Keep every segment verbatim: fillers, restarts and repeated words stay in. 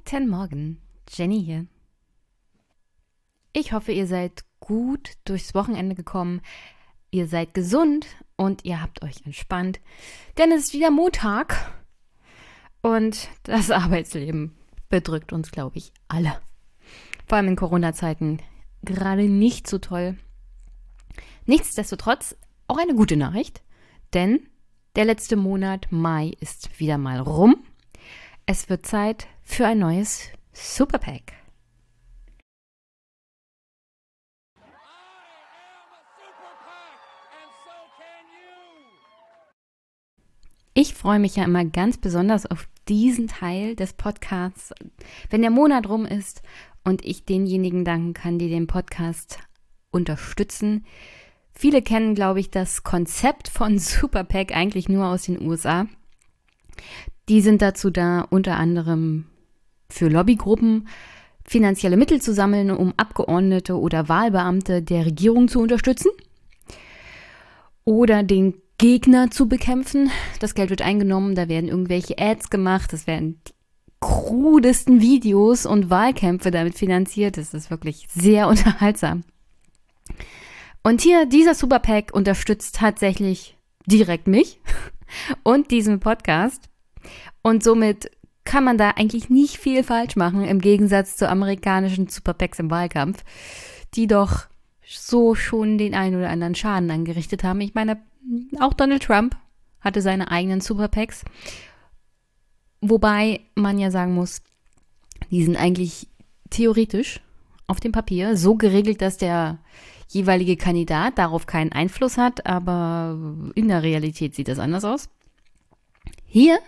Guten Morgen, Jenny hier. Ich hoffe, ihr seid gut durchs Wochenende gekommen, ihr seid gesund und ihr habt euch entspannt, denn es ist wieder Montag und das Arbeitsleben bedrückt uns, glaube ich, alle. Vor allem in Corona-Zeiten gerade nicht so toll. Nichtsdestotrotz auch eine gute Nachricht, denn der letzte Monat Mai ist wieder mal rum. Es wird Zeit für ein neues Superpack. Ich freue mich ja immer ganz besonders auf diesen Teil des Podcasts, wenn der Monat rum ist und ich denjenigen danken kann, die den Podcast unterstützen. Viele kennen, glaube ich, das Konzept von Superpack eigentlich nur aus den U S A. Die sind dazu da, unter anderem für Lobbygruppen finanzielle Mittel zu sammeln, um Abgeordnete oder Wahlbeamte der Regierung zu unterstützen oder den Gegner zu bekämpfen. Das Geld wird eingenommen, da werden irgendwelche Ads gemacht, das werden die krudesten Videos und Wahlkämpfe damit finanziert. Das ist wirklich sehr unterhaltsam. Und hier, dieser Superpack unterstützt tatsächlich direkt mich und diesen Podcast. Und somit kann man da eigentlich nicht viel falsch machen, im Gegensatz zu amerikanischen Superpacks im Wahlkampf, die doch so schon den einen oder anderen Schaden angerichtet haben. Ich meine, auch Donald Trump hatte seine eigenen Superpacks, wobei man ja sagen muss, die sind eigentlich theoretisch auf dem Papier so geregelt, dass der jeweilige Kandidat darauf keinen Einfluss hat, aber in der Realität sieht das anders aus. Hier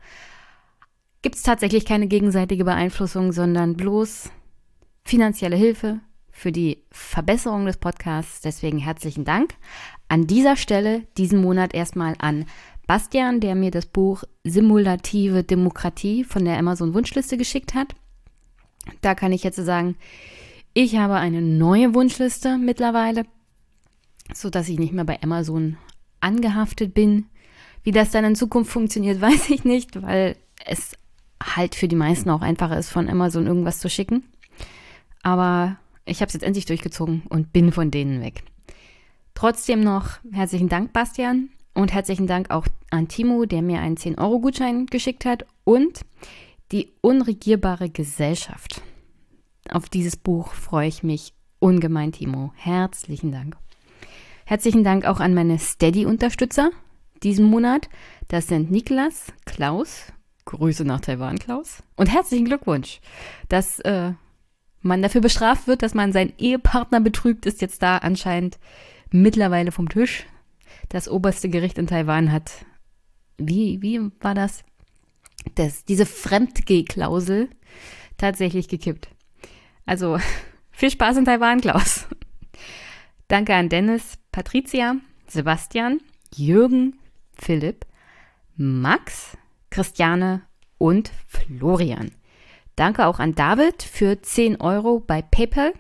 gibt es tatsächlich keine gegenseitige Beeinflussung, sondern bloß finanzielle Hilfe für die Verbesserung des Podcasts. Deswegen herzlichen Dank an dieser Stelle diesen Monat erstmal an Bastian, der mir das Buch Simulative Demokratie von der Amazon-Wunschliste geschickt hat. Da kann ich jetzt sagen, ich habe eine neue Wunschliste mittlerweile, sodass ich nicht mehr bei Amazon angehaftet bin. Wie das dann in Zukunft funktioniert, weiß ich nicht, weil es halt für die meisten auch einfacher ist, von Amazon irgendwas zu schicken. Aber ich habe es jetzt endlich durchgezogen und bin von denen weg. Trotzdem noch herzlichen Dank, Bastian, und herzlichen Dank auch an Timo, der mir einen zehn Euro Gutschein geschickt hat, und die unregierbare Gesellschaft. Auf dieses Buch freue ich mich ungemein, Timo. Herzlichen Dank. Herzlichen Dank auch an meine Steady-Unterstützer diesen Monat. Das sind Niklas, Klaus, Grüße nach Taiwan, Klaus, und herzlichen Glückwunsch, dass äh, man dafür bestraft wird, dass man seinen Ehepartner betrügt, ist jetzt da anscheinend mittlerweile vom Tisch. Das oberste Gericht in Taiwan hat, wie, wie war das? das diese Fremdgeh-Klausel tatsächlich gekippt. Also viel Spaß in Taiwan, Klaus. Danke an Dennis, Patricia, Sebastian, Jürgen, Philipp, Max, Christiane und Florian. Danke auch an David für zehn Euro bei PayPal.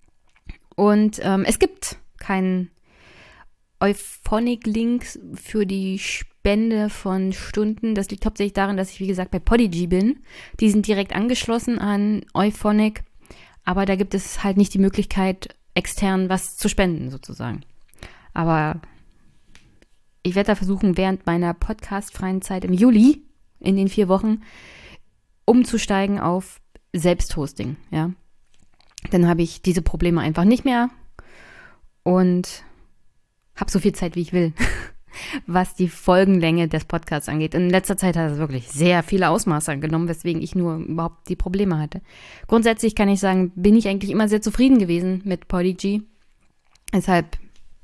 Und ähm, es gibt keinen Euphonic-Link für die Spende von Stunden. Das liegt hauptsächlich daran, dass ich, wie gesagt, bei Podigy bin. Die sind direkt angeschlossen an Euphonic. Aber da gibt es halt nicht die Möglichkeit, extern was zu spenden, sozusagen. Aber ich werde da versuchen, während meiner podcastfreien Zeit im Juli, in den vier Wochen, umzusteigen auf Selbsthosting, ja. Dann habe ich diese Probleme einfach nicht mehr und habe so viel Zeit, wie ich will, was die Folgenlänge des Podcasts angeht. In letzter Zeit hat es wirklich sehr viele Ausmaße angenommen, weswegen ich nur überhaupt die Probleme hatte. Grundsätzlich kann ich sagen, bin ich eigentlich immer sehr zufrieden gewesen mit Podigy. Deshalb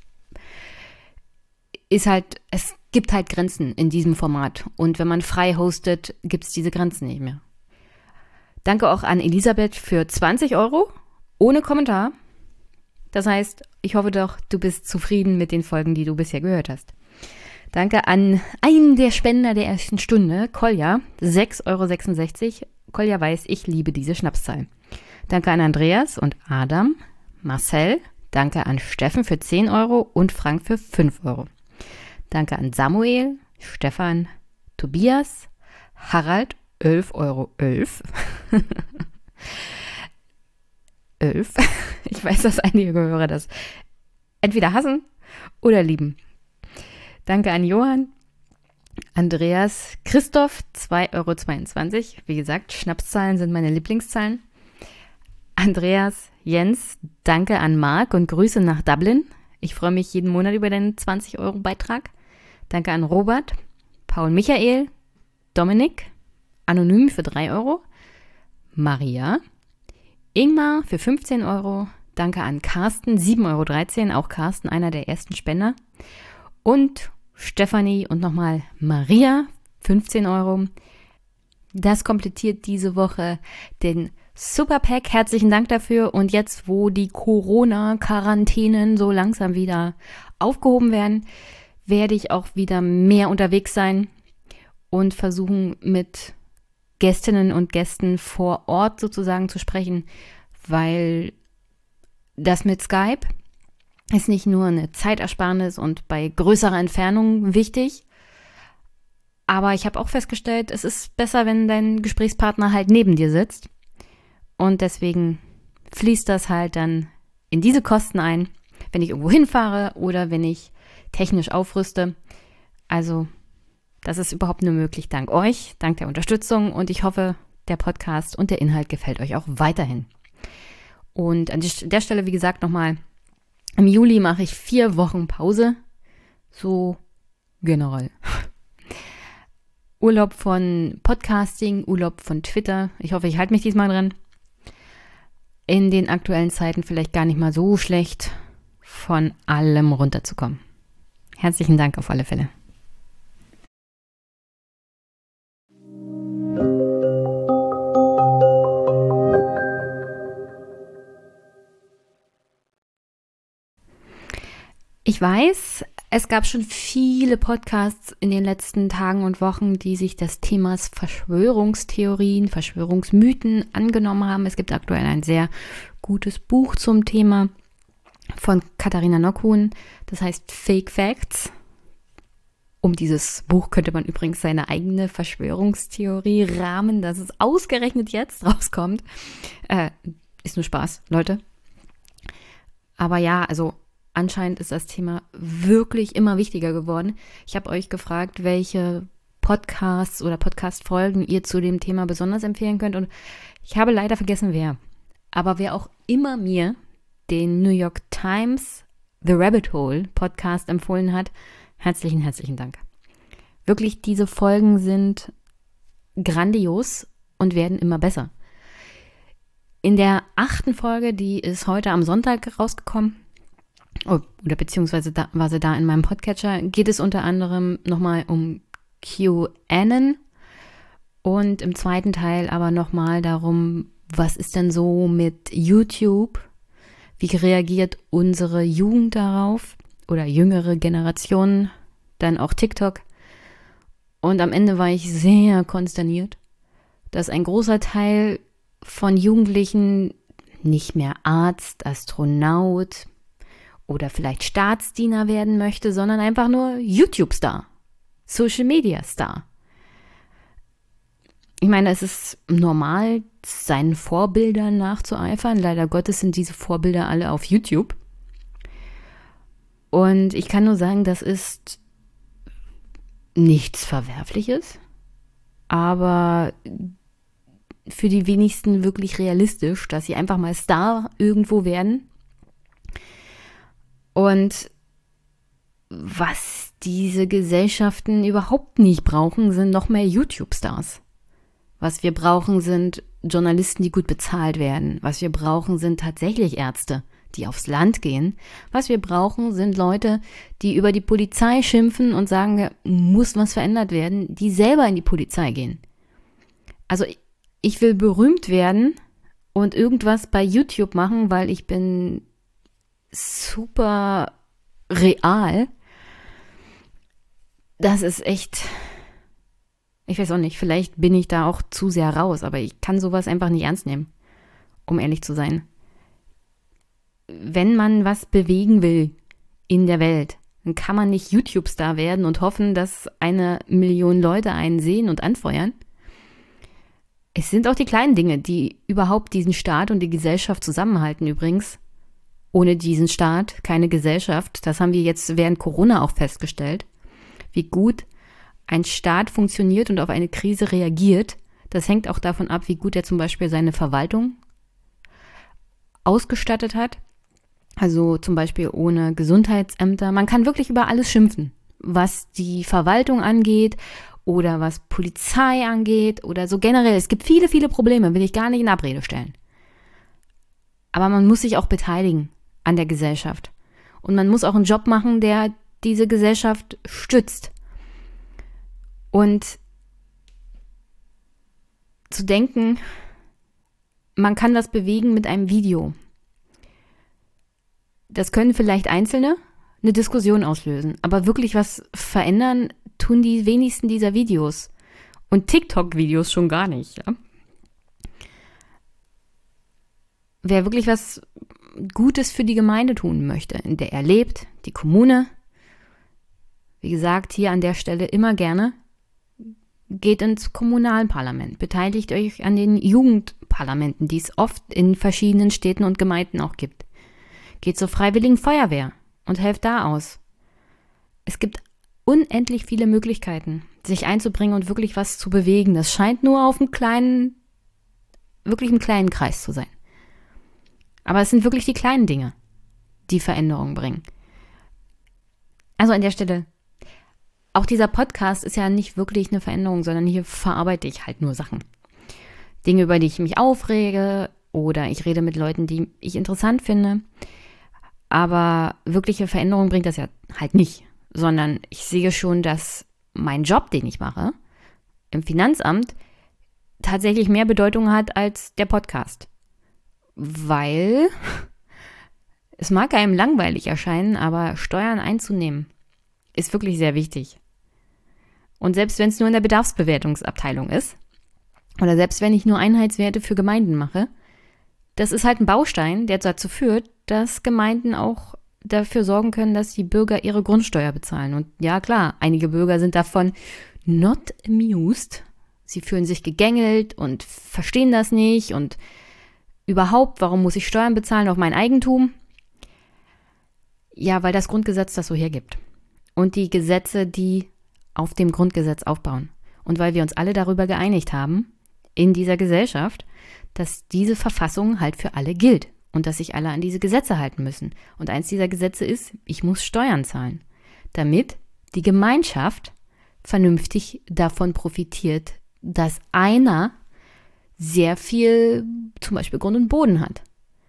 ist halt, es gibt halt Grenzen in diesem Format. Und wenn man frei hostet, gibt es diese Grenzen nicht mehr. Danke auch an Elisabeth für zwanzig Euro, ohne Kommentar. Das heißt, ich hoffe doch, du bist zufrieden mit den Folgen, die du bisher gehört hast. Danke an einen der Spender der ersten Stunde, Kolja, sechs Euro sechsundsechzig. Kolja weiß, ich liebe diese Schnapszahl. Danke an Andreas und Adam, Marcel. Danke an Steffen für zehn Euro und Frank für fünf Euro. Danke an Samuel, Stefan, Tobias, Harald, elf Euro elf. Elf. Ich weiß, dass einige Hörer das entweder hassen oder lieben. Danke an Johann, Andreas, Christoph, zwei Euro zweiundzwanzig. Wie gesagt, Schnapszahlen sind meine Lieblingszahlen. Andreas, Jens, danke an Marc und Grüße nach Dublin. Ich freue mich jeden Monat über deinen zwanzig Euro Beitrag. Danke an Robert, Paul Michael, Dominik, Anonym für drei Euro, Maria, Ingmar für fünfzehn Euro. Danke an Carsten, sieben Euro dreizehn, auch Carsten, einer der ersten Spender. Und Stefanie und nochmal Maria, fünfzehn Euro. Das komplettiert diese Woche den Superpack. Herzlichen Dank dafür. Und jetzt, wo die Corona-Quarantänen so langsam wieder aufgehoben werden, werde ich auch wieder mehr unterwegs sein und versuchen, mit Gästinnen und Gästen vor Ort sozusagen zu sprechen, weil das mit Skype ist nicht nur eine Zeitersparnis und bei größerer Entfernung wichtig, aber ich habe auch festgestellt, es ist besser, wenn dein Gesprächspartner halt neben dir sitzt. Und deswegen fließt das halt dann in diese Kosten ein, wenn ich irgendwo hinfahre oder wenn ich technisch aufrüste. Also das ist überhaupt nur möglich dank euch, dank der Unterstützung, und ich hoffe, der Podcast und der Inhalt gefällt euch auch weiterhin. Und an der Stelle, wie gesagt, nochmal, im Juli mache ich vier Wochen Pause, so generell. Urlaub von Podcasting, Urlaub von Twitter. Ich hoffe, ich halte mich diesmal dran. In den aktuellen Zeiten vielleicht gar nicht mal so schlecht, von allem runterzukommen. Herzlichen Dank auf alle Fälle. Ich weiß, es gab schon viele Podcasts in den letzten Tagen und Wochen, die sich des Themas Verschwörungstheorien, Verschwörungsmythen angenommen haben. Es gibt aktuell ein sehr gutes Buch zum Thema von Katharina Nockhuhn, das heißt Fake Facts. Um dieses Buch könnte man übrigens seine eigene Verschwörungstheorie rahmen, dass es ausgerechnet jetzt rauskommt. Äh, ist nur Spaß, Leute. Aber ja, also anscheinend ist das Thema wirklich immer wichtiger geworden. Ich habe euch gefragt, welche Podcasts oder Podcast-Folgen ihr zu dem Thema besonders empfehlen könnt, und ich habe leider vergessen, wer. Aber wer auch immer mir den New York Times The Rabbit Hole Podcast empfohlen hat, herzlichen, herzlichen Dank. Wirklich, diese Folgen sind grandios und werden immer besser. In der achten Folge, die ist heute am Sonntag rausgekommen, oh, oder beziehungsweise da, war sie da in meinem Podcatcher, geht es unter anderem nochmal um QAnon und im zweiten Teil aber nochmal darum, was ist denn so mit YouTube? Wie reagiert unsere Jugend darauf oder jüngere Generationen, dann auch TikTok? Und am Ende war ich sehr konsterniert, dass ein großer Teil von Jugendlichen nicht mehr Arzt, Astronaut oder vielleicht Staatsdiener werden möchte, sondern einfach nur YouTube-Star, Social-Media-Star. Ich meine, es ist normal, seinen Vorbildern nachzueifern. Leider Gottes sind diese Vorbilder alle auf YouTube. Und ich kann nur sagen, das ist nichts Verwerfliches, aber für die wenigsten wirklich realistisch, dass sie einfach mal Star irgendwo werden. Und was diese Gesellschaften überhaupt nicht brauchen, sind noch mehr YouTube-Stars. Was wir brauchen, sind Journalisten, die gut bezahlt werden. Was wir brauchen, sind tatsächlich Ärzte, die aufs Land gehen. Was wir brauchen, sind Leute, die über die Polizei schimpfen und sagen, muss was verändert werden, die selber in die Polizei gehen. Also ich will berühmt werden und irgendwas bei YouTube machen, weil ich bin super real. Das ist echt, ich weiß auch nicht, vielleicht bin ich da auch zu sehr raus, aber ich kann sowas einfach nicht ernst nehmen, um ehrlich zu sein. Wenn man was bewegen will in der Welt, dann kann man nicht YouTube-Star werden und hoffen, dass eine Million Leute einen sehen und anfeuern. Es sind auch die kleinen Dinge, die überhaupt diesen Staat und die Gesellschaft zusammenhalten übrigens. Ohne diesen Staat keine Gesellschaft. Das haben wir jetzt während Corona auch festgestellt. Wie gut ein Staat funktioniert und auf eine Krise reagiert. Das hängt auch davon ab, wie gut er zum Beispiel seine Verwaltung ausgestattet hat. Also zum Beispiel ohne Gesundheitsämter. Man kann wirklich über alles schimpfen, was die Verwaltung angeht oder was Polizei angeht oder so generell. Es gibt viele, viele Probleme, will ich gar nicht in Abrede stellen. Aber man muss sich auch beteiligen an der Gesellschaft. Und man muss auch einen Job machen, der diese Gesellschaft stützt. Und zu denken, man kann was bewegen mit einem Video. Das können vielleicht Einzelne eine Diskussion auslösen. Aber wirklich was verändern tun die wenigsten dieser Videos. Und TikTok-Videos schon gar nicht. Ja? Wer wirklich was Gutes für die Gemeinde tun möchte, in der er lebt, die Kommune, wie gesagt, hier an der Stelle immer gerne, geht ins Kommunalparlament, beteiligt euch an den Jugendparlamenten, die es oft in verschiedenen Städten und Gemeinden auch gibt. Geht zur Freiwilligen Feuerwehr und helft da aus. Es gibt unendlich viele Möglichkeiten, sich einzubringen und wirklich was zu bewegen. Das scheint nur auf einem kleinen, wirklich einem kleinen Kreis zu sein. Aber es sind wirklich die kleinen Dinge, die Veränderungen bringen. Also an der Stelle, auch dieser Podcast ist ja nicht wirklich eine Veränderung, sondern hier verarbeite ich halt nur Sachen. Dinge, über die ich mich aufrege oder ich rede mit Leuten, die ich interessant finde. Aber wirkliche Veränderung bringt das ja halt nicht, sondern ich sehe schon, dass mein Job, den ich mache, im Finanzamt tatsächlich mehr Bedeutung hat als der Podcast. Weil es mag einem langweilig erscheinen, aber Steuern einzunehmen ist wirklich sehr wichtig. Und selbst wenn es nur in der Bedarfsbewertungsabteilung ist oder selbst wenn ich nur Einheitswerte für Gemeinden mache, das ist halt ein Baustein, der dazu führt, dass Gemeinden auch dafür sorgen können, dass die Bürger ihre Grundsteuer bezahlen. Und ja klar, einige Bürger sind davon not amused. Sie fühlen sich gegängelt und verstehen das nicht und überhaupt, warum muss ich Steuern bezahlen auf mein Eigentum? Ja, weil das Grundgesetz das so hergibt. Und die Gesetze, die auf dem Grundgesetz aufbauen. Und weil wir uns alle darüber geeinigt haben, in dieser Gesellschaft, dass diese Verfassung halt für alle gilt und dass sich alle an diese Gesetze halten müssen. Und eins dieser Gesetze ist, ich muss Steuern zahlen, damit die Gemeinschaft vernünftig davon profitiert, dass einer sehr viel, zum Beispiel Grund und Boden hat.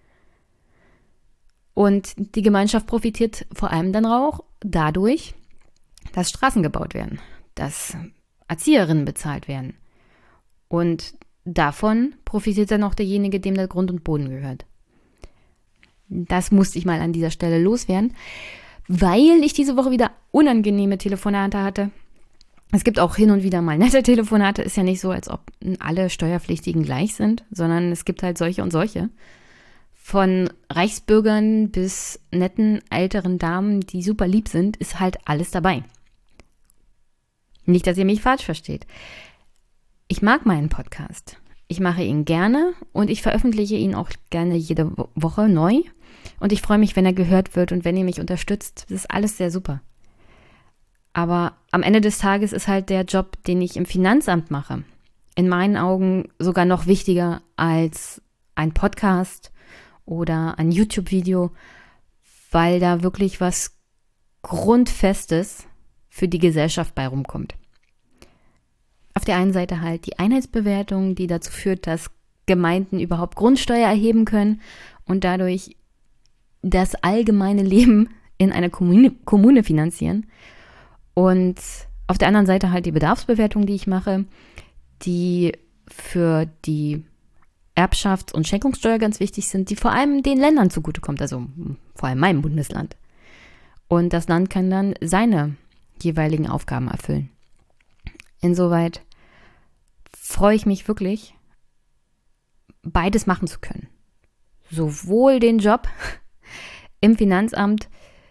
Und die Gemeinschaft profitiert vor allem dann auch dadurch, dass Straßen gebaut werden, dass Erzieherinnen bezahlt werden. Und davon profitiert dann auch derjenige, dem der Grund und Boden gehört. Das musste ich mal an dieser Stelle loswerden, weil ich diese Woche wieder unangenehme Telefonate hatte. Es gibt auch hin und wieder mal nette Telefonate. Ist ja nicht so, als ob alle Steuerpflichtigen gleich sind, sondern es gibt halt solche und solche. Von Reichsbürgern bis netten älteren Damen, die super lieb sind, ist halt alles dabei. Nicht, dass ihr mich falsch versteht. Ich mag meinen Podcast. Ich mache ihn gerne und ich veröffentliche ihn auch gerne jede Woche neu. Und ich freue mich, wenn er gehört wird und wenn ihr mich unterstützt. Das ist alles sehr super. Aber am Ende des Tages ist halt der Job, den ich im Finanzamt mache, in meinen Augen sogar noch wichtiger als ein Podcast oder ein YouTube-Video, weil da wirklich was Grundfestes für die Gesellschaft bei rumkommt. Auf der einen Seite halt die Einheitsbewertung, die dazu führt, dass Gemeinden überhaupt Grundsteuer erheben können und dadurch das allgemeine Leben in einer Kommune, Kommune finanzieren. Und auf der anderen Seite halt die Bedarfsbewertung, die ich mache, die für die Erbschafts- und Schenkungssteuer ganz wichtig sind, die vor allem den Ländern zugutekommt, also vor allem meinem Bundesland. Und das Land kann dann seine jeweiligen Aufgaben erfüllen. Insoweit freue ich mich wirklich, beides machen zu können. Sowohl den Job im Finanzamt,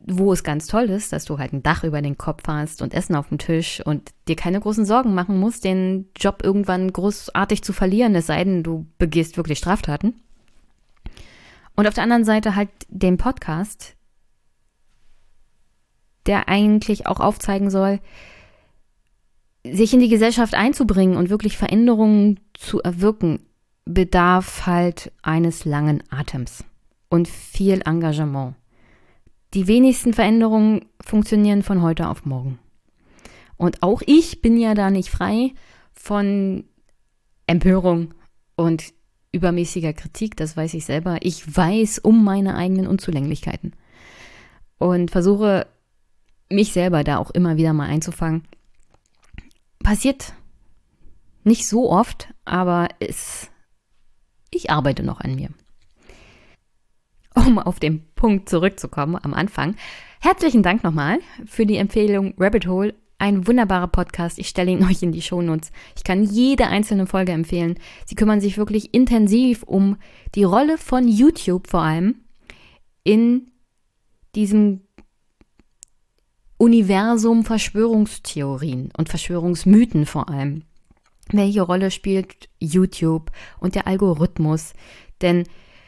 wo es ganz toll ist, dass du halt ein Dach über den Kopf hast und Essen auf dem Tisch und dir keine großen Sorgen machen musst, den Job irgendwann großartig zu verlieren, es sei denn, du begehst wirklich Straftaten. Und auf der anderen Seite halt den Podcast, der eigentlich auch aufzeigen soll, sich in die Gesellschaft einzubringen und wirklich Veränderungen zu erwirken, bedarf halt eines langen Atems und viel Engagement. Die wenigsten Veränderungen funktionieren von heute auf morgen. Und auch ich bin ja da nicht frei von Empörung und übermäßiger Kritik, das weiß ich selber. Ich weiß um meine eigenen Unzulänglichkeiten und versuche, mich selber da auch immer wieder mal einzufangen. Passiert nicht so oft, aber es, ich arbeite noch an mir. Um auf den Punkt zurückzukommen am Anfang. Herzlichen Dank nochmal für die Empfehlung Rabbit Hole. Ein wunderbarer Podcast. Ich stelle ihn euch in die Shownotes. Ich kann jede einzelne Folge empfehlen. Sie kümmern sich wirklich intensiv um die Rolle von YouTube vor allem in diesem Universum Verschwörungstheorien und Verschwörungsmythen vor allem. Welche Rolle spielt YouTube und der Algorithmus? Denn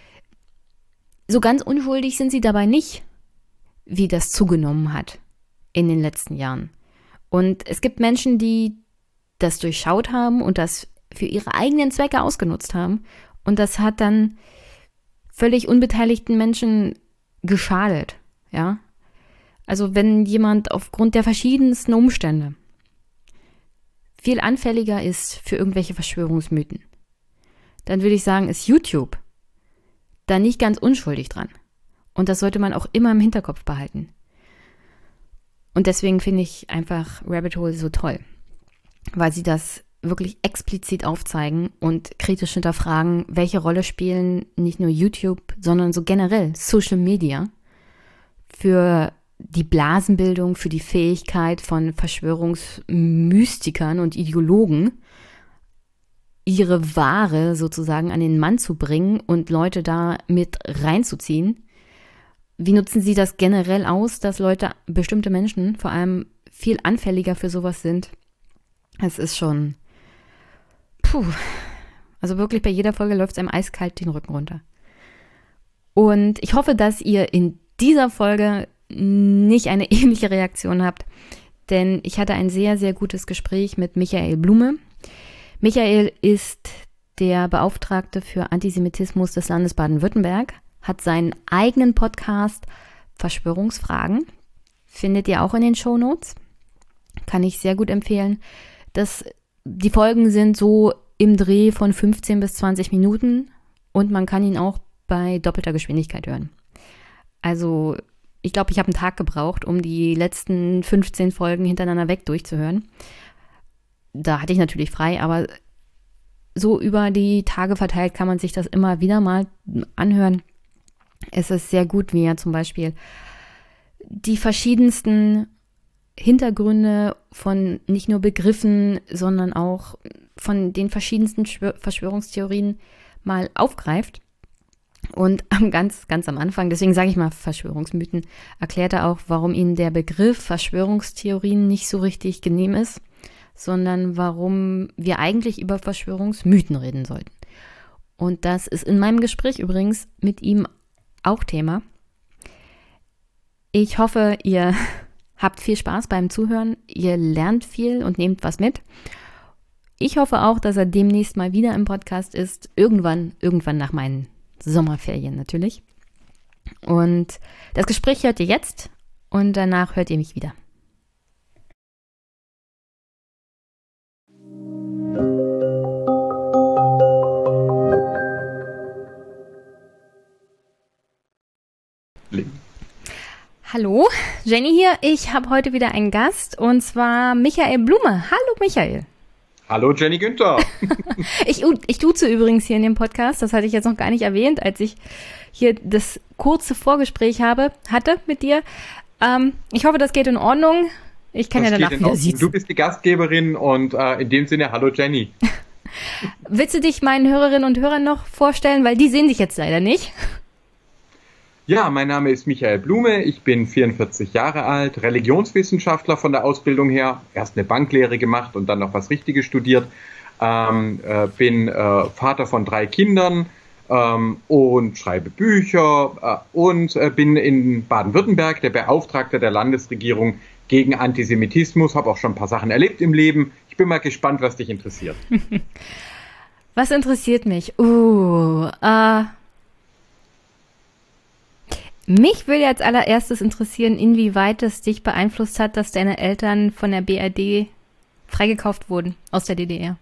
so ganz unschuldig sind sie dabei nicht, wie das zugenommen hat in den letzten Jahren. Und es gibt Menschen, die das durchschaut haben und das für ihre eigenen Zwecke ausgenutzt haben. Und das hat dann völlig unbeteiligten Menschen geschadet, ja. Also wenn jemand aufgrund der verschiedensten Umstände viel anfälliger ist für irgendwelche Verschwörungsmythen, dann würde ich sagen, ist YouTube da nicht ganz unschuldig dran. Und das sollte man auch immer im Hinterkopf behalten. Und deswegen finde ich einfach Rabbit Hole so toll, weil sie das wirklich explizit aufzeigen und kritisch hinterfragen, welche Rolle spielen nicht nur YouTube, sondern so generell Social Media für die Blasenbildung, für die Fähigkeit von Verschwörungsmystikern und Ideologen, ihre Ware sozusagen an den Mann zu bringen und Leute da mit reinzuziehen. Wie nutzen sie das generell aus, dass Leute, bestimmte Menschen vor allem viel anfälliger für sowas sind? Es ist schon, puh, also wirklich bei jeder Folge läuft es einem eiskalt den Rücken runter. Und ich hoffe, dass ihr in dieser Folge nicht eine ähnliche Reaktion habt, denn ich hatte ein sehr, sehr gutes Gespräch mit Michael Blume. Michael ist der Beauftragte für Antisemitismus des Landes Baden-Württemberg, hat seinen eigenen Podcast Verschwörungsfragen, findet ihr auch in den Shownotes, kann ich sehr gut empfehlen. Das, die Folgen sind so im Dreh von fünfzehn bis zwanzig Minuten und man kann ihn auch bei doppelter Geschwindigkeit hören. Also ich glaube, ich habe einen Tag gebraucht, um die letzten fünfzehn Folgen hintereinander weg durchzuhören. Da hatte ich natürlich frei, aber so über die Tage verteilt kann man sich das immer wieder mal anhören. Es ist sehr gut, wie er zum Beispiel die verschiedensten Hintergründe von nicht nur Begriffen, sondern auch von den verschiedensten Verschwörungstheorien mal aufgreift. Und ganz, ganz am Anfang, deswegen sage ich mal Verschwörungsmythen, erklärt er auch, warum ihm der Begriff Verschwörungstheorien nicht so richtig genehm ist, sondern warum wir eigentlich über Verschwörungsmythen reden sollten. Und das ist in meinem Gespräch übrigens mit ihm auch Thema. Ich hoffe, ihr habt viel Spaß beim Zuhören, ihr lernt viel und nehmt was mit. Ich hoffe auch, dass er demnächst mal wieder im Podcast ist, irgendwann, irgendwann nach meinen Sommerferien natürlich. Und das Gespräch hört ihr jetzt und danach hört ihr mich wieder. Hallo, Jenny hier. Ich habe heute wieder einen Gast und zwar Michael Blume. Hallo Michael. Hallo Jenny Günther. ich, ich duze übrigens hier in dem Podcast, das hatte ich jetzt noch gar nicht erwähnt, als ich hier das kurze Vorgespräch habe, hatte mit dir. Ähm, ich hoffe, das geht in Ordnung. Ich kann das ja danach wieder siezen. Du bist die Gastgeberin und äh, in dem Sinne, hallo Jenny. Willst du dich meinen Hörerinnen und Hörern noch vorstellen, weil die sehen dich jetzt leider nicht? Ja, mein Name ist Michael Blume, ich bin vierundvierzig Jahre alt, Religionswissenschaftler von der Ausbildung her, erst eine Banklehre gemacht und dann noch was Richtiges studiert, ähm, äh, bin äh, Vater von drei Kindern ähm, und schreibe Bücher äh, und äh, bin in Baden-Württemberg der Beauftragte der Landesregierung gegen Antisemitismus, habe auch schon ein paar Sachen erlebt im Leben. Ich bin mal gespannt, was dich interessiert. Was interessiert mich? Uh, äh... Mich würde als allererstes interessieren, inwieweit es dich beeinflusst hat, dass deine Eltern von der B R D freigekauft wurden aus der D D R.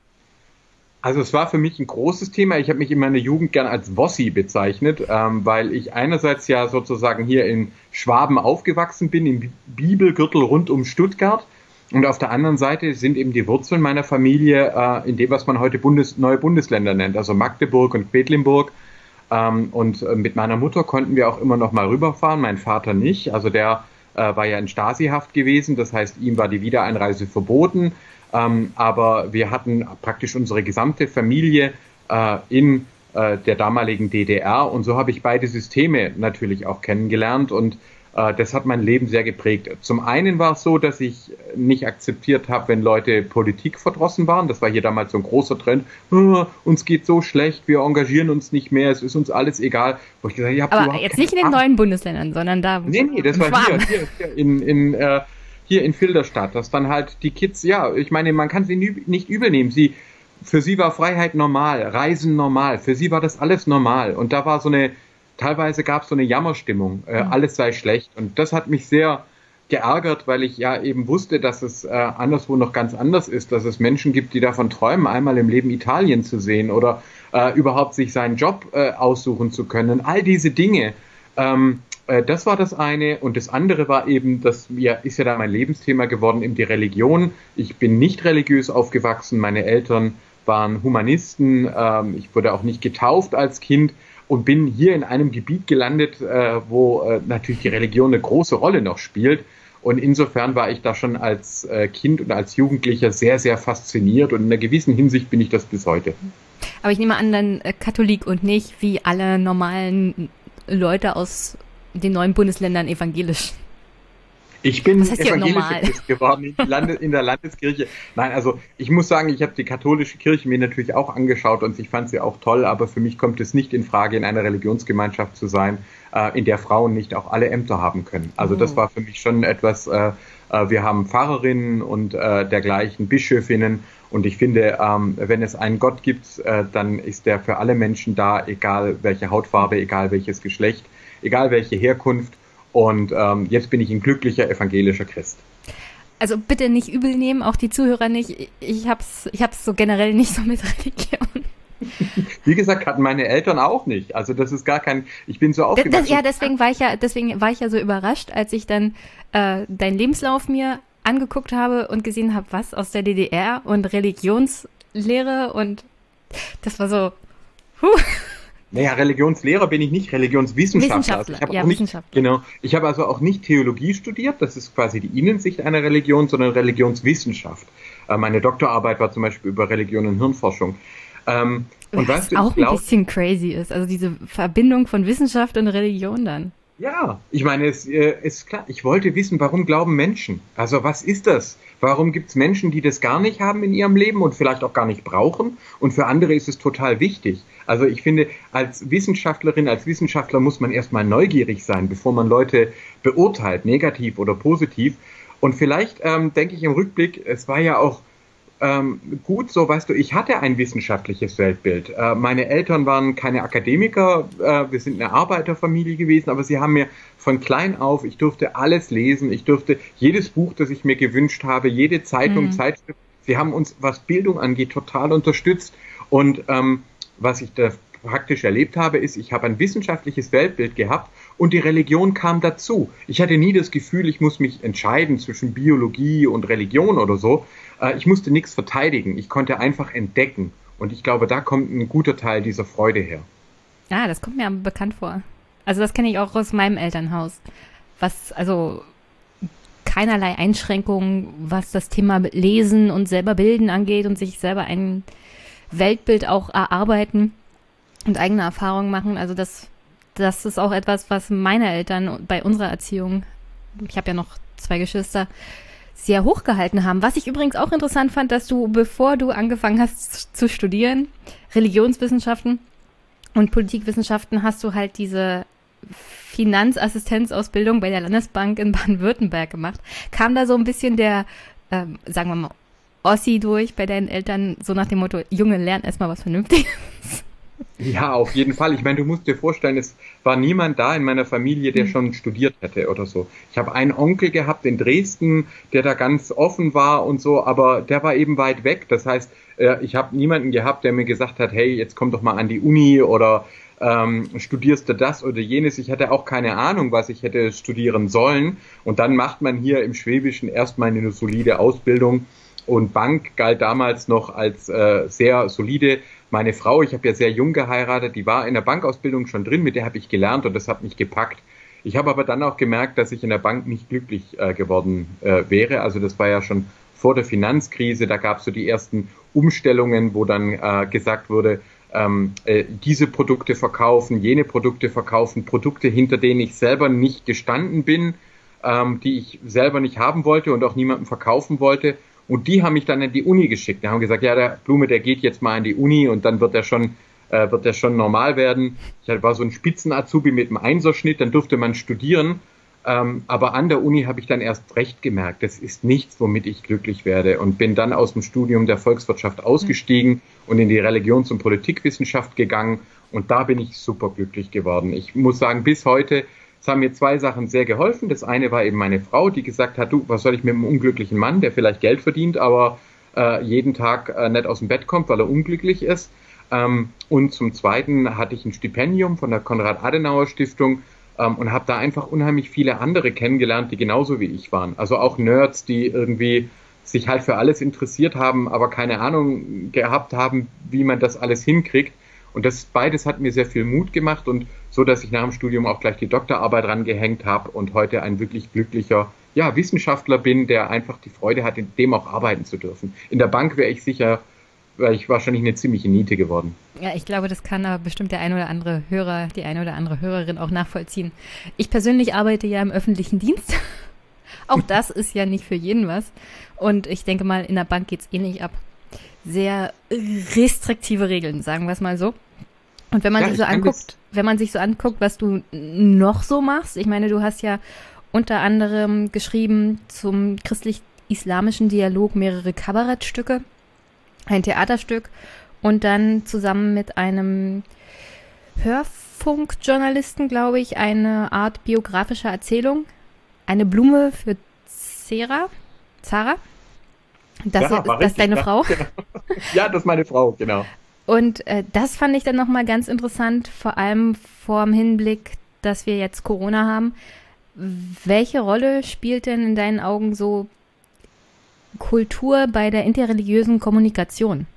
Also es war für mich ein großes Thema. Ich habe mich in meiner Jugend gern als Wossi bezeichnet, ähm, weil ich einerseits ja sozusagen hier in Schwaben aufgewachsen bin, im Bibelgürtel rund um Stuttgart. Und auf der anderen Seite sind eben die Wurzeln meiner Familie äh, in dem, was man heute Bundes neue Bundesländer nennt, also Magdeburg und Quedlinburg. Ähm, und äh, mit meiner Mutter konnten wir auch immer noch mal rüberfahren, mein Vater nicht. Also der äh, war ja in Stasi-Haft gewesen, das heißt, ihm war die Wiedereinreise verboten. Ähm, aber wir hatten praktisch unsere gesamte Familie äh, in äh, der damaligen D D R. Und so habe ich beide Systeme natürlich auch kennengelernt. Und äh, das hat mein Leben sehr geprägt. Zum einen war es so, dass ich nicht akzeptiert habe, wenn Leute Politik verdrossen waren. Das war hier damals so ein großer Trend. Oh, uns geht so schlecht, wir engagieren uns nicht mehr, es ist uns alles egal. Wo ich gesagt, habe, aber jetzt nicht in den neuen Bundesländern, sondern da. Nee, nee, das war hier, hier, hier in, in äh, hier in Filderstadt, dass dann halt die Kids, ja, ich meine, man kann sie nicht übel nehmen. Sie, für sie war Freiheit normal, Reisen normal, für sie war das alles normal. Und da war so eine, teilweise gab es so eine Jammerstimmung, äh, mhm. alles sei schlecht. Und das hat mich sehr geärgert, weil ich ja eben wusste, dass es äh, anderswo noch ganz anders ist, dass es Menschen gibt, die davon träumen, einmal im Leben Italien zu sehen oder äh, überhaupt sich seinen Job äh, aussuchen zu können. All diese Dinge, ähm, das war das eine, und das andere war eben, das ist ja da mein Lebensthema geworden, eben die Religion. Ich bin nicht religiös aufgewachsen, meine Eltern waren Humanisten, ich wurde auch nicht getauft als Kind und bin hier in einem Gebiet gelandet, wo natürlich die Religion eine große Rolle noch spielt. Und insofern war ich da schon als Kind und als Jugendlicher sehr, sehr fasziniert, und in einer gewissen Hinsicht bin ich das bis heute. Aber ich nehme an, dann Katholik und nicht wie alle normalen Leute aus den neuen Bundesländern evangelisch. Ich bin evangelischer Christ geworden in, Lande, in der Landeskirche. Nein, also ich muss sagen, ich habe die katholische Kirche mir natürlich auch angeschaut und ich fand sie auch toll, aber für mich kommt es nicht in Frage, in einer Religionsgemeinschaft zu sein, äh, in der Frauen nicht auch alle Ämter haben können. Also oh. das war für mich schon etwas, äh, äh, wir haben Pfarrerinnen und äh, dergleichen, Bischöfinnen, und ich finde, ähm, wenn es einen Gott gibt, äh, dann ist der für alle Menschen da, egal welche Hautfarbe, egal welches Geschlecht, egal welche Herkunft, und ähm, jetzt bin ich ein glücklicher evangelischer Christ. Also bitte nicht übel nehmen, auch die Zuhörer nicht. Ich hab's, ich hab's so generell nicht so mit Religion. Wie gesagt, hatten meine Eltern auch nicht. Also das ist gar kein, ich bin so aufgewachsen. Das, ja, deswegen war ich ja, deswegen war ich ja so überrascht, als ich dann äh, deinen Lebenslauf mir angeguckt habe und gesehen habe, was aus der D D R und Religionslehre, und das war so, huh. Naja, Religionslehrer bin ich nicht, Religionswissenschaftler. Wissenschaftler, also ich habe ja, auch nicht, Wissenschaftler. Genau, ich habe also auch nicht Theologie studiert, das ist quasi die Innensicht einer Religion, sondern Religionswissenschaft. Äh, meine Doktorarbeit war zum Beispiel über Religion und Hirnforschung. Ähm, und was weißt du, auch glaub, ein bisschen crazy ist, also diese Verbindung von Wissenschaft und Religion dann. Ja, ich meine, es äh, ist klar, ich wollte wissen, warum glauben Menschen? Also was ist das? Warum gibt es Menschen, die das gar nicht haben in ihrem Leben und vielleicht auch gar nicht brauchen? Und für andere ist es total wichtig. Also ich finde, als Wissenschaftlerin, als Wissenschaftler muss man erstmal neugierig sein, bevor man Leute beurteilt, negativ oder positiv. Und vielleicht ähm, denke ich im Rückblick, es war ja auch Ähm, gut, so weißt du, ich hatte ein wissenschaftliches Weltbild. Äh, meine Eltern waren keine Akademiker, äh, wir sind eine Arbeiterfamilie gewesen, aber sie haben mir von klein auf, ich durfte alles lesen, ich durfte jedes Buch, das ich mir gewünscht habe, jede Zeitung, mhm. Zeitschrift, sie haben uns, was Bildung angeht, total unterstützt. Und ähm, was ich da praktisch erlebt habe, ist, ich habe ein wissenschaftliches Weltbild gehabt und die Religion kam dazu. Ich hatte nie das Gefühl, ich muss mich entscheiden zwischen Biologie und Religion oder so. Ich musste nichts verteidigen, ich konnte einfach entdecken. Und ich glaube, da kommt ein guter Teil dieser Freude her. Ja, das kommt mir aber bekannt vor. Also das kenne ich auch aus meinem Elternhaus. Was, also keinerlei Einschränkungen, was das Thema Lesen und selber bilden angeht und sich selber ein Weltbild auch erarbeiten und eigene Erfahrungen machen. Also das das ist auch etwas, was meine Eltern bei unserer Erziehung, ich habe ja noch zwei Geschwister, sehr hochgehalten haben. Was ich übrigens auch interessant fand, dass du, bevor du angefangen hast zu studieren, Religionswissenschaften und Politikwissenschaften, hast du halt diese Finanzassistenzausbildung bei der Landesbank in Baden-Württemberg gemacht. Kam da so ein bisschen der, ähm, sagen wir mal, Ossi durch bei deinen Eltern, so nach dem Motto, Junge, lern erstmal was Vernünftiges? Ja, auf jeden Fall. Ich meine, du musst dir vorstellen, es war niemand da in meiner Familie, der schon studiert hätte oder so. Ich habe einen Onkel gehabt in Dresden, der da ganz offen war und so, aber der war eben weit weg. Das heißt, äh, ich habe niemanden gehabt, der mir gesagt hat, hey, jetzt komm doch mal an die Uni oder ähm, studierst du das oder jenes. Ich hatte auch keine Ahnung, was ich hätte studieren sollen. Und dann macht man hier im Schwäbischen erstmal eine solide Ausbildung. Und Bank galt damals noch als äh, sehr solide. Meine Frau, ich habe ja sehr jung geheiratet, die war in der Bankausbildung schon drin, mit der habe ich gelernt und das hat mich gepackt. Ich habe aber dann auch gemerkt, dass ich in der Bank nicht glücklich äh, geworden äh, wäre. Also das war ja schon vor der Finanzkrise, da gab es so die ersten Umstellungen, wo dann äh, gesagt wurde, ähm, äh, diese Produkte verkaufen, jene Produkte verkaufen, Produkte, hinter denen ich selber nicht gestanden bin, ähm, die ich selber nicht haben wollte und auch niemandem verkaufen wollte. Und die haben mich dann in die Uni geschickt. Die haben gesagt, ja, der Blume, der geht jetzt mal in die Uni und dann wird er schon, äh, wird er schon normal werden. Ich war so ein Spitzen-Azubi mit einem Einserschnitt, dann durfte man studieren. Ähm, aber an der Uni habe ich dann erst recht gemerkt, das ist nichts, womit ich glücklich werde. Und bin dann aus dem Studium der Volkswirtschaft ausgestiegen mhm. und in die Religions- und Politikwissenschaft gegangen. Und da bin ich super glücklich geworden. Ich muss sagen, bis heute, es haben mir zwei Sachen sehr geholfen. Das eine war eben meine Frau, die gesagt hat, du, was soll ich mit einem unglücklichen Mann, der vielleicht Geld verdient, aber äh, jeden Tag äh, nicht aus dem Bett kommt, weil er unglücklich ist. Ähm, und zum Zweiten hatte ich ein Stipendium von der Konrad-Adenauer-Stiftung ähm, und habe da einfach unheimlich viele andere kennengelernt, die genauso wie ich waren. Also auch Nerds, die irgendwie sich halt für alles interessiert haben, aber keine Ahnung gehabt haben, wie man das alles hinkriegt. Und das beides hat mir sehr viel Mut gemacht und so, dass ich nach dem Studium auch gleich die Doktorarbeit rangehängt habe und heute ein wirklich glücklicher ja, Wissenschaftler bin, der einfach die Freude hat, in dem auch arbeiten zu dürfen. In der Bank wäre ich sicher, wäre ich wahrscheinlich eine ziemliche Niete geworden. Ja, ich glaube, das kann aber bestimmt der ein oder andere Hörer, die eine oder andere Hörerin auch nachvollziehen. Ich persönlich arbeite ja im öffentlichen Dienst. Auch das ist ja nicht für jeden was. Und ich denke mal, in der Bank geht es ähnlich ab. Sehr restriktive Regeln, sagen wir es mal so. Und wenn man ja, sich so anguckt, wenn man sich so anguckt, was du noch so machst, ich meine, du hast ja unter anderem geschrieben zum christlich-islamischen Dialog mehrere Kabarettstücke, ein Theaterstück und dann zusammen mit einem Hörfunkjournalisten, glaube ich, eine Art biografischer Erzählung, eine Blume für Zara, Zara, das, ja, ist, das ist deine ja, Frau? Genau. Ja, das ist meine Frau, genau. Und äh, das fand ich dann nochmal ganz interessant, vor allem vor dem Hinblick, dass wir jetzt Corona haben. Welche Rolle spielt denn in deinen Augen so Kultur bei der interreligiösen Kommunikation?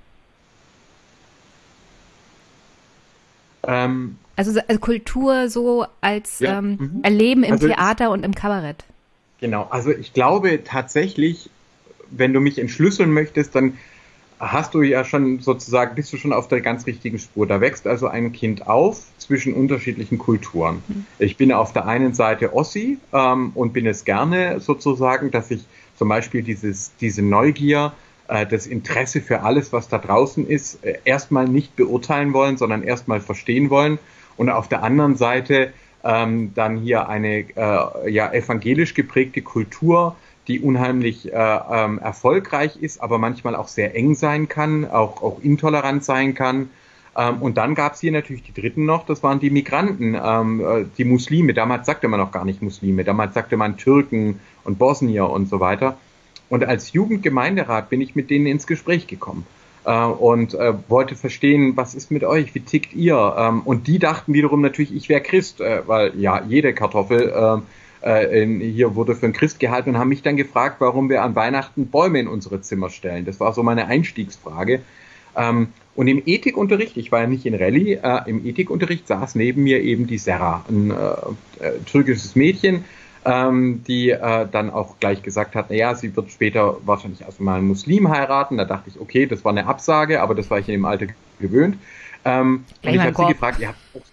Ähm, also, also Kultur so als ja, ähm, mhm. Erleben im also Theater ich, und im Kabarett. Genau, also ich glaube tatsächlich, wenn du mich entschlüsseln möchtest, dann hast du ja schon sozusagen, bist du schon auf der ganz richtigen Spur. Da wächst also ein Kind auf zwischen unterschiedlichen Kulturen. Mhm. Ich bin auf der einen Seite Ossi ähm, und bin es gerne sozusagen, dass ich zum Beispiel dieses, diese Neugier, äh, das Interesse für alles, was da draußen ist, äh, erstmal nicht beurteilen wollen, sondern erstmal verstehen wollen. Und auf der anderen Seite ähm, dann hier eine äh, ja, evangelisch geprägte Kultur, die unheimlich äh, ähm, erfolgreich ist, aber manchmal auch sehr eng sein kann, auch, auch intolerant sein kann. Ähm, und dann gab es hier natürlich die Dritten noch, das waren die Migranten, ähm, die Muslime. Damals sagte man noch gar nicht Muslime, damals sagte man Türken und Bosnier und so weiter. Und als Jugendgemeinderat bin ich mit denen ins Gespräch gekommen äh, und äh, wollte verstehen, was ist mit euch, wie tickt ihr? Ähm, und die dachten wiederum natürlich, ich wäre Christ, äh, weil ja, jede Kartoffel äh, In, hier wurde für einen Christ gehalten und haben mich dann gefragt, warum wir an Weihnachten Bäume in unsere Zimmer stellen. Das war so meine Einstiegsfrage. Ähm, und im Ethikunterricht, ich war ja nicht in Rallye, äh, im Ethikunterricht saß neben mir eben die Serra, ein äh, äh, türkisches Mädchen, ähm, die äh, dann auch gleich gesagt hat, naja, sie wird später wahrscheinlich erstmal einen Muslim heiraten. Da dachte ich, okay, das war eine Absage, aber das war ich in dem Alter gewöhnt. Ähm, und ich habe sie gefragt, ihr habt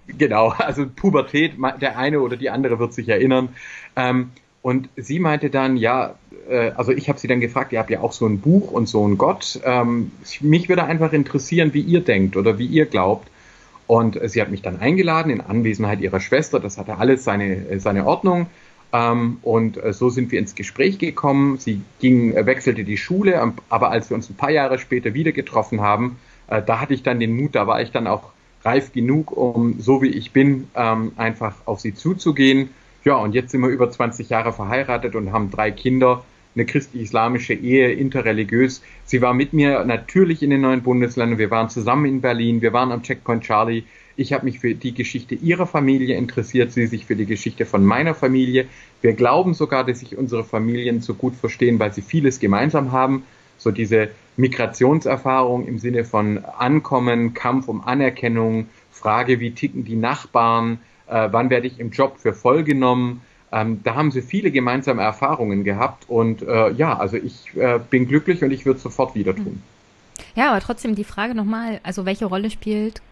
Genau, also Pubertät, der eine oder die andere wird sich erinnern. Ähm, und sie meinte dann, ja, äh, also ich habe sie dann gefragt, ihr habt ja auch so ein Buch und so einen Gott. Ähm, mich würde einfach interessieren, wie ihr denkt oder wie ihr glaubt. Und äh, sie hat mich dann eingeladen in Anwesenheit ihrer Schwester. Das hatte alles seine, äh, seine Ordnung. Ähm, und äh, so sind wir ins Gespräch gekommen. Sie ging, äh, wechselte die Schule, ähm, aber als wir uns ein paar Jahre später wieder getroffen haben, äh, da hatte ich dann den Mut, da war ich dann auch reif genug, um so wie ich bin, ähm, einfach auf sie zuzugehen. Ja, und jetzt sind wir über zwanzig Jahre verheiratet und haben drei Kinder, eine christlich-islamische Ehe, interreligiös. Sie war mit mir natürlich in den neuen Bundesländern. Wir waren zusammen in Berlin, wir waren am Checkpoint Charlie. Ich habe mich für die Geschichte ihrer Familie interessiert, sie sich für die Geschichte von meiner Familie. Wir glauben sogar, dass sich unsere Familien so gut verstehen, weil sie vieles gemeinsam haben. So diese Migrationserfahrung im Sinne von Ankommen, Kampf um Anerkennung, Frage, wie ticken die Nachbarn, äh, wann werde ich im Job für voll genommen. Ähm, da haben sie viele gemeinsame Erfahrungen gehabt und äh, ja, also ich äh, bin glücklich und ich würde es sofort wieder tun. Ja, aber trotzdem die Frage nochmal, also welche Rolle spielt,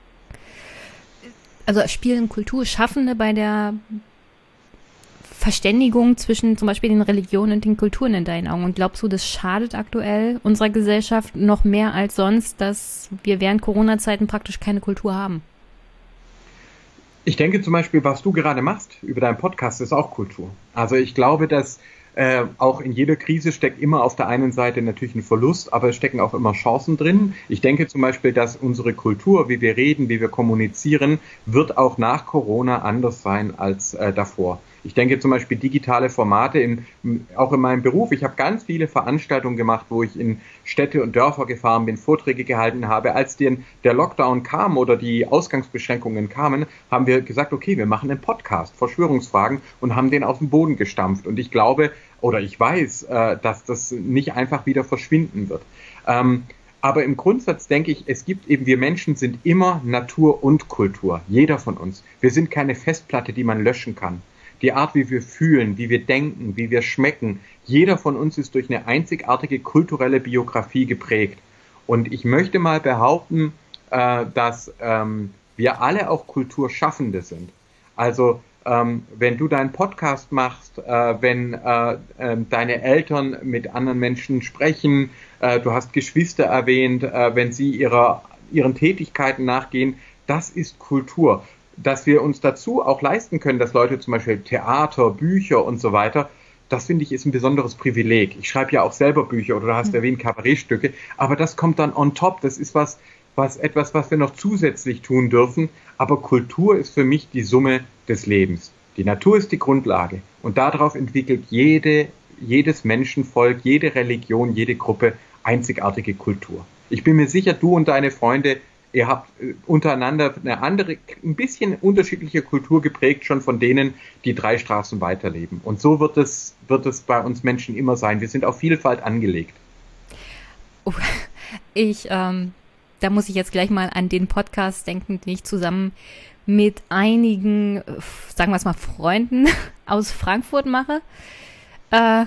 also spielen Kulturschaffende bei der Verständigung zwischen zum Beispiel den Religionen und den Kulturen in deinen Augen? Und glaubst du, das schadet aktuell unserer Gesellschaft noch mehr als sonst, dass wir während Corona-Zeiten praktisch keine Kultur haben? Ich denke zum Beispiel, was du gerade machst über deinen Podcast, ist auch Kultur. Also ich glaube, dass äh, auch in jeder Krise steckt immer auf der einen Seite natürlich ein Verlust, aber es stecken auch immer Chancen drin. Ich denke zum Beispiel, dass unsere Kultur, wie wir reden, wie wir kommunizieren, wird auch nach Corona anders sein als äh, davor. Ich denke zum Beispiel digitale Formate, in, auch in meinem Beruf. Ich habe ganz viele Veranstaltungen gemacht, wo ich in Städte und Dörfer gefahren bin, Vorträge gehalten habe. Als den, der Lockdown kam oder die Ausgangsbeschränkungen kamen, haben wir gesagt, okay, wir machen einen Podcast, Verschwörungsfragen, und haben den aus dem Boden gestampft. Und ich glaube, oder ich weiß, äh, dass das nicht einfach wieder verschwinden wird. Ähm, aber im Grundsatz denke ich, es gibt eben, wir Menschen sind immer Natur und Kultur. Jeder von uns. Wir sind keine Festplatte, die man löschen kann. Die Art, wie wir fühlen, wie wir denken, wie wir schmecken. Jeder von uns ist durch eine einzigartige kulturelle Biografie geprägt. Und ich möchte mal behaupten, äh, dass ähm, wir alle auch Kulturschaffende sind. Also ähm, wenn du deinen Podcast machst, äh, wenn äh, äh, deine Eltern mit anderen Menschen sprechen, äh, du hast Geschwister erwähnt, äh, wenn sie ihrer, ihren Tätigkeiten nachgehen, das ist Kultur. Dass wir uns dazu auch leisten können, dass Leute zum Beispiel Theater, Bücher und so weiter, das finde ich ist ein besonderes Privileg. Ich schreibe ja auch selber Bücher oder du hast erwähnt Kabarettstücke, aber das kommt dann on top. Das ist was, was etwas, was wir noch zusätzlich tun dürfen. Aber Kultur ist für mich die Summe des Lebens. Die Natur ist die Grundlage und darauf entwickelt jede, jedes Menschenvolk, jede Religion, jede Gruppe einzigartige Kultur. Ich bin mir sicher, du und deine Freunde, ihr habt untereinander eine andere, ein bisschen unterschiedliche Kultur geprägt, schon von denen, die drei Straßen weiterleben. Und so wird es, wird es bei uns Menschen immer sein. Wir sind auf Vielfalt angelegt. Oh, ich, ähm, da muss ich jetzt gleich mal an den Podcast denken, den ich zusammen mit einigen, sagen wir es mal, Freunden aus Frankfurt mache. Äh,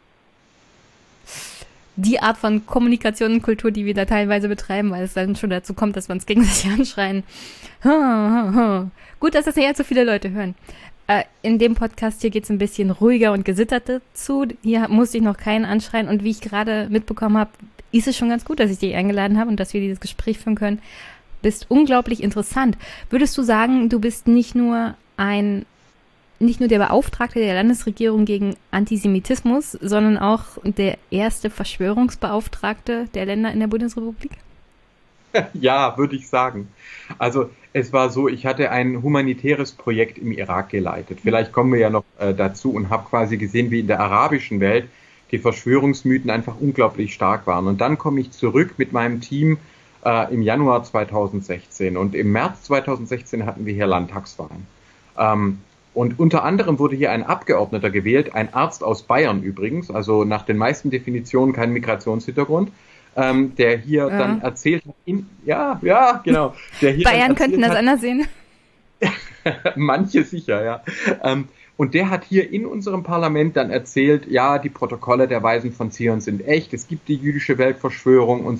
die Art von Kommunikation und Kultur, die wir da teilweise betreiben, weil es dann schon dazu kommt, dass wir uns gegenseitig anschreien. Gut, dass das nicht allzu viele Leute hören. Äh, in dem Podcast hier geht es ein bisschen ruhiger und gesitterter zu. Hier musste ich noch keinen anschreien. Und wie ich gerade mitbekommen habe, ist es schon ganz gut, dass ich dich eingeladen habe und dass wir dieses Gespräch führen können. Bist unglaublich interessant. Würdest du sagen, du bist nicht nur ein nicht nur der Beauftragte der Landesregierung gegen Antisemitismus, sondern auch der erste Verschwörungsbeauftragte der Länder in der Bundesrepublik? Ja, würde ich sagen. Also es war so, ich hatte ein humanitäres Projekt im Irak geleitet. Vielleicht kommen wir ja noch äh, dazu und habe quasi gesehen, wie in der arabischen Welt die Verschwörungsmythen einfach unglaublich stark waren. Und dann komme ich zurück mit meinem Team äh, im Januar zweitausendsechzehn und im März zweitausendsechzehn hatten wir hier Landtagswahlen. Ähm, Und unter anderem wurde hier ein Abgeordneter gewählt, ein Arzt aus Bayern übrigens, also nach den meisten Definitionen kein Migrationshintergrund, ähm, der hier ja. dann erzählt hat, in, ja, ja, genau. Der hier Bayern könnten das hat, anders sehen. Manche sicher, ja. Ähm, und der hat hier in unserem Parlament dann erzählt, ja, die Protokolle der Weisen von Zion sind echt, es gibt die jüdische Weltverschwörung und so.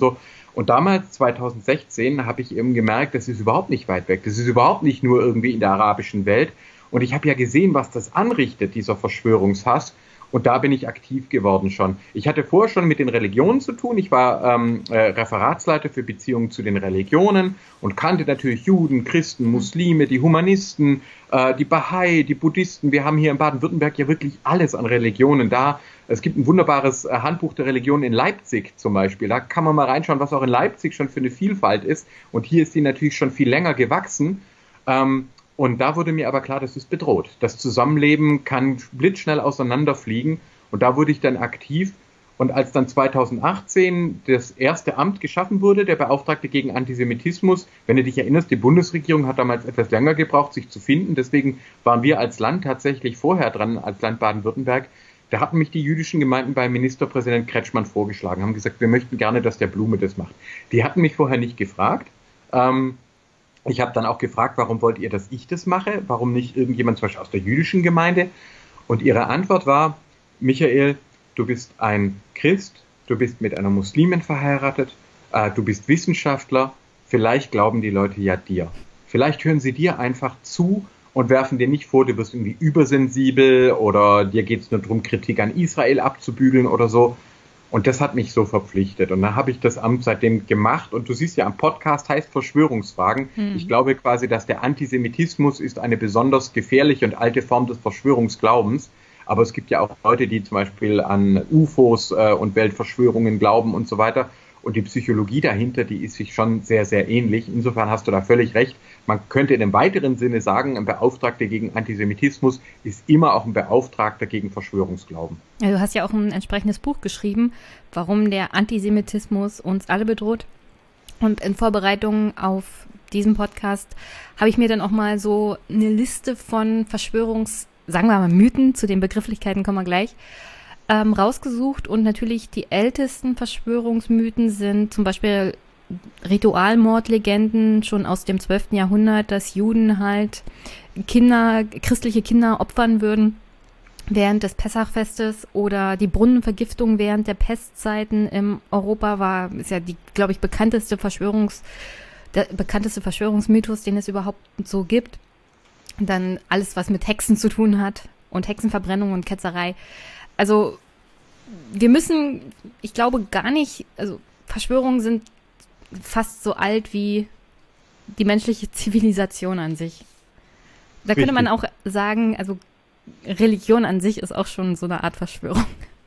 Und damals, zweitausendsechzehn, habe ich eben gemerkt, das ist überhaupt nicht weit weg. Das ist überhaupt nicht nur irgendwie in der arabischen Welt. Und ich habe ja gesehen, was das anrichtet, dieser Verschwörungshass. Und da bin ich aktiv geworden schon. Ich hatte vorher schon mit den Religionen zu tun. Ich war ähm, äh, Referatsleiter für Beziehungen zu den Religionen und kannte natürlich Juden, Christen, Muslime, die Humanisten, äh, die Bahai, die Buddhisten. Wir haben hier in Baden-Württemberg ja wirklich alles an Religionen da. Es gibt ein wunderbares äh, Handbuch der Religion in Leipzig zum Beispiel. Da kann man mal reinschauen, was auch in Leipzig schon für eine Vielfalt ist. Und hier ist die natürlich schon viel länger gewachsen. Ähm, Und da wurde mir aber klar, das ist bedroht. Das Zusammenleben kann blitzschnell auseinanderfliegen. Und da wurde ich dann aktiv. Und als dann zweitausendachtzehn das erste Amt geschaffen wurde, der Beauftragte gegen Antisemitismus, wenn du dich erinnerst, die Bundesregierung hat damals etwas länger gebraucht, sich zu finden. Deswegen waren wir als Land tatsächlich vorher dran, als Land Baden-Württemberg. Da hatten mich die jüdischen Gemeinden bei Ministerpräsident Kretschmann vorgeschlagen, haben gesagt, wir möchten gerne, dass der Blume das macht. Die hatten mich vorher nicht gefragt. Ähm, Ich habe dann auch gefragt, warum wollt ihr, dass ich das mache? Warum nicht irgendjemand zum Beispiel aus der jüdischen Gemeinde? Und ihre Antwort war, Michael, du bist ein Christ, du bist mit einer Muslimin verheiratet, äh, du bist Wissenschaftler, vielleicht glauben die Leute ja dir. Vielleicht hören sie dir einfach zu und werfen dir nicht vor, du wirst irgendwie übersensibel oder dir geht es nur darum, Kritik an Israel abzubügeln oder so. Und das hat mich so verpflichtet. Und dann habe ich das Amt seitdem gemacht. Und du siehst ja, am Podcast heißt Verschwörungsfragen. Hm. Ich glaube quasi, dass der Antisemitismus ist eine besonders gefährliche und alte Form des Verschwörungsglaubens. Aber es gibt ja auch Leute, die zum Beispiel an U F Os äh, und Weltverschwörungen glauben und so weiter. Und die Psychologie dahinter, die ist sich schon sehr, sehr ähnlich. Insofern hast du da völlig recht. Man könnte in einem weiteren Sinne sagen, ein Beauftragter gegen Antisemitismus ist immer auch ein Beauftragter gegen Verschwörungsglauben. Ja, du hast ja auch ein entsprechendes Buch geschrieben, warum der Antisemitismus uns alle bedroht. Und in Vorbereitung auf diesen Podcast habe ich mir dann auch mal so eine Liste von Verschwörungs-, sagen wir mal Mythen, zu den Begrifflichkeiten kommen wir gleich, ähm, rausgesucht. Und natürlich die ältesten Verschwörungsmythen sind zum Beispiel Ritualmordlegenden schon aus dem zwölften Jahrhundert, dass Juden halt Kinder, christliche Kinder opfern würden während des Pessachfestes, oder die Brunnenvergiftung während der Pestzeiten in Europa war, ist ja die, glaube ich, bekannteste Verschwörungs, der bekannteste Verschwörungsmythos, den es überhaupt so gibt. Dann alles, was mit Hexen zu tun hat und Hexenverbrennung und Ketzerei. Also wir müssen, ich glaube gar nicht, also Verschwörungen sind fast so alt wie die menschliche Zivilisation an sich. Da könnte man auch sagen, also Religion an sich ist auch schon so eine Art Verschwörung.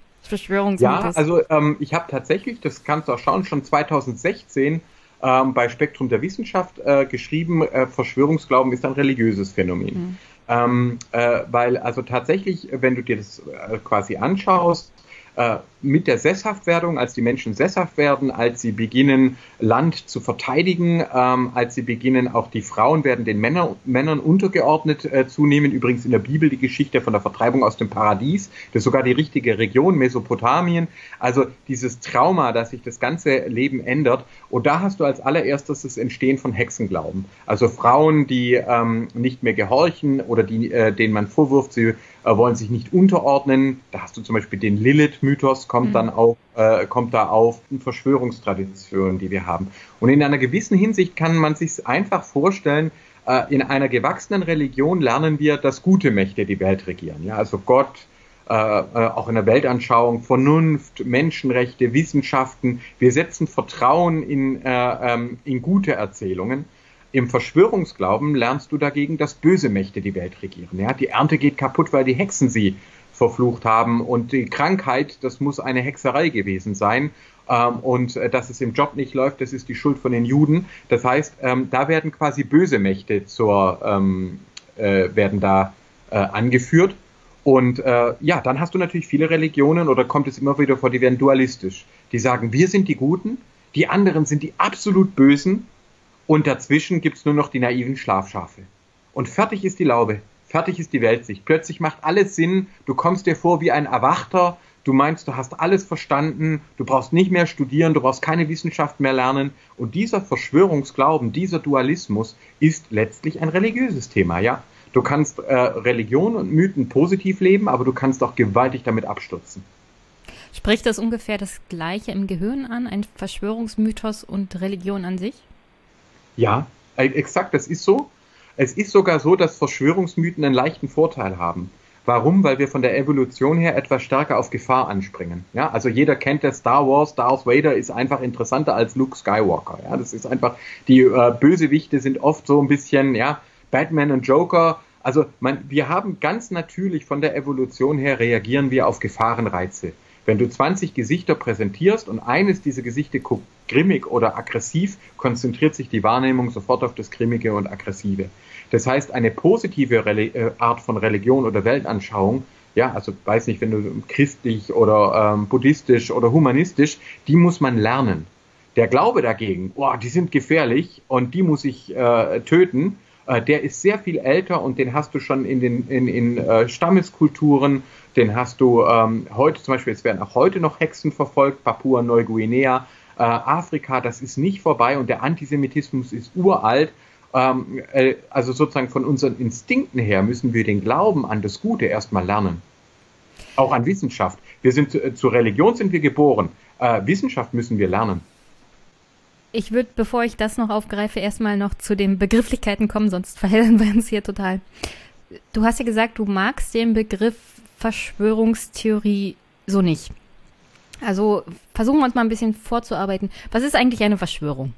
Ja, also ähm, ich habe tatsächlich, das kannst du auch schauen, schon zweitausendsechzehn ähm, bei Spektrum der Wissenschaft äh, geschrieben, äh, Verschwörungsglauben ist ein religiöses Phänomen. Mhm. Ähm, äh, weil also tatsächlich, wenn du dir das äh, quasi anschaust, äh, mit der Sesshaftwerdung, als die Menschen sesshaft werden, als sie beginnen, Land zu verteidigen, ähm, als sie beginnen, auch die Frauen werden den Männer, Männern untergeordnet äh, zunehmen. Übrigens in der Bibel die Geschichte von der Vertreibung aus dem Paradies, das ist sogar die richtige Region, Mesopotamien. Also dieses Trauma, dass sich das ganze Leben ändert. Und da hast du als allererstes das Entstehen von Hexenglauben. Also Frauen, die ähm, nicht mehr gehorchen oder die, äh, denen man vorwirft, sie äh, wollen sich nicht unterordnen. Da hast du zum Beispiel den Lilith-Mythos, kommt mhm. dann auch, äh, kommt da auf, Verschwörungstraditionen, die wir haben. Und in einer gewissen Hinsicht kann man sich einfach vorstellen, äh, in einer gewachsenen Religion lernen wir, dass gute Mächte die Welt regieren. Ja, also Gott, äh, äh, auch in der Weltanschauung, Vernunft, Menschenrechte, Wissenschaften. Wir setzen Vertrauen in, äh, ähm, in gute Erzählungen. Im Verschwörungsglauben lernst du dagegen, dass böse Mächte die Welt regieren. Ja, die Ernte geht kaputt, weil die Hexen sie verflucht haben, und die Krankheit, das muss eine Hexerei gewesen sein, ähm, und äh, dass es im Job nicht läuft, das ist die Schuld von den Juden. Das heißt, ähm, da werden quasi böse Mächte zur, ähm, äh, werden da äh, angeführt. Und äh, ja, dann hast du natürlich viele Religionen, oder kommt es immer wieder vor, die werden dualistisch. Die sagen, wir sind die Guten, die anderen sind die absolut Bösen, und dazwischen gibt's nur noch die naiven Schlafschafe. Und fertig ist die Laube. Fertig ist die Weltsicht. Plötzlich macht alles Sinn, du kommst dir vor wie ein Erwachter, du meinst, du hast alles verstanden, du brauchst nicht mehr studieren, du brauchst keine Wissenschaft mehr lernen. Und dieser Verschwörungsglauben, dieser Dualismus ist letztlich ein religiöses Thema, ja. Du kannst äh, Religion und Mythen positiv leben, aber du kannst auch gewaltig damit abstürzen. Spricht das ungefähr das Gleiche im Gehirn an, ein Verschwörungsmythos und Religion an sich? Ja, äh, exakt, das ist so. Es ist sogar so, dass Verschwörungsmythen einen leichten Vorteil haben. Warum? Weil wir von der Evolution her etwas stärker auf Gefahr anspringen. Ja, also jeder kennt das Star Wars, Darth Vader ist einfach interessanter als Luke Skywalker. Ja, das ist einfach, die äh, Bösewichte sind oft so ein bisschen, ja, Batman und Joker. Also man, wir haben ganz natürlich von der Evolution her reagieren wir auf Gefahrenreize. Wenn du zwanzig Gesichter präsentierst und eines dieser Gesichter guckt grimmig oder aggressiv, konzentriert sich die Wahrnehmung sofort auf das Grimmige und Aggressive. Das heißt, eine positive Reli- äh, Art von Religion oder Weltanschauung, ja, also weiß nicht, wenn du christlich oder ähm, buddhistisch oder humanistisch, die muss man lernen. Der Glaube dagegen, boah, die sind gefährlich und die muss ich äh, töten, äh, der ist sehr viel älter und den hast du schon in den in, in äh, Stammeskulturen, den hast du ähm, heute zum Beispiel, es werden auch heute noch Hexen verfolgt, Papua-Neuguinea, äh, Afrika, das ist nicht vorbei und der Antisemitismus ist uralt. Ähm, äh, also sozusagen von unseren Instinkten her müssen wir den Glauben an das Gute erstmal lernen. Auch an Wissenschaft. Wir sind äh, zur Religion sind wir geboren. Äh, Wissenschaft müssen wir lernen. Ich würde, bevor ich das noch aufgreife, erstmal noch zu den Begrifflichkeiten kommen, sonst verheddern wir uns hier total. Du hast ja gesagt, du magst den Begriff Verschwörungstheorie so nicht. Also versuchen wir uns mal ein bisschen vorzuarbeiten. Was ist eigentlich eine Verschwörung?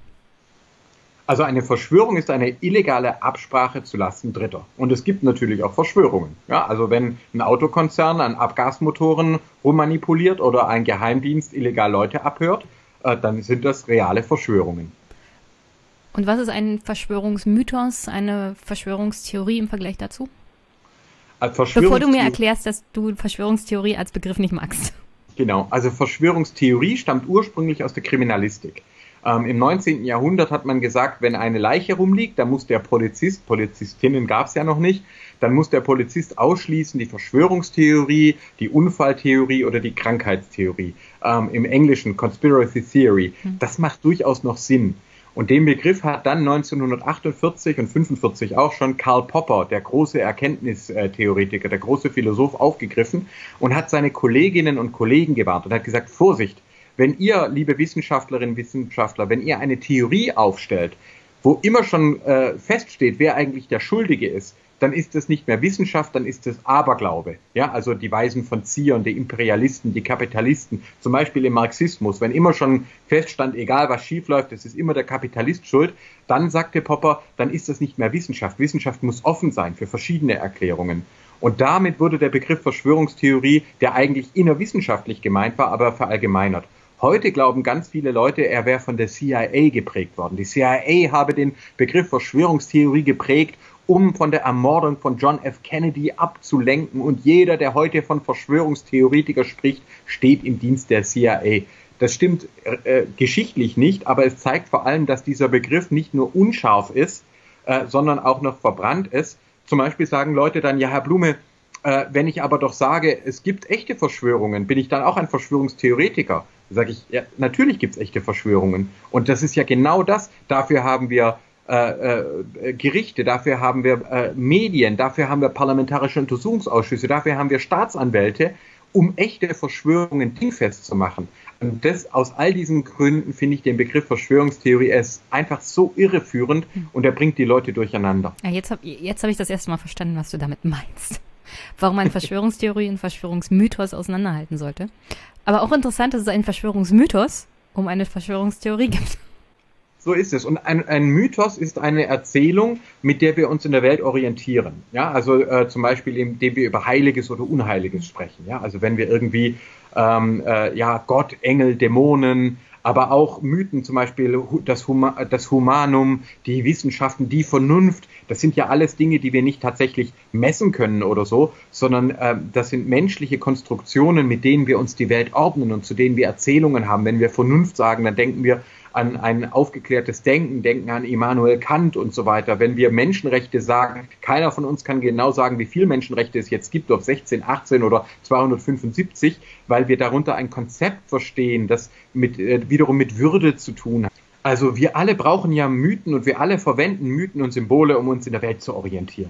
Also eine Verschwörung ist eine illegale Absprache zulasten Dritter. Und es gibt natürlich auch Verschwörungen. Ja, also wenn ein Autokonzern an Abgasmotoren rummanipuliert oder ein Geheimdienst illegal Leute abhört, äh, dann sind das reale Verschwörungen. Und was ist ein Verschwörungsmythos, eine Verschwörungstheorie im Vergleich dazu? Als Bevor du mir erklärst, dass du Verschwörungstheorie als Begriff nicht magst. Genau, also Verschwörungstheorie stammt ursprünglich aus der Kriminalistik. Ähm, Im neunzehnten Jahrhundert hat man gesagt, wenn eine Leiche rumliegt, dann muss der Polizist, Polizistinnen gab es ja noch nicht, dann muss der Polizist ausschließen die Verschwörungstheorie, die Unfalltheorie oder die Krankheitstheorie. Ähm, Im Englischen Conspiracy Theory. Das macht durchaus noch Sinn. Und den Begriff hat dann neunzehnhundertachtundvierzig und fünfundvierzig auch schon Karl Popper, der große Erkenntnistheoretiker, der große Philosoph, aufgegriffen und hat seine Kolleginnen und Kollegen gewarnt und hat gesagt, Vorsicht, wenn ihr, liebe Wissenschaftlerinnen, Wissenschaftler, wenn ihr eine Theorie aufstellt, wo immer schon äh, feststeht, wer eigentlich der Schuldige ist, dann ist das nicht mehr Wissenschaft, dann ist das Aberglaube. Ja, also die Weisen von Zion, die Imperialisten, die Kapitalisten, zum Beispiel im Marxismus, wenn immer schon feststand, egal was schiefläuft, es ist immer der Kapitalist schuld, dann sagte Popper, dann ist das nicht mehr Wissenschaft. Wissenschaft muss offen sein für verschiedene Erklärungen. Und damit wurde der Begriff Verschwörungstheorie, der eigentlich innerwissenschaftlich gemeint war, aber verallgemeinert. Heute glauben ganz viele Leute, er wäre von der C I A geprägt worden. Die C I A habe den Begriff Verschwörungstheorie geprägt, um von der Ermordung von John F. Kennedy abzulenken. Und jeder, der heute von Verschwörungstheoretiker spricht, steht im Dienst der C I A. Das stimmt äh, geschichtlich nicht, aber es zeigt vor allem, dass dieser Begriff nicht nur unscharf ist, äh, sondern auch noch verbrannt ist. Zum Beispiel sagen Leute dann, ja, Herr Blume, äh, wenn ich aber doch sage, es gibt echte Verschwörungen, bin ich dann auch ein Verschwörungstheoretiker? Da sage ich, ja, natürlich gibt es echte Verschwörungen. Und das ist ja genau das. Dafür haben wir äh, äh, Gerichte, dafür haben wir äh, Medien, dafür haben wir parlamentarische Untersuchungsausschüsse, dafür haben wir Staatsanwälte, um echte Verschwörungen dingfest zu machen. Und das, aus all diesen Gründen finde ich den Begriff Verschwörungstheorie, er ist einfach so irreführend und er bringt die Leute durcheinander. Ja, jetzt habe jetzt hab ich das erste Mal verstanden, was du damit meinst. Warum man Verschwörungstheorie und Verschwörungsmythos auseinanderhalten sollte. Aber auch interessant, dass es einen Verschwörungsmythos um eine Verschwörungstheorie gibt. So ist es. Und ein, ein Mythos ist eine Erzählung, mit der wir uns in der Welt orientieren. Ja, also äh, zum Beispiel, indem wir über Heiliges oder Unheiliges sprechen. Ja, also wenn wir irgendwie ähm, äh, ja Gott, Engel, Dämonen, aber auch Mythen, zum Beispiel das, Huma, das Humanum, die Wissenschaften, die Vernunft, das sind ja alles Dinge, die wir nicht tatsächlich messen können oder so, sondern äh, das sind menschliche Konstruktionen, mit denen wir uns die Welt ordnen und zu denen wir Erzählungen haben. Wenn wir Vernunft sagen, dann denken wir an ein aufgeklärtes Denken, denken an Immanuel Kant und so weiter. Wenn wir Menschenrechte sagen, keiner von uns kann genau sagen, wie viele Menschenrechte es jetzt gibt, ob sechzehn, achtzehn oder zweihundertfünfundsiebzig, weil wir darunter ein Konzept verstehen, das mit, äh, wiederum mit Würde zu tun hat. Also wir alle brauchen ja Mythen und wir alle verwenden Mythen und Symbole, um uns in der Welt zu orientieren.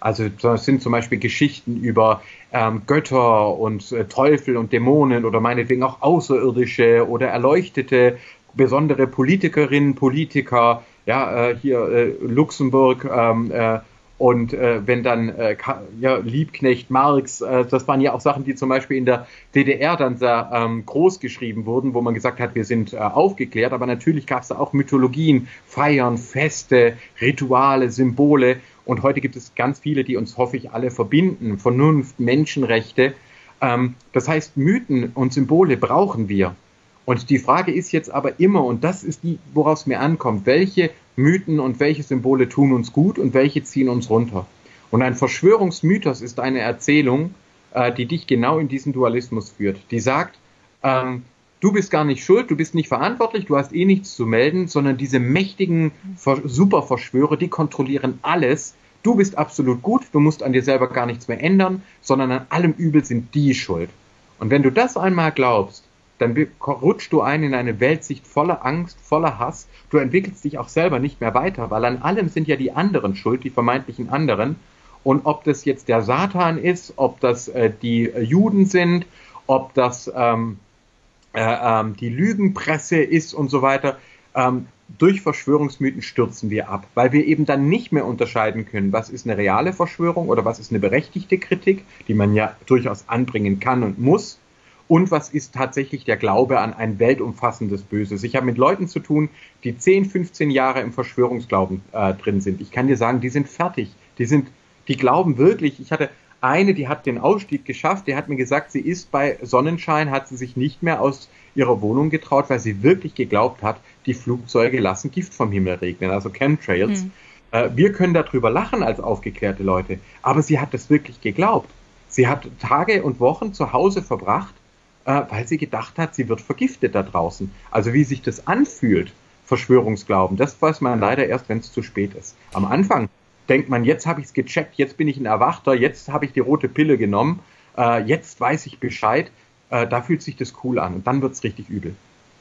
Also das sind zum Beispiel Geschichten über ähm, Götter und äh, Teufel und Dämonen oder meinetwegen auch Außerirdische oder Erleuchtete, besondere Politikerinnen, Politiker, ja, äh, hier äh, Luxemburg, ähm, äh, und äh, wenn dann äh, ja, Liebknecht, Marx, äh, das waren ja auch Sachen, die zum Beispiel in der D D R dann sehr ähm, groß geschrieben wurden, wo man gesagt hat, wir sind äh, aufgeklärt, aber natürlich gab es da auch Mythologien, Feiern, Feste, Rituale, Symbole, und heute gibt es ganz viele, die uns, hoffe ich, alle verbinden, Vernunft, Menschenrechte. Ähm, das heißt, Mythen und Symbole brauchen wir. Und die Frage ist jetzt aber immer, und das ist die, worauf es mir ankommt, welche Mythen und welche Symbole tun uns gut und welche ziehen uns runter. Und ein Verschwörungsmythos ist eine Erzählung, äh, die dich genau in diesen Dualismus führt. Die sagt, ähm, du bist gar nicht schuld, du bist nicht verantwortlich, du hast eh nichts zu melden, sondern diese mächtigen Superverschwörer, die kontrollieren alles. Du bist absolut gut, du musst an dir selber gar nichts mehr ändern, sondern an allem Übel sind die schuld. Und wenn du das einmal glaubst, dann rutschst du ein in eine Weltsicht voller Angst, voller Hass. Du entwickelst dich auch selber nicht mehr weiter, weil an allem sind ja die anderen schuld, die vermeintlichen anderen. Und ob das jetzt der Satan ist, ob das äh, die Juden sind, ob das ähm, äh, ähm, die Lügenpresse ist und so weiter, ähm, durch Verschwörungsmythen stürzen wir ab, weil wir eben dann nicht mehr unterscheiden können, was ist eine reale Verschwörung oder was ist eine berechtigte Kritik, die man ja durchaus anbringen kann und muss. Und was ist tatsächlich der Glaube an ein weltumfassendes Böses? Ich habe mit Leuten zu tun, die zehn, fünfzehn Jahre im Verschwörungsglauben äh, drin sind. Ich kann dir sagen, die sind fertig. Die sind, die glauben wirklich. Ich hatte eine, die hat den Ausstieg geschafft. Die hat mir gesagt, sie ist bei Sonnenschein, hat sie sich nicht mehr aus ihrer Wohnung getraut, weil sie wirklich geglaubt hat, die Flugzeuge lassen Gift vom Himmel regnen, also Chemtrails. Mhm. Äh, wir können darüber lachen als aufgeklärte Leute, aber sie hat das wirklich geglaubt. Sie hat Tage und Wochen zu Hause verbracht, weil sie gedacht hat, sie wird vergiftet da draußen. Also wie sich das anfühlt, Verschwörungsglauben, das weiß man leider erst, wenn es zu spät ist. Am Anfang denkt man, jetzt habe ich es gecheckt, jetzt bin ich ein Erwachter, jetzt habe ich die rote Pille genommen, äh, jetzt weiß ich Bescheid, äh, da fühlt sich das cool an und dann wird es richtig übel.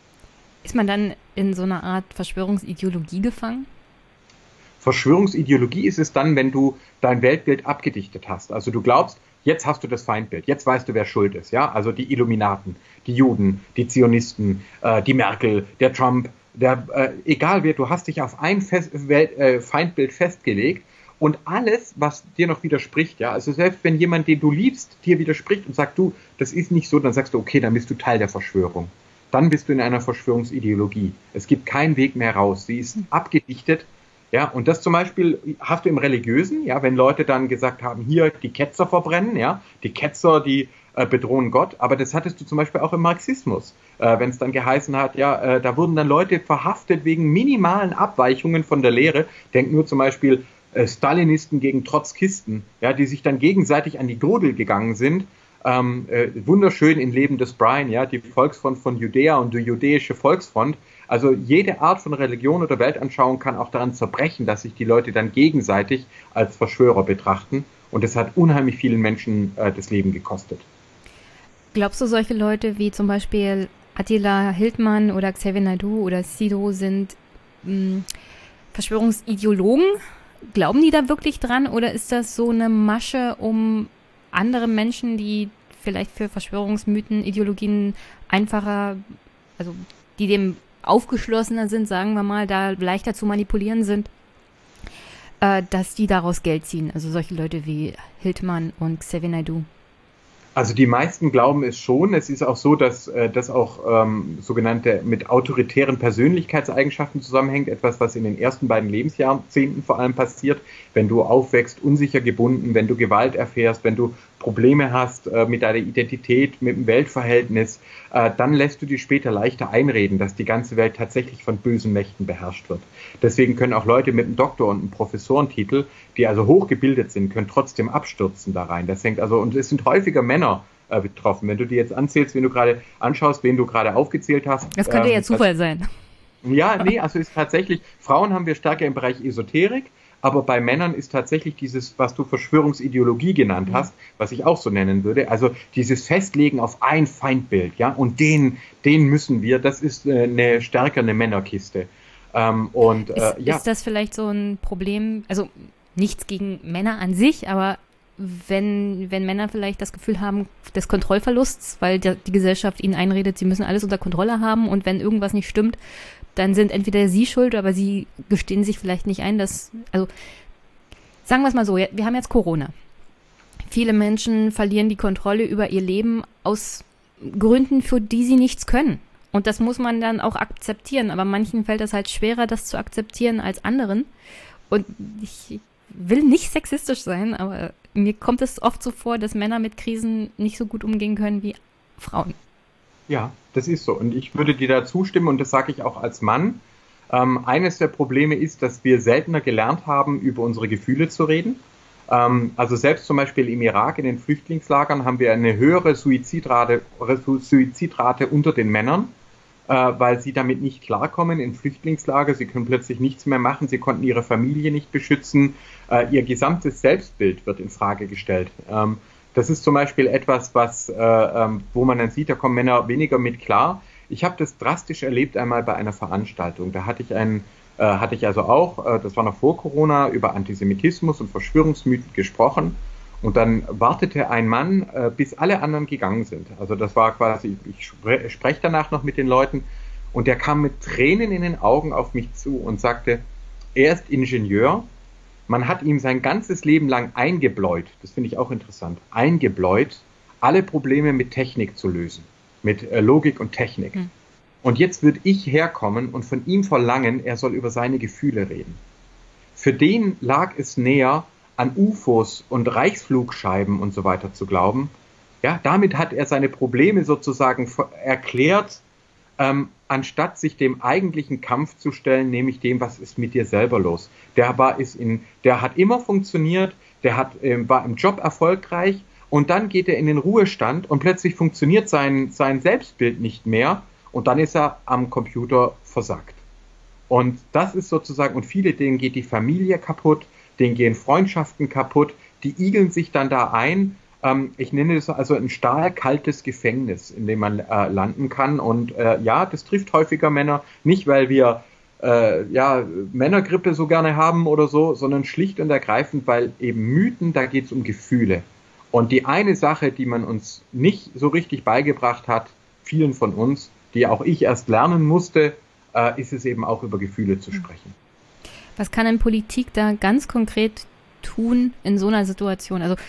Ist man dann in so einer Art Verschwörungsideologie gefangen? Verschwörungsideologie ist es dann, wenn du dein Weltbild abgedichtet hast. Also du glaubst, jetzt hast du das Feindbild, jetzt weißt du, wer schuld ist. Ja? Also die Illuminaten, die Juden, die Zionisten, äh, die Merkel, der Trump, der, äh, egal wer, du hast dich auf ein Fest, Welt, äh, Feindbild festgelegt und alles, was dir noch widerspricht, ja, also selbst wenn jemand, den du liebst, dir widerspricht und sagt, du, das ist nicht so, dann sagst du, okay, dann bist du Teil der Verschwörung. Dann bist du in einer Verschwörungsideologie. Es gibt keinen Weg mehr raus. Sie ist abgedichtet. Ja, und das zum Beispiel hast du im Religiösen, ja, wenn Leute dann gesagt haben, hier die Ketzer verbrennen, ja, die Ketzer, die äh, bedrohen Gott, aber das hattest du zum Beispiel auch im Marxismus, äh, wenn es dann geheißen hat, ja, äh, da wurden dann Leute verhaftet wegen minimalen Abweichungen von der Lehre, denk nur zum Beispiel äh, Stalinisten gegen Trotzkisten, ja, die sich dann gegenseitig an die Gurgel gegangen sind. Ähm, äh, wunderschön in Leben des Brian, ja, die Volksfront von Judäa und die Judäische Volksfront. Also jede Art von Religion oder Weltanschauung kann auch daran zerbrechen, dass sich die Leute dann gegenseitig als Verschwörer betrachten. Und das hat unheimlich vielen Menschen äh, das Leben gekostet. Glaubst du, solche Leute wie zum Beispiel Attila Hildmann oder Xavier Naidoo oder Sido sind mh, Verschwörungsideologen? Glauben die da wirklich dran oder ist das so eine Masche, um andere Menschen, die vielleicht für Verschwörungsmythen, Ideologien einfacher, also die dem aufgeschlossener sind, sagen wir mal, da leichter zu manipulieren sind, äh, dass die daraus Geld ziehen? Also solche Leute wie Hildmann und Xavier Naidoo. Also die meisten glauben es schon. Es ist auch so, dass äh, das auch ähm, sogenannte mit autoritären Persönlichkeitseigenschaften zusammenhängt. Etwas, was in den ersten beiden Lebensjahrzehnten vor allem passiert. Wenn du aufwächst, unsicher gebunden, wenn du Gewalt erfährst, wenn du Probleme hast äh, mit deiner Identität, mit dem Weltverhältnis, äh, dann lässt du dir später leichter einreden, dass die ganze Welt tatsächlich von bösen Mächten beherrscht wird. Deswegen können auch Leute mit einem Doktor- und einem Professorentitel, die also hochgebildet sind, können trotzdem abstürzen da rein. Das hängt also, und es sind häufiger Männer äh, betroffen. Wenn du dir jetzt anzählst, wen du gerade anschaust, wen du gerade aufgezählt hast. Das könnte ähm, ja Zufall das, sein. Ja, nee, also ist tatsächlich, Frauen haben wir stärker im Bereich Esoterik, aber bei Männern ist tatsächlich dieses, was du Verschwörungsideologie genannt mhm. hast, was ich auch so nennen würde, also dieses Festlegen auf ein Feindbild, ja, und den, den müssen wir, das ist äh, eine stärker eine Männerkiste. Ähm, und, ist, äh, ja. ist das vielleicht so ein Problem, also nichts gegen Männer an sich, aber wenn, wenn Männer vielleicht das Gefühl haben des Kontrollverlusts, weil der, die Gesellschaft ihnen einredet, sie müssen alles unter Kontrolle haben und wenn irgendwas nicht stimmt, dann sind entweder sie schuld, aber sie gestehen sich vielleicht nicht ein, dass, also sagen wir es mal so, wir haben jetzt Corona. Viele Menschen verlieren die Kontrolle über ihr Leben aus Gründen, für die sie nichts können. Und das muss man dann auch akzeptieren. Aber manchen fällt es halt schwerer, das zu akzeptieren als anderen. Und ich will nicht sexistisch sein, aber mir kommt es oft so vor, dass Männer mit Krisen nicht so gut umgehen können wie Frauen. Ja, das ist so. Und ich würde dir da zustimmen und das sage ich auch als Mann. Ähm, eines der Probleme ist, dass wir seltener gelernt haben, über unsere Gefühle zu reden. Ähm, also selbst zum Beispiel im Irak, in den Flüchtlingslagern, haben wir eine höhere Suizidrate, Suizidrate unter den Männern, äh, weil sie damit nicht klarkommen in Flüchtlingslager. Sie können plötzlich nichts mehr machen, sie konnten ihre Familie nicht beschützen. Äh, ihr gesamtes Selbstbild wird in Frage gestellt. Ähm, das ist zum Beispiel etwas, was, äh, ähm, wo man dann sieht, da kommen Männer weniger mit klar. Ich habe das drastisch erlebt einmal bei einer Veranstaltung. Da hatte ich einen, äh, hatte ich also auch, äh, das war noch vor Corona, über Antisemitismus und Verschwörungsmythen gesprochen. Und dann wartete ein Mann, äh, bis alle anderen gegangen sind. Also das war quasi, ich spre spreche danach noch mit den Leuten. Und der kam mit Tränen in den Augen auf mich zu und sagte, er ist Ingenieur. Man hat ihm sein ganzes Leben lang eingebläut, das finde ich auch interessant, eingebläut, alle Probleme mit Technik zu lösen. Mit äh, Logik und Technik. Hm. Und jetzt würde ich herkommen und von ihm verlangen, er soll über seine Gefühle reden. Für den lag es näher, an U F Os und Reichsflugscheiben und so weiter zu glauben. Ja, damit hat er seine Probleme sozusagen erklärt, ähm, anstatt sich dem eigentlichen Kampf zu stellen, nämlich dem, was ist mit dir selber los. Der war, ist in, der hat immer funktioniert, der hat, äh, war im Job erfolgreich, und dann geht er in den Ruhestand und plötzlich funktioniert sein, sein Selbstbild nicht mehr und dann ist er am Computer versackt. Und das ist sozusagen, und viele, denen geht die Familie kaputt, denen gehen Freundschaften kaputt, die igeln sich dann da ein. Ähm, ich nenne das also ein stahlkaltes Gefängnis, in dem man äh, landen kann. Und äh, ja, das trifft häufiger Männer, nicht weil wir äh, ja, Männergrippe so gerne haben oder so, sondern schlicht und ergreifend, weil eben Mythen, da geht es um Gefühle. Und die eine Sache, die man uns nicht so richtig beigebracht hat, vielen von uns, die auch ich erst lernen musste, äh, ist es eben auch über Gefühle zu sprechen. Was kann denn Politik da ganz konkret tun in so einer Situation? Also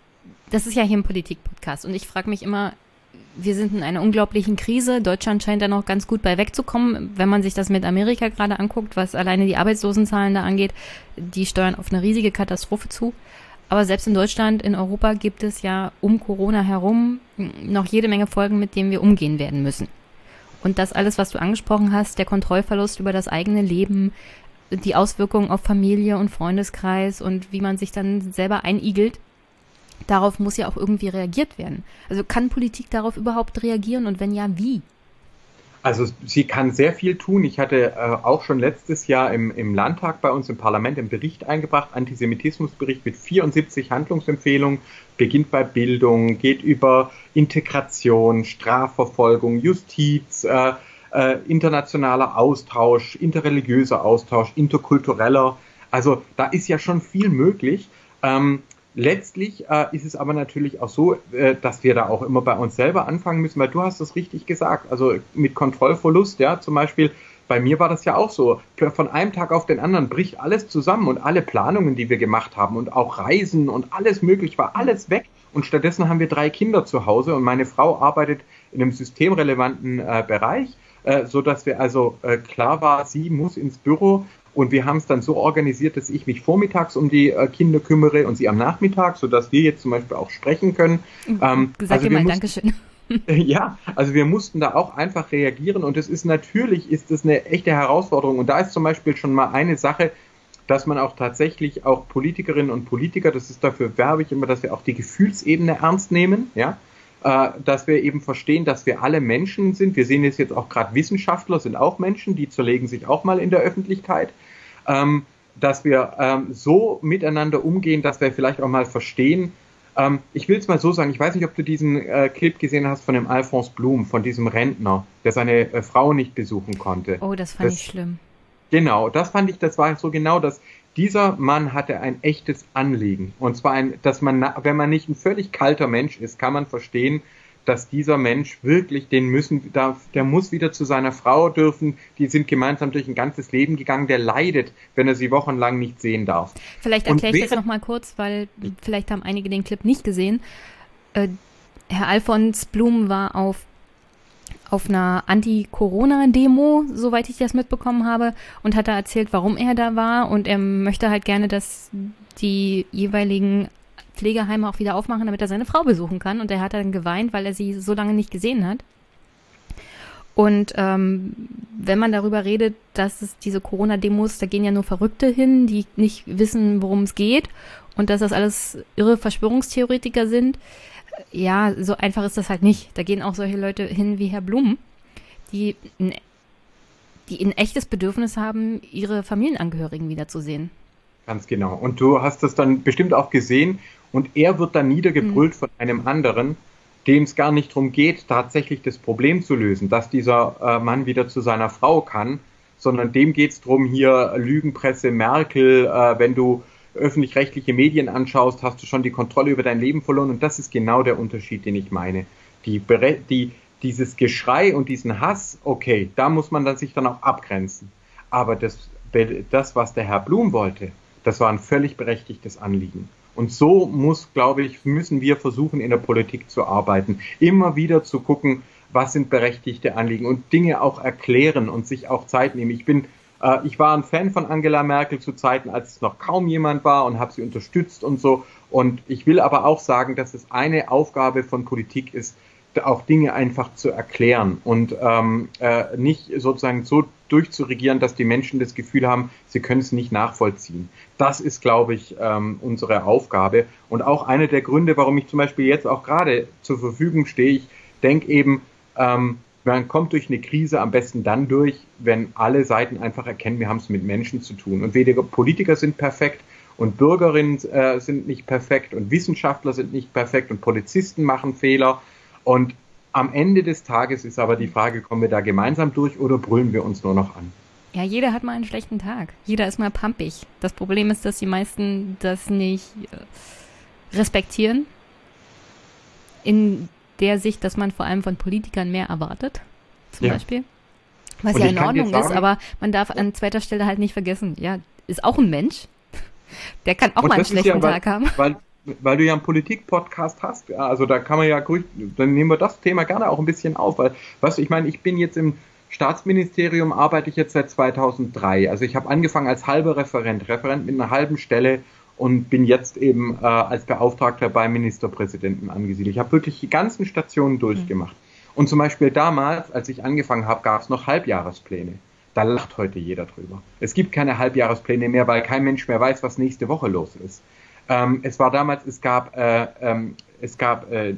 das ist ja hier ein Politik-Podcast und ich frage mich immer, wir sind in einer unglaublichen Krise. Deutschland scheint da noch ganz gut bei wegzukommen, wenn man sich das mit Amerika gerade anguckt, was alleine die Arbeitslosenzahlen da angeht. Die steuern auf eine riesige Katastrophe zu. Aber selbst in Deutschland, in Europa gibt es ja um Corona herum noch jede Menge Folgen, mit denen wir umgehen werden müssen. Und das alles, was du angesprochen hast, der Kontrollverlust über das eigene Leben, die Auswirkungen auf Familie und Freundeskreis und wie man sich dann selber einigelt, darauf muss ja auch irgendwie reagiert werden. Also kann Politik darauf überhaupt reagieren und wenn ja, wie? Also sie kann sehr viel tun. Ich hatte äh, auch schon letztes Jahr im, im Landtag bei uns im Parlament einen Bericht eingebracht, Antisemitismusbericht mit vierundsiebzig Handlungsempfehlungen, beginnt bei Bildung, geht über Integration, Strafverfolgung, Justiz, äh, äh, internationaler Austausch, interreligiöser Austausch, interkultureller. Also da ist ja schon viel möglich. Ähm, Letztlich äh, ist es aber natürlich auch so, äh, dass wir da auch immer bei uns selber anfangen müssen, weil du hast es richtig gesagt, also mit Kontrollverlust, ja, zum Beispiel, bei mir war das ja auch so, von einem Tag auf den anderen bricht alles zusammen und alle Planungen, die wir gemacht haben und auch Reisen und alles möglich war alles weg und stattdessen haben wir drei Kinder zu Hause und meine Frau arbeitet in einem systemrelevanten äh, Bereich, äh, so dass wir also äh, klar war, sie muss ins Büro. Und wir haben es dann so organisiert, dass ich mich vormittags um die äh, Kinder kümmere und sie am Nachmittag, sodass wir jetzt zum Beispiel auch sprechen können. Ähm, Sag also dir mal Dankeschön. Ja, also wir mussten da auch einfach reagieren und es ist natürlich, ist das eine echte Herausforderung. Und da ist zum Beispiel schon mal eine Sache, dass man auch tatsächlich auch Politikerinnen und Politiker, das ist dafür werbe ich immer, dass wir auch die Gefühlsebene ernst nehmen, ja. Dass wir eben verstehen, dass wir alle Menschen sind. Wir sehen es jetzt auch gerade, Wissenschaftler sind auch Menschen, die zerlegen sich auch mal in der Öffentlichkeit. Ähm, dass wir ähm, so miteinander umgehen, dass wir vielleicht auch mal verstehen. Ähm, ich will es mal so sagen, ich weiß nicht, ob du diesen äh, Clip gesehen hast von dem Alphonse Blum, von diesem Rentner, der seine äh, Frau nicht besuchen konnte. Oh, das fand das, ich schlimm. Genau, das fand ich, das war so genau das. Dieser Mann hatte ein echtes Anliegen. Und zwar ein, dass man, wenn man nicht ein völlig kalter Mensch ist, kann man verstehen, dass dieser Mensch wirklich, den müssen, der, der muss wieder zu seiner Frau dürfen. Die sind gemeinsam durch ein ganzes Leben gegangen. Der leidet, wenn er sie wochenlang nicht sehen darf. Vielleicht erkläre ich das nochmal kurz, weil vielleicht haben einige den Clip nicht gesehen. Äh, Herr Alfons Blum war auf auf einer Anti-Corona-Demo, soweit ich das mitbekommen habe, und hat da erzählt, warum er da war, und er möchte halt gerne, dass die jeweiligen Pflegeheime auch wieder aufmachen, damit er seine Frau besuchen kann, und er hat dann geweint, weil er sie so lange nicht gesehen hat. Und ähm, wenn man darüber redet, dass es diese Corona-Demos, da gehen ja nur Verrückte hin, die nicht wissen, worum es geht, und dass das alles irre Verschwörungstheoretiker sind, ja, so einfach ist das halt nicht. Da gehen auch solche Leute hin wie Herr Blum, die ein, die ein echtes Bedürfnis haben, ihre Familienangehörigen wiederzusehen. Ganz genau. Und du hast das dann bestimmt auch gesehen, und er wird dann niedergebrüllt mhm. von einem anderen, dem es gar nicht darum geht, tatsächlich das Problem zu lösen, dass dieser äh, Mann wieder zu seiner Frau kann, sondern dem geht es darum, hier Lügenpresse, Merkel, äh, wenn du öffentlich-rechtliche Medien anschaust, hast du schon die Kontrolle über dein Leben verloren, und das ist genau der Unterschied, den ich meine. Die, die, dieses Geschrei und diesen Hass, okay, da muss man dann sich dann auch abgrenzen. Aber das, das, was der Herr Blum wollte, das war ein völlig berechtigtes Anliegen. Und so muss, glaube ich, müssen wir versuchen, in der Politik zu arbeiten. Immer wieder zu gucken, was sind berechtigte Anliegen, und Dinge auch erklären und sich auch Zeit nehmen. Ich bin Ich war ein Fan von Angela Merkel zu Zeiten, als es noch kaum jemand war, und habe sie unterstützt und so. Und ich will aber auch sagen, dass es eine Aufgabe von Politik ist, auch Dinge einfach zu erklären und ähm, äh, nicht sozusagen so durchzuregieren, dass die Menschen das Gefühl haben, sie können es nicht nachvollziehen. Das ist, glaube ich, ähm, unsere Aufgabe, und auch einer der Gründe, warum ich zum Beispiel jetzt auch gerade zur Verfügung stehe. Ich denke eben, ähm, man kommt durch eine Krise am besten dann durch, wenn alle Seiten einfach erkennen, wir haben es mit Menschen zu tun. Und weder Politiker sind perfekt, und Bürgerinnen äh, sind nicht perfekt, und Wissenschaftler sind nicht perfekt, und Polizisten machen Fehler. Und am Ende des Tages ist aber die Frage, kommen wir da gemeinsam durch oder brüllen wir uns nur noch an? Ja, jeder hat mal einen schlechten Tag. Jeder ist mal pampig. Das Problem ist, dass die meisten das nicht respektieren. In der Sicht, dass man vor allem von Politikern mehr erwartet, zum ja. Beispiel. Was und ja in Ordnung sagen, ist, aber man darf an zweiter Stelle halt nicht vergessen, ja, ist auch ein Mensch, der kann auch mal einen schlechten ja, weil, Tag haben. Weil, weil du ja einen Politik-Podcast hast, ja, also da kann man ja, dann nehmen wir das Thema gerne auch ein bisschen auf, weil, weißt du, ich meine, ich bin jetzt im Staatsministerium, arbeite ich jetzt seit zweitausenddrei, also ich habe angefangen als halber Referent, Referent mit einer halben Stelle, und bin jetzt eben äh, als Beauftragter beim Ministerpräsidenten angesiedelt. Ich habe wirklich die ganzen Stationen durchgemacht. Mhm. Und zum Beispiel damals, als ich angefangen habe, gab es noch Halbjahrespläne. Da lacht heute jeder drüber. Es gibt keine Halbjahrespläne mehr, weil kein Mensch mehr weiß, was nächste Woche los ist. Ähm, es war damals, es gab, äh, ähm, es gab äh,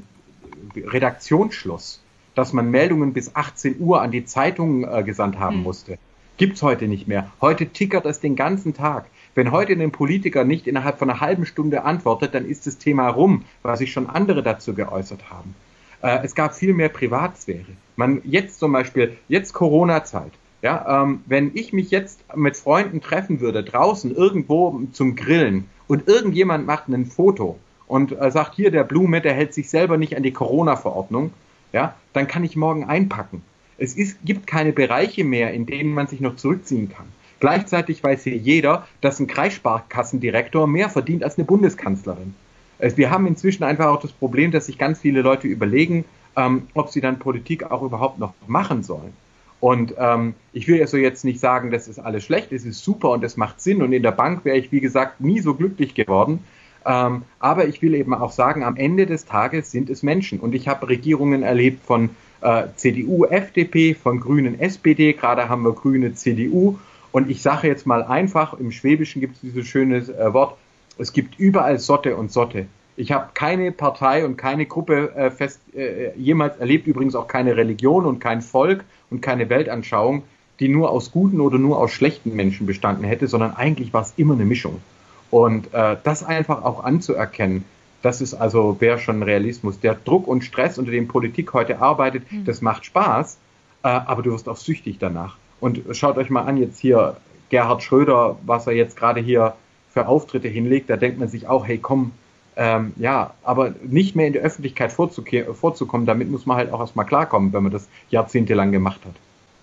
Redaktionsschluss, dass man Meldungen bis achtzehn Uhr an die Zeitungen äh, gesandt haben mhm. musste. Gibt's heute nicht mehr. Heute tickert es den ganzen Tag. Wenn heute ein Politiker nicht innerhalb von einer halben Stunde antwortet, dann ist das Thema rum, weil sich schon andere dazu geäußert haben. Äh, es gab viel mehr Privatsphäre. Man jetzt zum Beispiel, jetzt Corona-Zeit. Ja, ähm, wenn ich mich jetzt mit Freunden treffen würde, draußen irgendwo zum Grillen, und irgendjemand macht ein Foto und äh, sagt, hier der Blume, der hält sich selber nicht an die Corona-Verordnung, ja, dann kann ich morgen einpacken. Es ist, gibt keine Bereiche mehr, in denen man sich noch zurückziehen kann. Gleichzeitig weiß hier jeder, dass ein Kreissparkassendirektor mehr verdient als eine Bundeskanzlerin. Wir haben inzwischen einfach auch das Problem, dass sich ganz viele Leute überlegen, ähm, ob sie dann Politik auch überhaupt noch machen sollen. Und ähm, ich will also jetzt nicht sagen, das ist alles schlecht, es ist super und es macht Sinn, und in der Bank wäre ich, wie gesagt, nie so glücklich geworden. Ähm, aber ich will eben auch sagen, am Ende des Tages sind es Menschen, und ich habe Regierungen erlebt von äh, C D U, F D P, von Grünen, S P D, gerade haben wir Grüne, C D U. Und ich sage jetzt mal einfach, im Schwäbischen gibt es dieses schöne äh, Wort, es gibt überall Sotte und Sotte. Ich habe keine Partei und keine Gruppe äh, fest äh, jemals erlebt, übrigens auch keine Religion und kein Volk und keine Weltanschauung, die nur aus guten oder nur aus schlechten Menschen bestanden hätte, sondern eigentlich war es immer eine Mischung. Und äh, das einfach auch anzuerkennen, das ist also, wäre schon Realismus. Der Druck und Stress, unter dem Politik heute arbeitet, mhm. das macht Spaß, äh, aber du wirst auch süchtig danach. Und schaut euch mal an, jetzt hier Gerhard Schröder, was er jetzt gerade hier für Auftritte hinlegt, da denkt man sich auch, hey komm, ähm, ja, aber nicht mehr in der Öffentlichkeit vorzukommen, damit muss man halt auch erstmal klarkommen, wenn man das jahrzehntelang gemacht hat.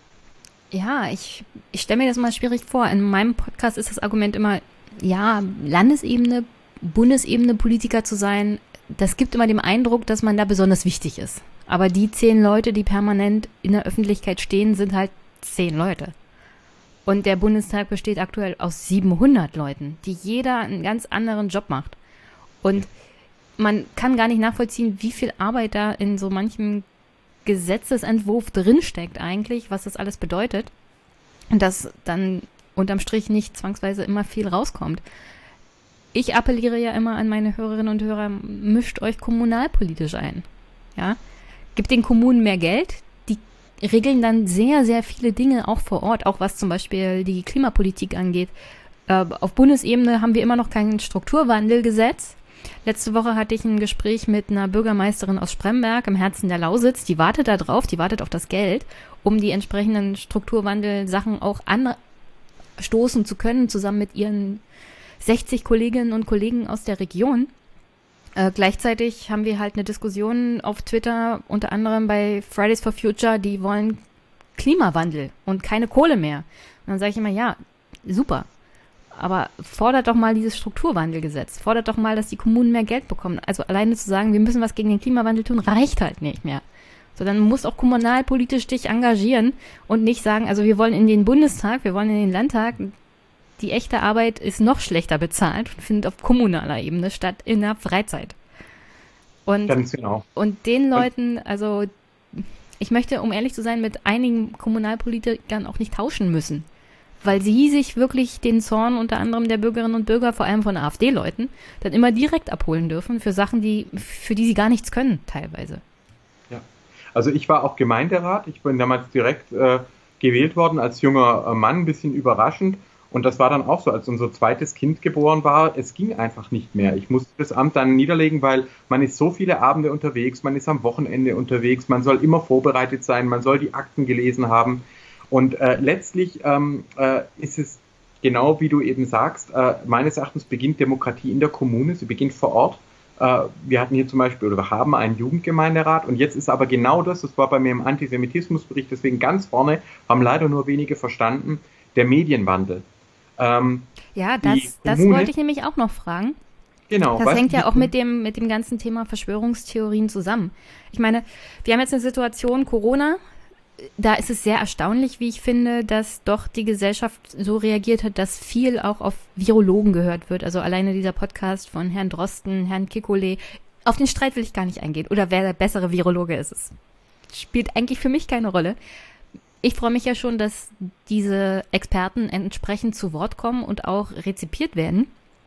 Ja, ich, ich stelle mir das mal schwierig vor. In meinem Podcast ist das Argument immer, ja, Landesebene, Bundesebene Politiker zu sein, das gibt immer den Eindruck, dass man da besonders wichtig ist. Aber die zehn Leute, die permanent in der Öffentlichkeit stehen, sind halt zehn Leute. Und der Bundestag besteht aktuell aus siebenhundert Leuten, die jeder einen ganz anderen Job macht. Und man kann gar nicht nachvollziehen, wie viel Arbeit da in so manchem Gesetzesentwurf drinsteckt eigentlich, was das alles bedeutet. Und dass dann unterm Strich nicht zwangsweise immer viel rauskommt. Ich appelliere ja immer an meine Hörerinnen und Hörer, mischt euch kommunalpolitisch ein. Ja? Gibt den Kommunen mehr Geld, die regeln dann sehr, sehr viele Dinge auch vor Ort, auch was zum Beispiel die Klimapolitik angeht. Äh, auf Bundesebene haben wir immer noch kein Strukturwandelgesetz. Letzte Woche hatte ich ein Gespräch mit einer Bürgermeisterin aus Spremberg im Herzen der Lausitz. Die wartet da drauf, die wartet auf das Geld, um die entsprechenden Strukturwandelsachen auch anstoßen zu können, zusammen mit ihren sechzig Kolleginnen und Kollegen aus der Region. Äh, gleichzeitig haben wir halt eine Diskussion auf Twitter, unter anderem bei Fridays for Future, die wollen Klimawandel und keine Kohle mehr. Und dann sage ich immer, ja, super. Aber fordert doch mal dieses Strukturwandelgesetz. Fordert doch mal, dass die Kommunen mehr Geld bekommen. Also alleine zu sagen, wir müssen was gegen den Klimawandel tun, reicht halt nicht mehr. So, dann musst auch kommunalpolitisch dich engagieren und nicht sagen, also wir wollen in den Bundestag, wir wollen in den Landtag. Die echte Arbeit ist noch schlechter bezahlt und findet auf kommunaler Ebene statt, in der Freizeit. Und, Ganz genau. Und den Leuten, also ich möchte, um ehrlich zu sein, mit einigen Kommunalpolitikern auch nicht tauschen müssen. Weil sie sich wirklich den Zorn unter anderem der Bürgerinnen und Bürger, vor allem von AfD-Leuten, dann immer direkt abholen dürfen für Sachen, die, für die sie gar nichts können, teilweise. Ja, also ich war auch Gemeinderat, ich bin damals direkt äh, gewählt worden als junger äh, Mann, ein bisschen überraschend. Und das war dann auch so, als unser zweites Kind geboren war, es ging einfach nicht mehr. Ich musste das Amt dann niederlegen, weil man ist so viele Abende unterwegs, man ist am Wochenende unterwegs, man soll immer vorbereitet sein, man soll die Akten gelesen haben. Und äh, letztlich ähm, äh, ist es genau wie du eben sagst, äh, meines Erachtens beginnt Demokratie in der Kommune, sie beginnt vor Ort. Äh, wir hatten hier zum Beispiel, oder wir haben einen Jugendgemeinderat und jetzt ist aber genau das, das war bei mir im Antisemitismusbericht, deswegen ganz vorne, haben leider nur wenige verstanden, der Medienwandel. Ähm, ja, das, das wollte ich nämlich auch noch fragen. Genau. Das hängt ja auch mit dem, mit dem ganzen Thema Verschwörungstheorien zusammen. Ich meine, wir haben jetzt eine Situation, Corona, da ist es sehr erstaunlich, wie ich finde, dass doch die Gesellschaft so reagiert hat, dass viel auch auf Virologen gehört wird. Also alleine dieser Podcast von Herrn Drosten, Herrn Kekulé. Auf den Streit will ich gar nicht eingehen. Oder wer der bessere Virologe ist. Es spielt eigentlich für mich keine Rolle. Ich freue mich ja schon, dass diese Experten entsprechend zu Wort kommen und auch rezipiert werden.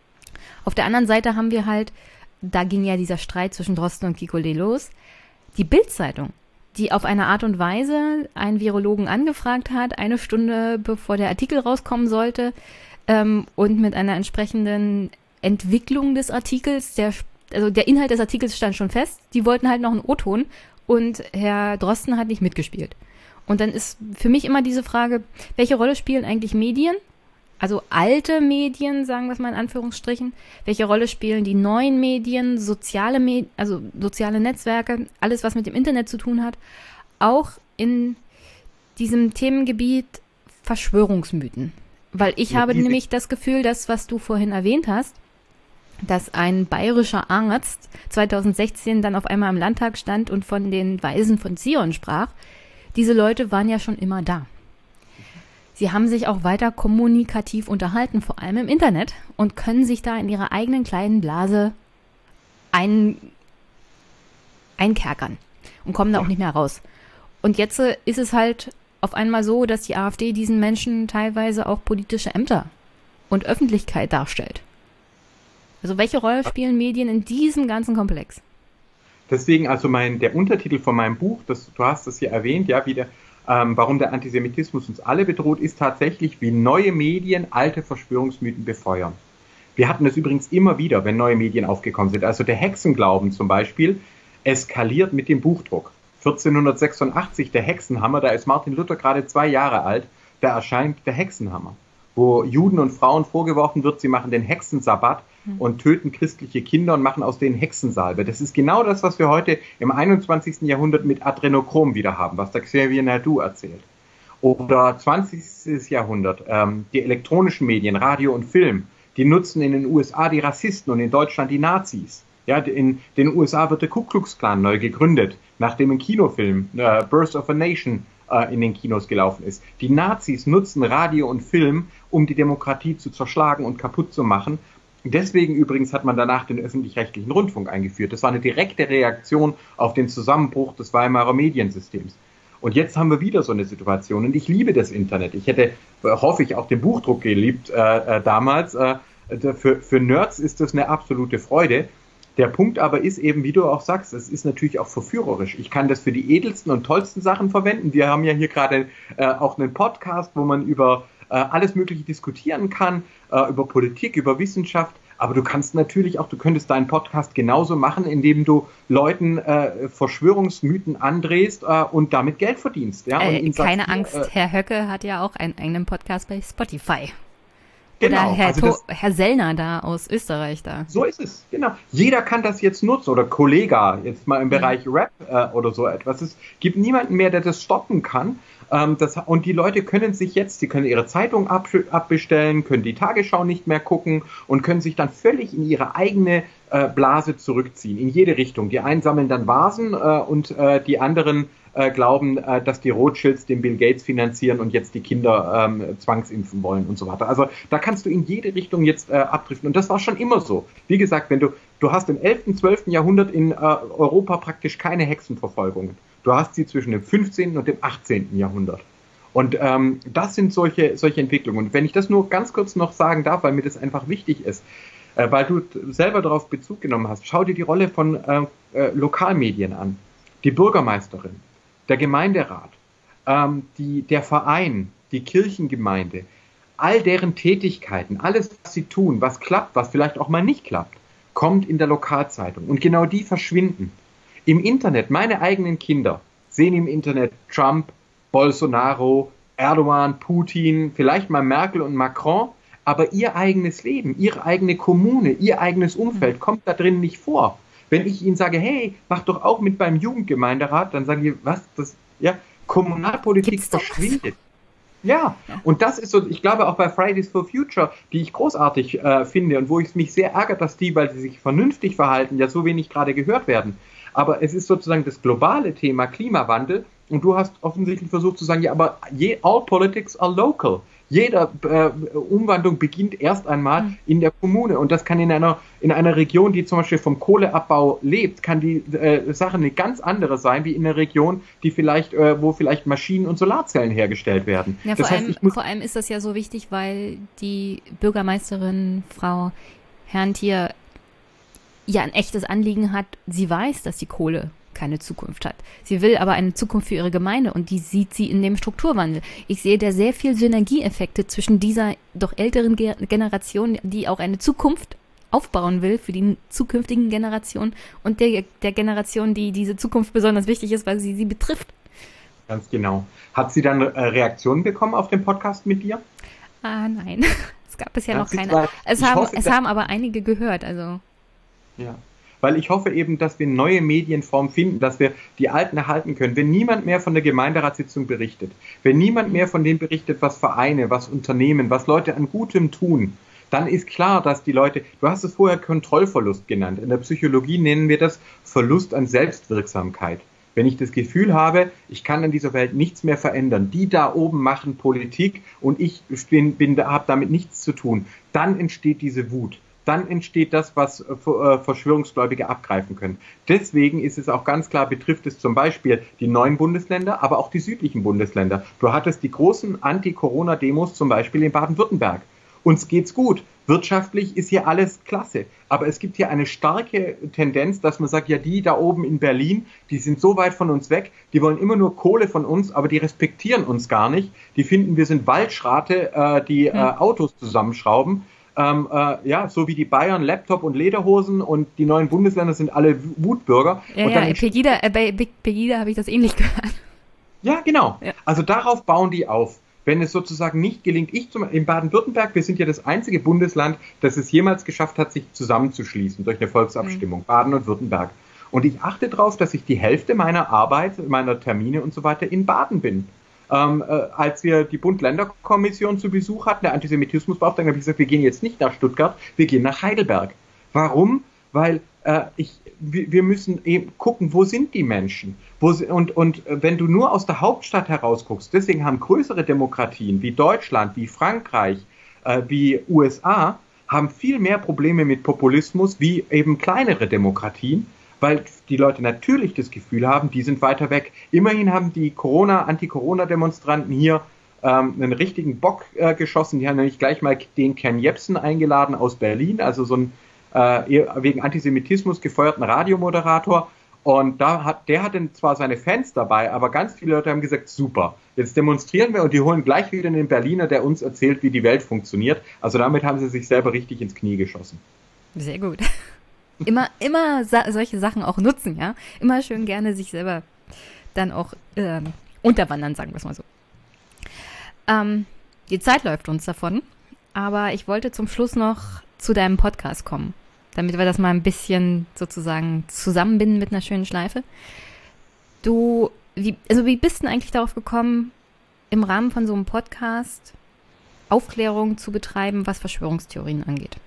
Auf der anderen Seite haben wir halt, da ging ja dieser Streit zwischen Drosten und Kekulé los, die Bild-Zeitung, die auf eine Art und Weise einen Virologen angefragt hat, eine Stunde bevor der Artikel rauskommen sollte, ähm, und mit einer entsprechenden Entwicklung des Artikels, der, also der Inhalt des Artikels stand schon fest, die wollten halt noch einen O-Ton und Herr Drosten hat nicht mitgespielt. Und dann ist für mich immer diese Frage, welche Rolle spielen eigentlich Medien? Also alte Medien, sagen wir es mal in Anführungsstrichen. Welche Rolle spielen die neuen Medien, soziale Medien, also soziale Netzwerke, alles, was mit dem Internet zu tun hat, auch in diesem Themengebiet Verschwörungsmythen. Weil ich ja, habe nämlich das Gefühl, dass, was du vorhin erwähnt hast, dass ein bayerischer Arzt zweitausendsechzehn dann auf einmal im Landtag stand und von den Weisen von Zion sprach. Diese Leute waren ja schon immer da. Sie haben sich auch weiter kommunikativ unterhalten, vor allem im Internet, und können sich da in ihrer eigenen kleinen Blase ein, einkerkern und kommen da auch nicht mehr raus. Und jetzt ist es halt auf einmal so, dass die AfD diesen Menschen teilweise auch politische Ämter und Öffentlichkeit darstellt. Also welche Rolle spielen Medien in diesem ganzen Komplex? Deswegen also mein, der Untertitel von meinem Buch, das, du hast das hier erwähnt, ja, wie der, ähm, warum der Antisemitismus uns alle bedroht, ist tatsächlich, wie neue Medien alte Verschwörungsmythen befeuern. Wir hatten das übrigens immer wieder, wenn neue Medien aufgekommen sind. Also der Hexenglauben zum Beispiel eskaliert mit dem Buchdruck. vierzehnhundertsechsundachtzig, der Hexenhammer, da ist Martin Luther gerade zwei Jahre alt, da erscheint der Hexenhammer. wo Juden und Frauen vorgeworfen wird, sie machen den Hexensabbat und töten christliche Kinder und machen aus denen Hexensalbe. Das ist genau das, was wir heute im einundzwanzigsten Jahrhundert mit Adrenochrom wieder haben, was der Xavier Naidu erzählt. Oder zwanzigsten Jahrhundert, ähm, die elektronischen Medien, Radio und Film, die nutzen in den U S A die Rassisten und in Deutschland die Nazis. Ja, in den U S A wird der Ku Klux Klan neu gegründet, nachdem ein Kinofilm, äh, Birth of a Nation, äh, in den Kinos gelaufen ist. Die Nazis nutzen Radio und Film, um die Demokratie zu zerschlagen und kaputt zu machen. Deswegen übrigens hat man danach den öffentlich-rechtlichen Rundfunk eingeführt. Das war eine direkte Reaktion auf den Zusammenbruch des Weimarer Mediensystems. Und jetzt haben wir wieder so eine Situation. Und ich liebe das Internet. Ich hätte, hoffe ich, auch den Buchdruck geliebt äh, äh, damals. Äh, für, für Nerds ist das eine absolute Freude. Der Punkt aber ist eben, wie du auch sagst, es ist natürlich auch verführerisch. Ich kann das für die edelsten und tollsten Sachen verwenden. Wir haben ja hier gerade äh, auch einen Podcast, wo man über äh, alles Mögliche diskutieren kann, äh, über Politik, über Wissenschaft. Aber du kannst natürlich auch, du könntest deinen Podcast genauso machen, indem du Leuten äh, Verschwörungsmythen andrehst äh, und damit Geld verdienst. Ja? Äh, und keine sagst, Angst, äh, Herr Höcke hat ja auch einen eigenen Podcast bei Spotify. Genau, Oder Herr, also to- das, Herr Sellner da aus Österreich da. so ist es, genau. Jeder kann das jetzt nutzen oder Kollega, jetzt mal im Bereich Rap äh, oder so etwas. Es gibt niemanden mehr, der das stoppen kann. Ähm, das, und die Leute können sich jetzt, sie können ihre Zeitung ab, abbestellen, können die Tagesschau nicht mehr gucken und können sich dann völlig in ihre eigene äh, Blase zurückziehen, in jede Richtung. Die einen sammeln dann Vasen äh, und äh, die anderen äh, glauben, äh, dass die Rothschilds den Bill Gates finanzieren und jetzt die Kinder ähm, zwangsimpfen wollen und so weiter. Also da kannst du in jede Richtung jetzt äh, abdriften. Und das war schon immer so. Wie gesagt, wenn du, du hast im elften, zwölften Jahrhundert in äh, Europa praktisch keine Hexenverfolgungen. Du hast sie zwischen dem fünfzehnten und dem achtzehnten Jahrhundert. Und ähm, das sind solche, solche Entwicklungen. Und wenn ich das nur ganz kurz noch sagen darf, weil mir das einfach wichtig ist, äh, weil du selber darauf Bezug genommen hast, schau dir die Rolle von äh, äh, Lokalmedien an. Die Bürgermeisterin, der Gemeinderat, ähm, die, der Verein, die Kirchengemeinde, all deren Tätigkeiten, alles, was sie tun, was klappt, was vielleicht auch mal nicht klappt, kommt in der Lokalzeitung. Und genau die verschwinden. Im Internet, meine eigenen Kinder sehen im Internet Trump, Bolsonaro, Erdogan, Putin, vielleicht mal Merkel und Macron, aber ihr eigenes Leben, ihre eigene Kommune, ihr eigenes Umfeld kommt da drin nicht vor. Wenn ich ihnen sage, hey, mach doch auch mit beim Jugendgemeinderat, dann sagen die, was, das, ja, Kommunalpolitik verschwindet. Ja, und das ist so, ich glaube auch bei Fridays for Future, die ich großartig äh, finde und wo ich mich sehr ärgert, dass die, weil sie sich vernünftig verhalten, ja so wenig gerade gehört werden. Aber es ist sozusagen das globale Thema Klimawandel und du hast offensichtlich versucht zu sagen, ja, aber je, all politics are local. Jede äh, Umwandlung beginnt erst einmal mhm. in der Kommune und das kann in einer, in einer Region, die zum Beispiel vom Kohleabbau lebt, kann die äh, Sache eine ganz andere sein, wie in einer Region, die vielleicht, äh, wo vielleicht Maschinen und Solarzellen hergestellt werden. Ja, das vor, heißt, allem, ich muss vor allem ist das ja so wichtig, weil die Bürgermeisterin, Frau Herrenthier, ja ein echtes Anliegen hat. Sie weiß, dass die Kohle keine Zukunft hat. Sie will aber eine Zukunft für ihre Gemeinde und die sieht sie in dem Strukturwandel. Ich sehe da sehr viel Synergieeffekte zwischen dieser doch älteren Ge- Generation, die auch eine Zukunft aufbauen will für die zukünftigen Generationen und der, der Generation, die diese Zukunft besonders wichtig ist, weil sie sie betrifft. Ganz genau. Hat sie dann äh, Reaktionen bekommen auf den Podcast mit dir? Ah, nein. Es gab bisher Hat noch keine. Zwar, es haben, hoffe, es haben aber einige gehört, also. Ja, weil ich hoffe eben, dass wir neue Medienformen finden, dass wir die alten erhalten können. Wenn niemand mehr von der Gemeinderatssitzung berichtet, wenn niemand mehr von dem berichtet, was Vereine, was Unternehmen, was Leute an Gutem tun, dann ist klar, dass die Leute, du hast es vorher Kontrollverlust genannt, in der Psychologie nennen wir das Verlust an Selbstwirksamkeit. Wenn ich das Gefühl habe, ich kann an dieser Welt nichts mehr verändern, die da oben machen Politik und ich bin, bin, habe damit nichts zu tun, dann entsteht diese Wut. Dann entsteht das, was äh, Verschwörungsgläubige abgreifen können. Deswegen ist es auch ganz klar, betrifft es zum Beispiel die neuen Bundesländer, aber auch die südlichen Bundesländer. Du hattest die großen Anti-Corona-Demos zum Beispiel in Baden-Württemberg. Uns geht's gut. Wirtschaftlich ist hier alles klasse. Aber es gibt hier eine starke Tendenz, dass man sagt, ja, die da oben in Berlin, die sind so weit von uns weg, die wollen immer nur Kohle von uns, aber die respektieren uns gar nicht. Die finden, wir sind Waldschrate, äh, die äh, Autos zusammenschrauben. Ähm, äh, ja, so wie die Bayern Laptop und Lederhosen und die neuen Bundesländer sind alle Wutbürger. Ja, und ja, dann Pegida, äh, bei Pegida habe ich das ähnlich gehört. Ja, genau. Ja. Also darauf bauen die auf. wenn es sozusagen nicht gelingt, ich zum, in Baden-Württemberg, wir sind ja das einzige Bundesland, das es jemals geschafft hat, sich zusammenzuschließen durch eine Volksabstimmung, mhm. Baden und Württemberg. Und ich achte darauf, dass ich die Hälfte meiner Arbeit, meiner Termine und so weiter in Baden bin. Ähm, äh, als wir die Bund-Länder-Kommission zu Besuch hatten, der Antisemitismusbeauftragte, habe ich gesagt, wir gehen jetzt nicht nach Stuttgart, wir gehen nach Heidelberg. Warum? Weil äh, ich, wir, wir müssen eben gucken, wo sind die Menschen? Wo, und, und wenn du nur aus der Hauptstadt heraus guckst, deswegen haben größere Demokratien wie Deutschland, wie Frankreich, äh, wie U S A, haben viel mehr Probleme mit Populismus wie eben kleinere Demokratien, weil die Leute natürlich das Gefühl haben, die sind weiter weg. Immerhin haben die Corona, Anti-Corona-Demonstranten hier ähm, einen richtigen Bock äh, geschossen. Die haben nämlich gleich mal den Ken Jebsen eingeladen aus Berlin, also so ein äh, wegen Antisemitismus gefeuerten Radiomoderator. Und da hat, der hatte zwar seine Fans dabei, aber ganz viele Leute haben gesagt, super, jetzt demonstrieren wir und die holen gleich wieder einen Berliner, der uns erzählt, wie die Welt funktioniert. Also damit haben sie sich selber richtig ins Knie geschossen. Sehr gut. Immer, immer sa- solche Sachen auch nutzen, ja. Immer schön gerne sich selber dann auch ähm, unterwandern, sagen wir es mal so. Ähm, die Zeit läuft uns davon, aber ich wollte zum Schluss noch zu deinem Podcast kommen, damit wir das mal ein bisschen sozusagen zusammenbinden mit einer schönen Schleife. Du, wie, also wie bist du denn eigentlich darauf gekommen, im Rahmen von so einem Podcast Aufklärung zu betreiben, was Verschwörungstheorien angeht?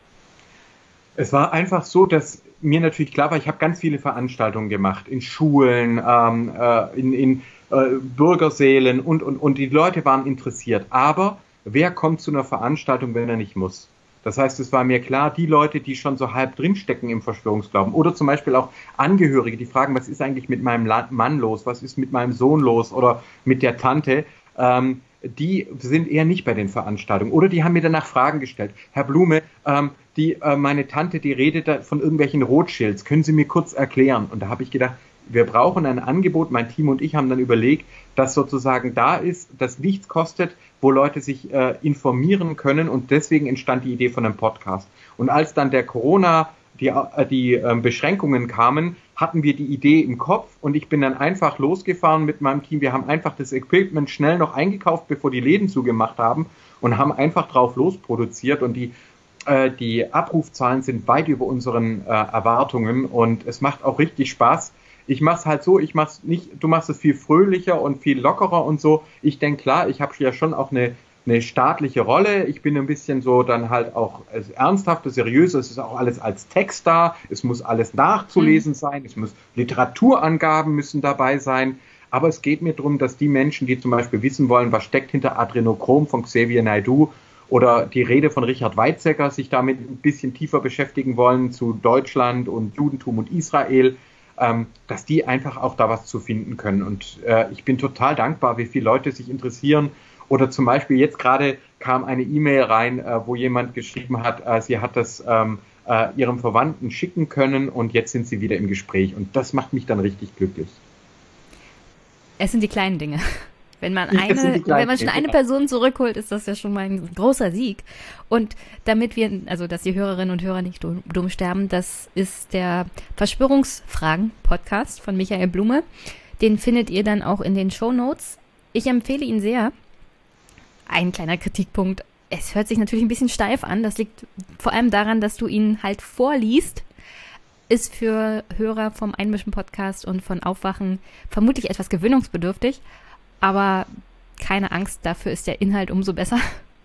Es war einfach so, dass mir natürlich klar war, ich habe ganz viele Veranstaltungen gemacht, in Schulen, ähm, äh, in, in äh, Bürgersälen und, und, und die Leute waren interessiert. Aber wer kommt zu einer Veranstaltung, wenn er nicht muss? Das heißt, es war mir klar, die Leute, die schon so halb drinstecken im Verschwörungsglauben oder zum Beispiel auch Angehörige, die fragen, was ist eigentlich mit meinem Mann los, was ist mit meinem Sohn los oder mit der Tante, ähm, die sind eher nicht bei den Veranstaltungen. Oder die haben mir danach Fragen gestellt. Herr Blume, ähm, die, äh, meine Tante, die redet da von irgendwelchen Rothschilds. Können Sie mir kurz erklären? Und da habe ich gedacht, wir brauchen ein Angebot. Mein Team und ich haben dann überlegt, dass sozusagen da ist, das nichts kostet, wo Leute sich äh, informieren können. Und deswegen entstand die Idee von einem Podcast. Und als dann der Corona, die, äh, die äh, Beschränkungen kamen, hatten wir die Idee im Kopf und ich bin dann einfach losgefahren mit meinem Team. Wir haben einfach das Equipment schnell noch eingekauft, bevor die Läden zugemacht haben und haben einfach drauf losproduziert und die, äh, die Abrufzahlen sind weit über unseren äh, Erwartungen und es macht auch richtig Spaß. Ich mach's halt so, ich mach's nicht, du machst es viel fröhlicher und viel lockerer und so. Ich denke, klar, ich habe ja schon auch eine eine staatliche Rolle. Ich bin ein bisschen so dann halt auch ernsthafte, seriöse. Es ist auch alles als Text da. Es muss alles nachzulesen mhm. sein. Es muss Literaturangaben müssen dabei sein. Aber es geht mir darum, dass die Menschen, die zum Beispiel wissen wollen, was steckt hinter Adrenochrom von Xavier Naidoo oder die Rede von Richard Weizsäcker, sich damit ein bisschen tiefer beschäftigen wollen zu Deutschland und Judentum und Israel, ähm, dass die einfach auch da was zu finden können. Und äh, ich bin total dankbar, wie viele Leute sich interessieren. Oder zum Beispiel jetzt gerade kam eine E-Mail rein, äh, wo jemand geschrieben hat, äh, sie hat das ähm, äh, ihrem Verwandten schicken können und jetzt sind sie wieder im Gespräch. Und das macht mich dann richtig glücklich. Es sind die kleinen Dinge. Wenn man eine, wenn man schon eine Person zurückholt, ist das ja schon mal ein großer Sieg. Und damit wir, also dass die Hörerinnen und Hörer nicht dumm, dumm sterben, das ist der Verschwörungsfragen-Podcast von Michael Blume. Den findet ihr dann auch in den Shownotes. Ich empfehle ihn sehr. Ein kleiner Kritikpunkt. Es hört sich natürlich ein bisschen steif an. Das liegt vor allem daran, dass du ihn halt vorliest. Ist für Hörer vom Einmischen-Podcast und von Aufwachen vermutlich etwas gewöhnungsbedürftig. Aber keine Angst, dafür ist der Inhalt umso besser.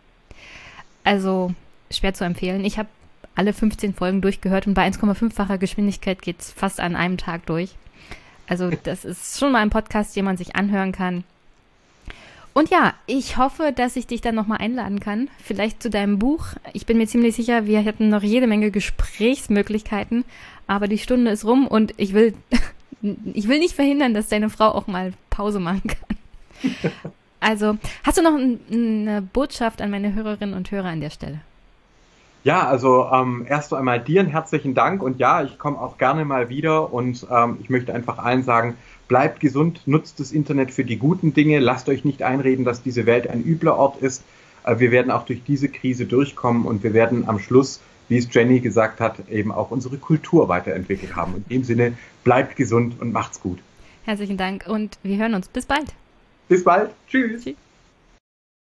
Also schwer zu empfehlen. Ich habe alle fünfzehn Folgen durchgehört und bei eins Komma fünf-facher Geschwindigkeit geht es fast an einem Tag durch. Also das ist schon mal ein Podcast, den man sich anhören kann. Und ja, ich hoffe, dass ich dich dann nochmal einladen kann, vielleicht zu deinem Buch. Ich bin mir ziemlich sicher, wir hätten noch jede Menge Gesprächsmöglichkeiten, aber die Stunde ist rum und ich will, ich will nicht verhindern, dass deine Frau auch mal Pause machen kann. Also, hast du noch ein, eine Botschaft an meine Hörerinnen und Hörer an der Stelle? Ja, also ähm, erst einmal dir einen herzlichen Dank und ja, ich komme auch gerne mal wieder und ähm, ich möchte einfach allen sagen, bleibt gesund, nutzt das Internet für die guten Dinge, lasst euch nicht einreden, dass diese Welt ein übler Ort ist. Äh, wir werden auch durch diese Krise durchkommen und wir werden am Schluss, wie es Jenny gesagt hat, eben auch unsere Kultur weiterentwickelt haben. In dem Sinne, bleibt gesund und macht's gut. Herzlichen Dank und wir hören uns. Bis bald. Bis bald. Tschüss. Tschüss.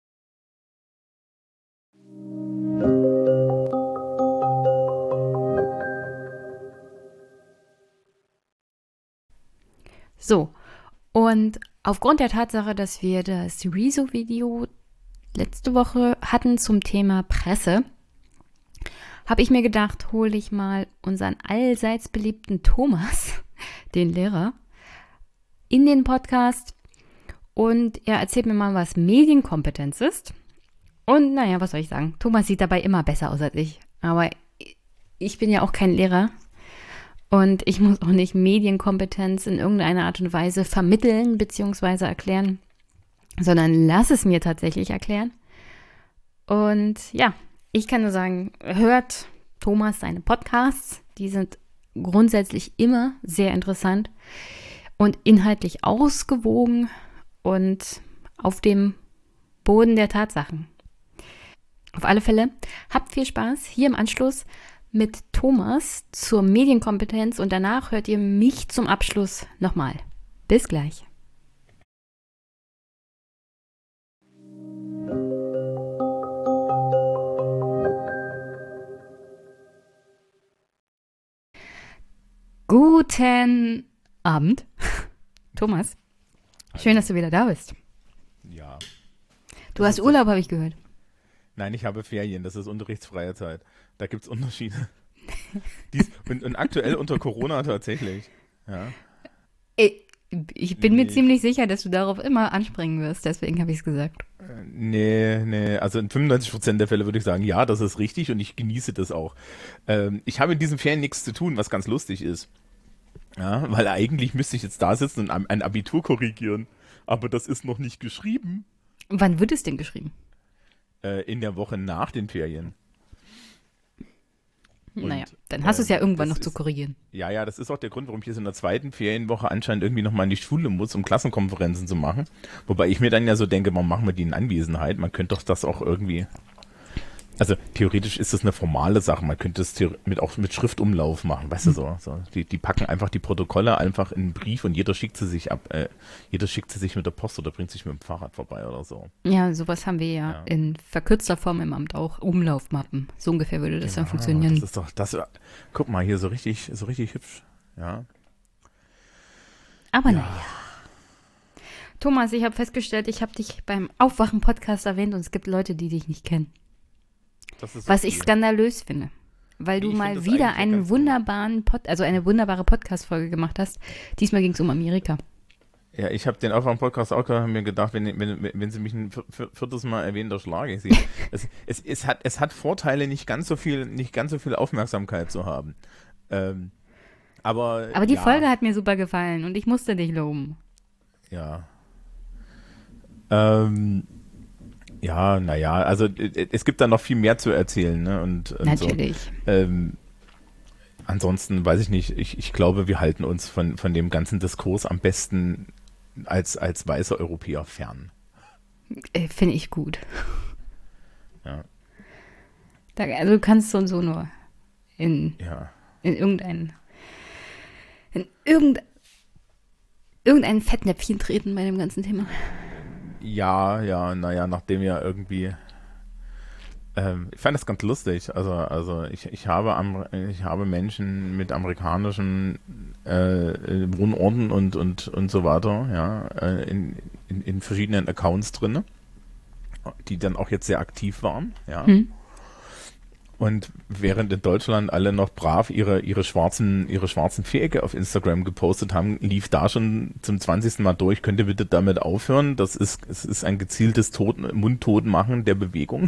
So, und aufgrund der Tatsache, dass wir das Rezo-Video letzte Woche hatten zum Thema Presse, habe ich mir gedacht, hole ich mal unseren allseits beliebten Thomas, den Lehrer, in den Podcast und er erzählt mir mal, was Medienkompetenz ist. Und naja, was soll ich sagen? Thomas sieht dabei immer besser aus als ich. Aber ich bin ja auch kein Lehrer und ich muss auch nicht Medienkompetenz in irgendeiner Art und Weise vermitteln bzw. erklären, sondern lass es mir tatsächlich erklären. Und ja, ich kann nur sagen, hört Thomas seine Podcasts. Die sind grundsätzlich immer sehr interessant und inhaltlich ausgewogen und auf dem Boden der Tatsachen. Auf alle Fälle, habt viel Spaß hier im Anschluss mit Thomas zur Medienkompetenz und danach hört ihr mich zum Abschluss nochmal. Bis gleich. Guten Abend, Thomas. Schön, dass du wieder da bist. Ja. Du hast Urlaub, habe ich gehört. Nein, ich habe Ferien. Das ist unterrichtsfreie Zeit. Da gibt es Unterschiede. Dies, und, und aktuell unter Corona tatsächlich. Ja. Ich bin nee. mir ziemlich sicher, dass du darauf immer anspringen wirst. Deswegen habe ich es gesagt. Nee, nee. Also in fünfundneunzig Prozent der Fälle würde ich sagen, ja, das ist richtig und ich genieße das auch. Ähm, ich habe in diesen Ferien nichts zu tun, was ganz lustig ist. Ja, weil eigentlich müsste ich jetzt da sitzen und ein Abitur korrigieren. Aber das ist noch nicht geschrieben. Wann wird es denn geschrieben? Äh, in der Woche nach den Ferien. Und, naja, dann hast du es ja äh, irgendwann noch ist, zu korrigieren. Ja, ja, das ist auch der Grund, warum ich jetzt in der zweiten Ferienwoche anscheinend irgendwie nochmal in die Schule muss, um Klassenkonferenzen zu machen. Wobei ich mir dann ja so denke, warum machen wir die in Anwesenheit? Man könnte doch das auch irgendwie... Also theoretisch ist das eine formale Sache. Man könnte es mit, auch mit Schriftumlauf machen, weißt du so. so. Die, die packen einfach die Protokolle einfach in einen Brief und jeder schickt sie sich ab. Äh, jeder schickt sie sich mit der Post oder bringt sich mit dem Fahrrad vorbei oder so. Ja, sowas haben wir ja, Ja. in verkürzter Form im Amt auch. Umlaufmappen. So ungefähr würde das Genau, dann funktionieren. Das ist doch, das, guck mal hier, so richtig, so richtig hübsch. Ja. Aber Ja. naja. Thomas, ich habe festgestellt, ich habe dich beim Aufwachen-Podcast erwähnt und es gibt Leute, die dich nicht kennen. Das ist Was okay. ich skandalös finde. Weil du Ich mal finde das wieder eigentlich einen ganz wunderbaren Pod, also eine wunderbare Podcast-Folge gemacht hast. Diesmal ging es um Amerika. Ja, ich habe den Aufwärm-Podcast auch gehört und mir gedacht, wenn, wenn, wenn sie mich ein vier- vier- viertes Mal erwähnen, da schlage ich sie. es, es, es, hat, es hat Vorteile, nicht ganz so viel, nicht ganz so viel Aufmerksamkeit zu haben. Ähm, aber, Aber die ja, Folge hat mir super gefallen und ich musste dich loben. Ja. Ähm, ja, naja, also äh, es gibt da noch viel mehr zu erzählen, ne? Und, und Natürlich. So. Ähm, ansonsten weiß ich nicht, ich, ich glaube, wir halten uns von, von dem ganzen Diskurs am besten als, als weiße Europäer fern. Äh, Finde ich gut. Ja. Da, also du kannst so und so nur in, Ja. in irgendein in irgendein irgendein Fettnäpfchen treten bei dem ganzen Thema. Ja, ja, naja, nachdem ja irgendwie ähm, ich fand das ganz lustig. Also, also ich, ich habe am, ich habe Menschen mit amerikanischen äh, Wohnorten und, und, und so weiter, ja, äh, in, in, in verschiedenen Accounts drin, die dann auch jetzt sehr aktiv waren, ja. Hm. Und während in Deutschland alle noch brav ihre, ihre schwarzen, ihre schwarzen Vierecke auf Instagram gepostet haben, lief da schon zum zwanzigsten Mal durch, könnt ihr bitte damit aufhören? Das ist, es ist ein gezieltes Toten, Mundtotmachen der Bewegung.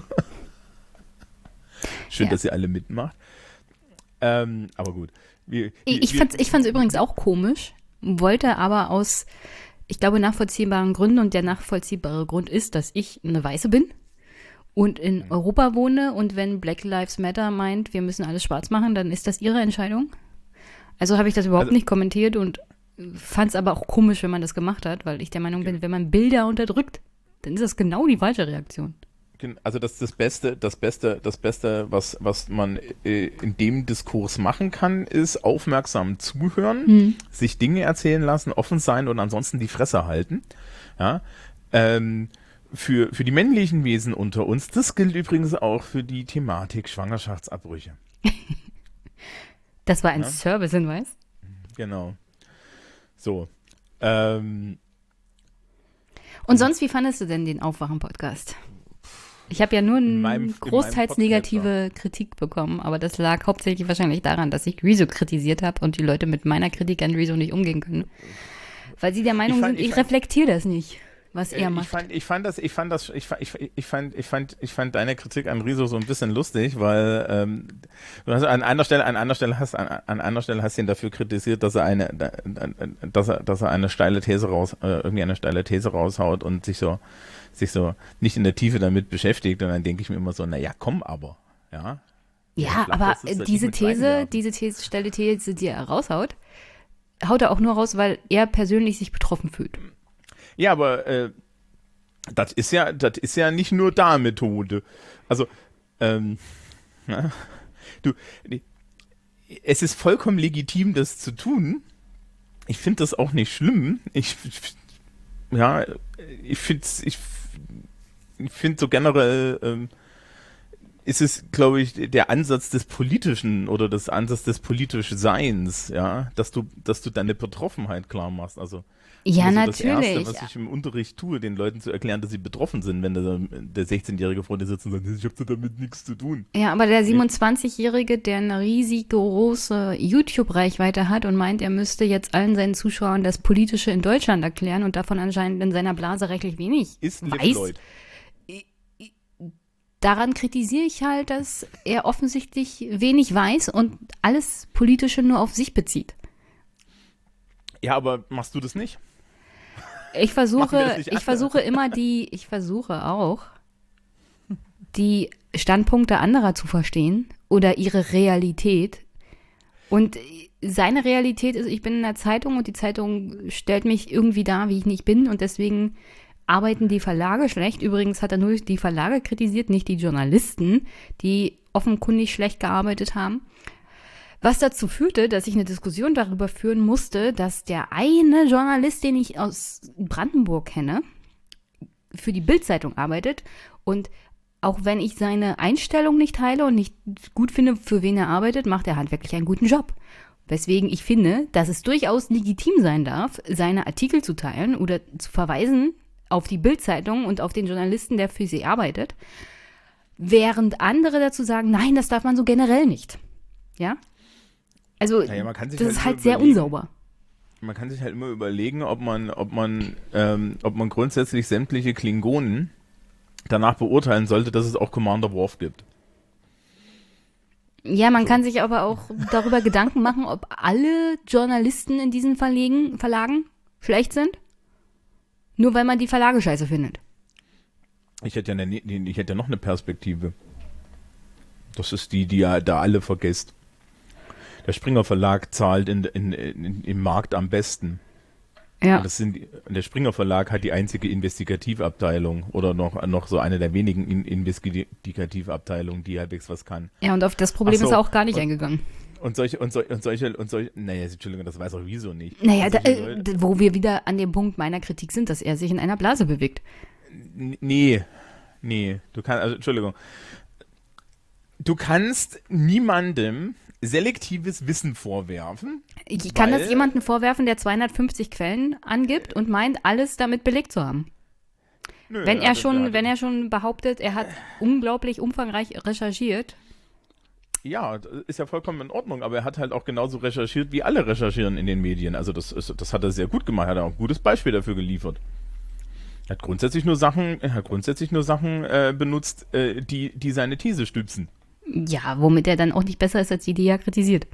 Schön, Ja. dass ihr alle mitmacht. Ähm, aber gut. Wir, Ich, wir, ich fand es ich fand's übrigens auch komisch, wollte aber aus, ich glaube, nachvollziehbaren Gründen, und der nachvollziehbare Grund ist, dass ich eine Weiße bin und in Europa wohne, und wenn Black Lives Matter meint, wir müssen alles schwarz machen, dann ist das ihre Entscheidung. Also habe ich das überhaupt Also- nicht kommentiert und fand es aber auch komisch, wenn man das gemacht hat, weil ich der Meinung bin, wenn man Bilder unterdrückt, dann ist das genau die falsche Reaktion. Also das ist das Beste, das Beste, das Beste, was, was man äh, in dem Diskurs machen kann, ist aufmerksam zuhören, Hm. sich Dinge erzählen lassen, offen sein und ansonsten die Fresse halten. Ja. Ähm, für, für die männlichen Wesen unter uns, das gilt übrigens auch für die Thematik Schwangerschaftsabbrüche. Das war ein Ja. Servicehinweis. Genau. So. Ähm, Und sonst, wie fandest du denn den Aufwachen-Podcast? Ich habe ja nur eine großteils negative Kritik bekommen, aber das lag hauptsächlich wahrscheinlich daran, dass ich Rezo kritisiert habe und die Leute mit meiner Kritik an Rezo nicht umgehen können. Weil sie der Meinung ich fand, sind, ich, ich reflektiere das nicht, was er macht. Ich fand, ich fand das, ich fand das, ich fand, ich, ich fand, ich fand, ich fand deine Kritik an Rezo so ein bisschen lustig, weil ähm, du hast an einer Stelle, an einer Stelle hast, an, an einer Stelle hast ihn dafür kritisiert, dass er eine, dass er, dass er eine steile These raus, äh, irgendwie eine steile These raushaut und sich so, sich so nicht in der Tiefe damit beschäftigt. Und dann denke ich mir immer so, na ja, komm aber, ja. Ja, aber diese These, diese These, steile These, die er raushaut, haut er auch nur raus, weil er persönlich sich betroffen fühlt. Ja, aber äh, das ist ja, das ist ja nicht nur da Methode. Also, ähm, na, du, die, es ist vollkommen legitim, das zu tun. Ich finde das auch nicht schlimm. Ich, ja, ich finde, ich, ich finde so generell. Ähm, ist es, glaube ich, der Ansatz des Politischen oder des Ansatz des politischen Seins, ja, dass du, dass du deine Betroffenheit klar machst. Also ja, also natürlich. Das Erste, was ich im Unterricht tue, den Leuten zu erklären, dass sie betroffen sind, wenn der, der sechzehnjährige vor dir sitzt und sagt, ich habe damit nichts zu tun. Ja, aber der siebenundzwanzigjährige, der eine riesig große YouTube-Reichweite hat und meint, er müsste jetzt allen seinen Zuschauern das Politische in Deutschland erklären und davon anscheinend in seiner Blase rechtlich wenig ist weiß. Lloyd. Daran kritisiere ich halt, dass er offensichtlich wenig weiß und alles Politische nur auf sich bezieht. Ja, aber machst du das nicht? Ich versuche, ich versuche immer die, ich versuche auch, die Standpunkte anderer zu verstehen oder ihre Realität. Und seine Realität ist, ich bin in der Zeitung und die Zeitung stellt mich irgendwie dar, wie ich nicht bin und deswegen arbeiten die Verlage schlecht. Übrigens hat er nur die Verlage kritisiert, nicht die Journalisten, die offenkundig schlecht gearbeitet haben. Was dazu führte, dass ich eine Diskussion darüber führen musste, dass der eine Journalist, den ich aus Brandenburg kenne, für die Bild-Zeitung arbeitet. Und auch wenn ich seine Einstellung nicht teile und nicht gut finde, für wen er arbeitet, macht er handwerklich einen guten Job. Weswegen ich finde, dass es durchaus legitim sein darf, seine Artikel zu teilen oder zu verweisen auf die Bild-Zeitung und auf den Journalisten, der für sie arbeitet, während andere dazu sagen, nein, das darf man so generell nicht. Ja? Also, naja, man kann sich das halt ist halt sehr unsauber. Man kann sich halt immer überlegen, ob man, ob man, ähm, ob man grundsätzlich sämtliche Klingonen danach beurteilen sollte, dass es auch Commander Worf gibt. Ja, man so. kann sich aber auch darüber Gedanken machen, ob alle Journalisten in diesen Verlegen, Verlagen schlecht sind. Nur weil man die Verlage scheiße findet. Ich hätte ja, eine, ich hätte ja noch eine Perspektive. Das ist die, die ja da alle vergesst. Der Springer Verlag zahlt in, in, in, im Markt am besten. Ja. Das sind, der Springer Verlag hat die einzige Investigativabteilung oder noch, noch so eine der wenigen in, Investigativabteilungen, die halbwegs was kann. Ja, und auf das Problem so, ist er auch gar nicht und, eingegangen. Und solche, und, so, und solche, und solche, naja, Entschuldigung, das weiß auch wieso nicht. Naja, da, äh, wo wir wieder an dem Punkt meiner Kritik sind, dass er sich in einer Blase bewegt. Nee, nee, du kannst, also Entschuldigung. Du kannst niemandem selektives Wissen vorwerfen. Ich kann das jemandem vorwerfen, der zweihundertfünfzig Quellen angibt und meint, alles damit belegt zu haben. Nö, wenn er schon, wenn er schon behauptet, er hat unglaublich umfangreich recherchiert. Ja, ist ja vollkommen in Ordnung, aber er hat halt auch genauso recherchiert, wie alle recherchieren in den Medien. Also das, ist, das hat er sehr gut gemacht, hat er auch ein gutes Beispiel dafür geliefert. Er hat grundsätzlich nur Sachen, er hat grundsätzlich nur Sachen äh, benutzt, äh, die, die seine These stützen. Ja, womit er dann auch nicht besser ist, als die, die er kritisiert.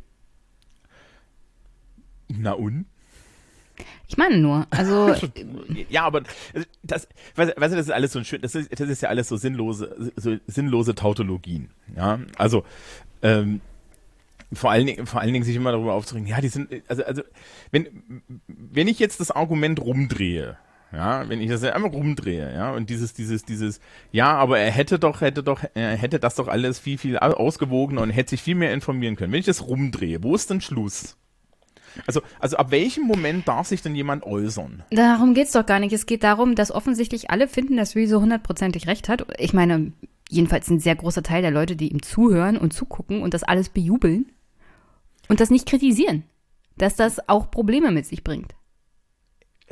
Na und? Ich meine nur, also... ja, aber das, weißt du, das ist alles so ein schön, das ist, das ist ja alles so sinnlose, so sinnlose Tautologien. Ja, also ähm, vor allen Dingen, vor allen Dingen sich immer darüber aufzuregen, ja, die sind, also, also wenn, wenn ich jetzt das Argument rumdrehe, ja, wenn ich das einmal rumdrehe, ja, und dieses, dieses, dieses, ja, aber er hätte doch, hätte doch, er hätte das doch alles viel, viel ausgewogener und hätte sich viel mehr informieren können. Wenn ich das rumdrehe, wo ist denn Schluss? Also, also ab welchem Moment darf sich denn jemand äußern? Darum geht's doch gar nicht. Es geht darum, dass offensichtlich alle finden, dass Rezo hundertprozentig recht hat. Ich meine, jedenfalls ein sehr großer Teil der Leute, die ihm zuhören und zugucken und das alles bejubeln und das nicht kritisieren, dass das auch Probleme mit sich bringt.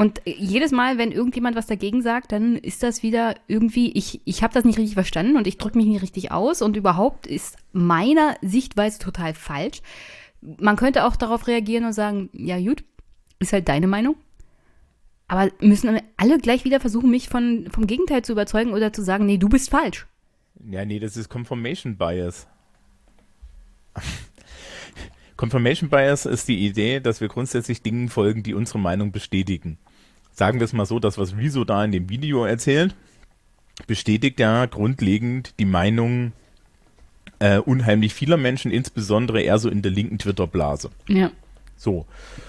Und jedes Mal, wenn irgendjemand was dagegen sagt, dann ist das wieder irgendwie, ich, ich habe das nicht richtig verstanden und ich drücke mich nicht richtig aus und überhaupt ist meiner Sichtweise total falsch. Man könnte auch darauf reagieren und sagen, ja gut, ist halt deine Meinung. Aber müssen alle gleich wieder versuchen, mich von, vom Gegenteil zu überzeugen oder zu sagen, nee, du bist falsch. Ja, nee, das ist Confirmation Bias. Confirmation Bias ist die Idee, dass wir grundsätzlich Dingen folgen, die unsere Meinung bestätigen. Sagen wir es mal so, das, was Rezo da in dem Video erzählt, bestätigt ja grundlegend die Meinung äh, unheimlich vieler Menschen, insbesondere eher so in der linken Twitter-Blase. Ja. So.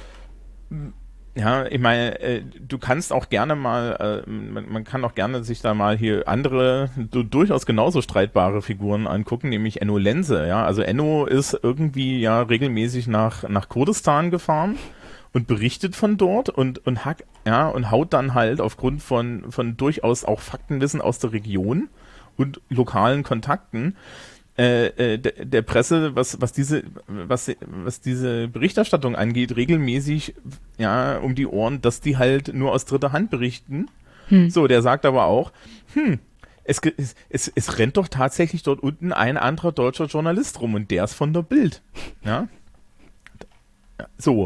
Ja, ich meine, äh, du kannst auch gerne mal, äh, man, man kann auch gerne sich da mal hier andere, du, durchaus genauso streitbare Figuren angucken, nämlich Enno Lense, ja. Also Enno ist irgendwie ja regelmäßig nach, nach Kurdistan gefahren und berichtet von dort und, und hack, ja, und haut dann halt aufgrund von, von durchaus auch Faktenwissen aus der Region und lokalen Kontakten Äh, äh, der, der Presse, was was diese was was diese Berichterstattung angeht, regelmäßig ja um die Ohren, dass die halt nur aus dritter Hand berichten. Hm. So, der sagt aber auch, hm, es, es es es rennt doch tatsächlich dort unten ein anderer deutscher Journalist rum und der ist von der Bild. Ja, so.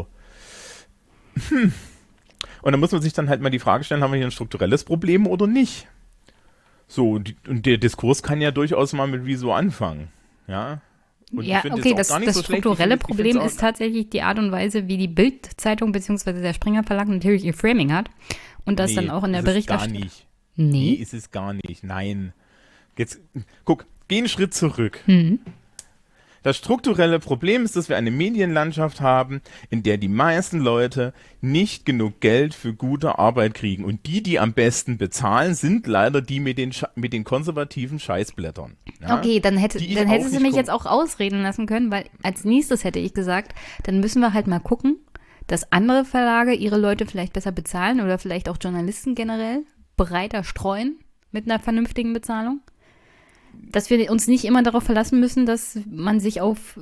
Hm. Und dann muss man sich dann halt mal die Frage stellen, haben wir hier ein strukturelles Problem oder nicht? So, und, die, und der Diskurs kann ja durchaus mal mit Wieso anfangen, ja. Und ja, okay, das, das so strukturelle find, Problem ist tatsächlich die Art und Weise, wie die Bild-Zeitung bzw. der Springer Verlag natürlich ihr Framing hat und das nee, dann auch in der Berichterstattung. Gar nicht. Nee. nee, ist es gar nicht, nein. Jetzt, guck, geh einen Schritt zurück. Mhm. Das strukturelle Problem ist, dass wir eine Medienlandschaft haben, in der die meisten Leute nicht genug Geld für gute Arbeit kriegen. Und die, die am besten bezahlen, sind leider die mit den, Sche- mit den konservativen Scheißblättern. Ja? Okay, dann hätte, dann hätte sie mich jetzt auch ausreden lassen können, weil als nächstes hätte ich gesagt, dann müssen wir halt mal gucken, dass andere Verlage ihre Leute vielleicht besser bezahlen oder vielleicht auch Journalisten generell breiter streuen mit einer vernünftigen Bezahlung. Dass wir uns nicht immer darauf verlassen müssen, dass man sich auf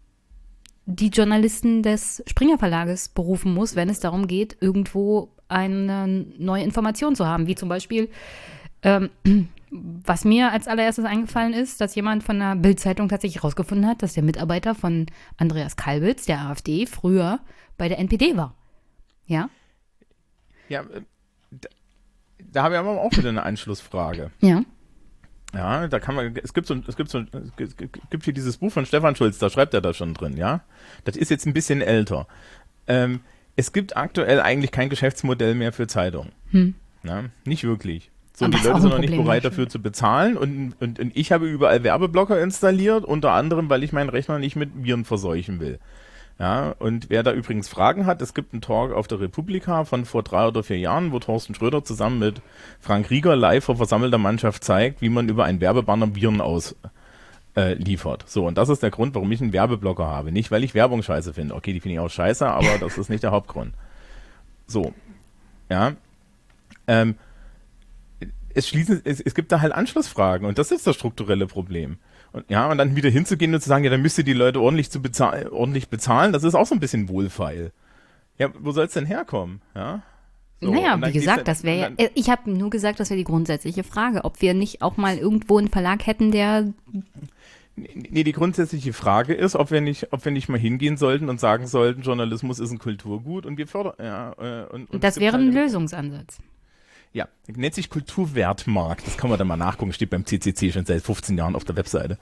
die Journalisten des Springer Verlages berufen muss, wenn es darum geht, irgendwo eine neue Information zu haben. Wie zum Beispiel, ähm, was mir als allererstes eingefallen ist, dass jemand von der Bild-Zeitung tatsächlich herausgefunden hat, dass der Mitarbeiter von Andreas Kalbitz, der AfD, früher bei der N P D war. Ja? Ja, da, da habe ich aber auch wieder eine Anschlussfrage. Ja. Ja, da kann man, es gibt so, es gibt so, es gibt hier dieses Buch von Stefan Schulz, da schreibt er da schon drin, ja. Das ist jetzt ein bisschen älter. Ähm, es gibt aktuell eigentlich kein Geschäftsmodell mehr für Zeitungen. Hm. Ja, nicht wirklich. So, und die Leute sind noch nicht bereit dafür zu bezahlen und, und, und ich habe überall Werbeblocker installiert, unter anderem, weil ich meinen Rechner nicht mit Viren verseuchen will. Ja, und wer da übrigens Fragen hat, es gibt einen Talk auf der Republika von vor drei oder vier Jahren, wo Thorsten Schröder zusammen mit Frank Rieger live vor versammelter Mannschaft zeigt, wie man über einen Werbebanner Viren ausliefert. Äh, so, und das ist der Grund, warum ich einen Werbeblocker habe. Nicht, weil ich Werbung scheiße finde. Okay, die finde ich auch scheiße, aber das ist nicht der Hauptgrund. So, ja. Ähm, es, schließen, es, es gibt da halt Anschlussfragen und das ist das strukturelle Problem. Und ja, und dann wieder hinzugehen und zu sagen, ja, dann müsst ihr die Leute ordentlich zu bezahl- ordentlich bezahlen, das ist auch so ein bisschen wohlfeil. Ja, wo soll es denn herkommen? Ja? So, naja, wie gesagt, das wäre ja, ich habe nur gesagt, das wäre die grundsätzliche Frage, ob wir nicht auch mal irgendwo einen Verlag hätten, der... Nee, die grundsätzliche Frage ist, ob wir nicht, ob wir nicht mal hingehen sollten und sagen sollten, Journalismus ist ein Kulturgut und wir fördern, ja, und, und das wäre ein Lösungsansatz. Ja, nennt sich Kulturwertmarkt. Das kann man dann mal nachgucken. Steht beim C C C schon seit fünfzehn Jahren auf der Webseite.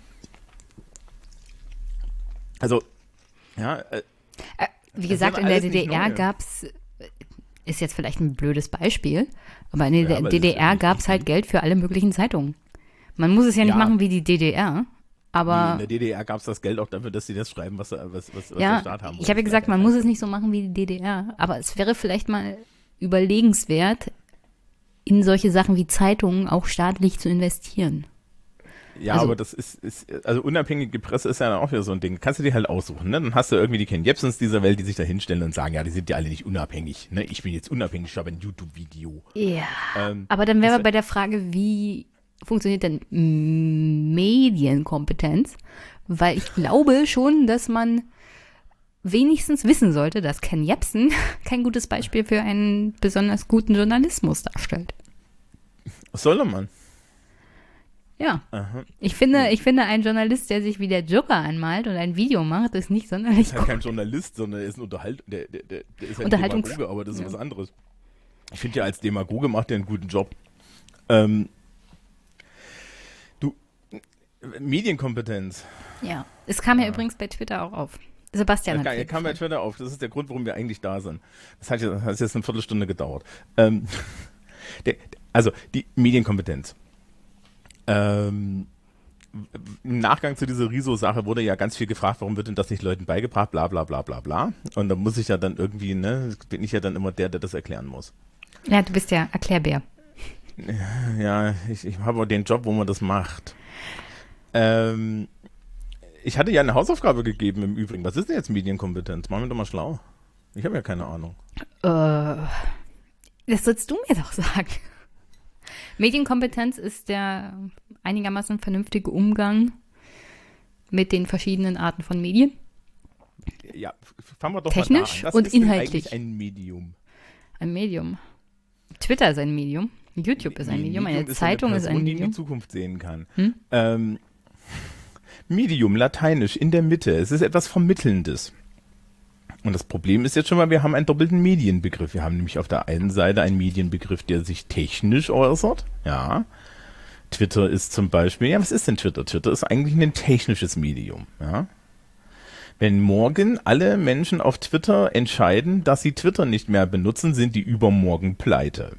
Also, ja. Äh, äh, wie gesagt, in der D D R gab es, ist jetzt vielleicht ein blödes Beispiel, aber in der ja, aber D D R gab es halt Geld für alle möglichen Zeitungen. Man muss es ja nicht ja. machen wie die D D R, aber... In der D D R gab es das Geld auch dafür, dass sie das schreiben, was, was, was, was ja, der Staat haben ich habe ja gesagt, man muss es nicht so machen wie die D D R, aber es wäre vielleicht mal überlegenswert, in solche Sachen wie Zeitungen auch staatlich zu investieren. Ja, also, aber das ist, ist, also unabhängige Presse ist ja auch wieder so ein Ding. Kannst du dir halt aussuchen, ne? Dann hast du irgendwie die Ken Jebsens dieser Welt, die sich da hinstellen und sagen, ja, die sind ja alle nicht unabhängig, ne? Ich bin jetzt unabhängig, ich habe ein YouTube-Video. Ja, ähm, aber dann wären wir bei der Frage, wie funktioniert denn Medienkompetenz? Weil ich glaube schon, dass man wenigstens wissen sollte, dass Ken Jebsen kein gutes Beispiel für einen besonders guten Journalismus darstellt. Soll man? Ja. Aha. Ich finde, ich finde, ein Journalist, der sich wie der Joker anmalt und ein Video macht, ist nicht sonderlich Er ist halt gut. kein Journalist, sondern er ist ein Unterhalt, der, der, der, der ist ein Unterhaltungs- Demagoge, aber das ist ja. was anderes. Ich finde ja, als Demagoge macht er einen guten Job. Ähm, du, Medienkompetenz. Ja. Es kam ja, übrigens bei Twitter auch auf. Sebastian hat Er viel kam bei gefragt. Twitter auf. Das ist der Grund, warum wir eigentlich da sind. Das hat jetzt, das hat jetzt eine Viertelstunde gedauert. Ähm, der, also, die Medienkompetenz. Ähm, Im Nachgang zu dieser Riso-Sache wurde ja ganz viel gefragt, warum wird denn das nicht Leuten beigebracht, bla bla bla bla bla. Und da muss ich ja dann irgendwie, ne, bin ich ja dann immer der, der das erklären muss. Ja, du bist ja Erklärbär. Ja, ich, ich habe auch den Job, wo man das macht. Ähm, ich hatte ja eine Hausaufgabe gegeben im Übrigen. Was ist denn jetzt Medienkompetenz? Machen wir doch mal schlau. Ich habe ja keine Ahnung. Äh, das sollst du mir doch sagen. Medienkompetenz ist der einigermaßen vernünftige Umgang mit den verschiedenen Arten von Medien. Ja, f- fangen wir doch Technisch mal da an. Was und ist denn inhaltlich. eigentlich ein Medium? Ein Medium. Twitter ist ein Medium. YouTube ist ein Nee, Medium. Eine ist Zeitung eine ist Person, ein die in die Medium. Zukunft sehen kann. Hm? Ähm, Medium, lateinisch, in der Mitte. Es ist etwas Vermittelndes. Und das Problem ist jetzt schon mal, wir haben einen doppelten Medienbegriff. Wir haben nämlich auf der einen Seite einen Medienbegriff, der sich technisch äußert. Ja. Twitter ist zum Beispiel, ja, was ist denn Twitter? Twitter ist eigentlich ein technisches Medium. Ja. Wenn morgen alle Menschen auf Twitter entscheiden, dass sie Twitter nicht mehr benutzen, sind die übermorgen pleite.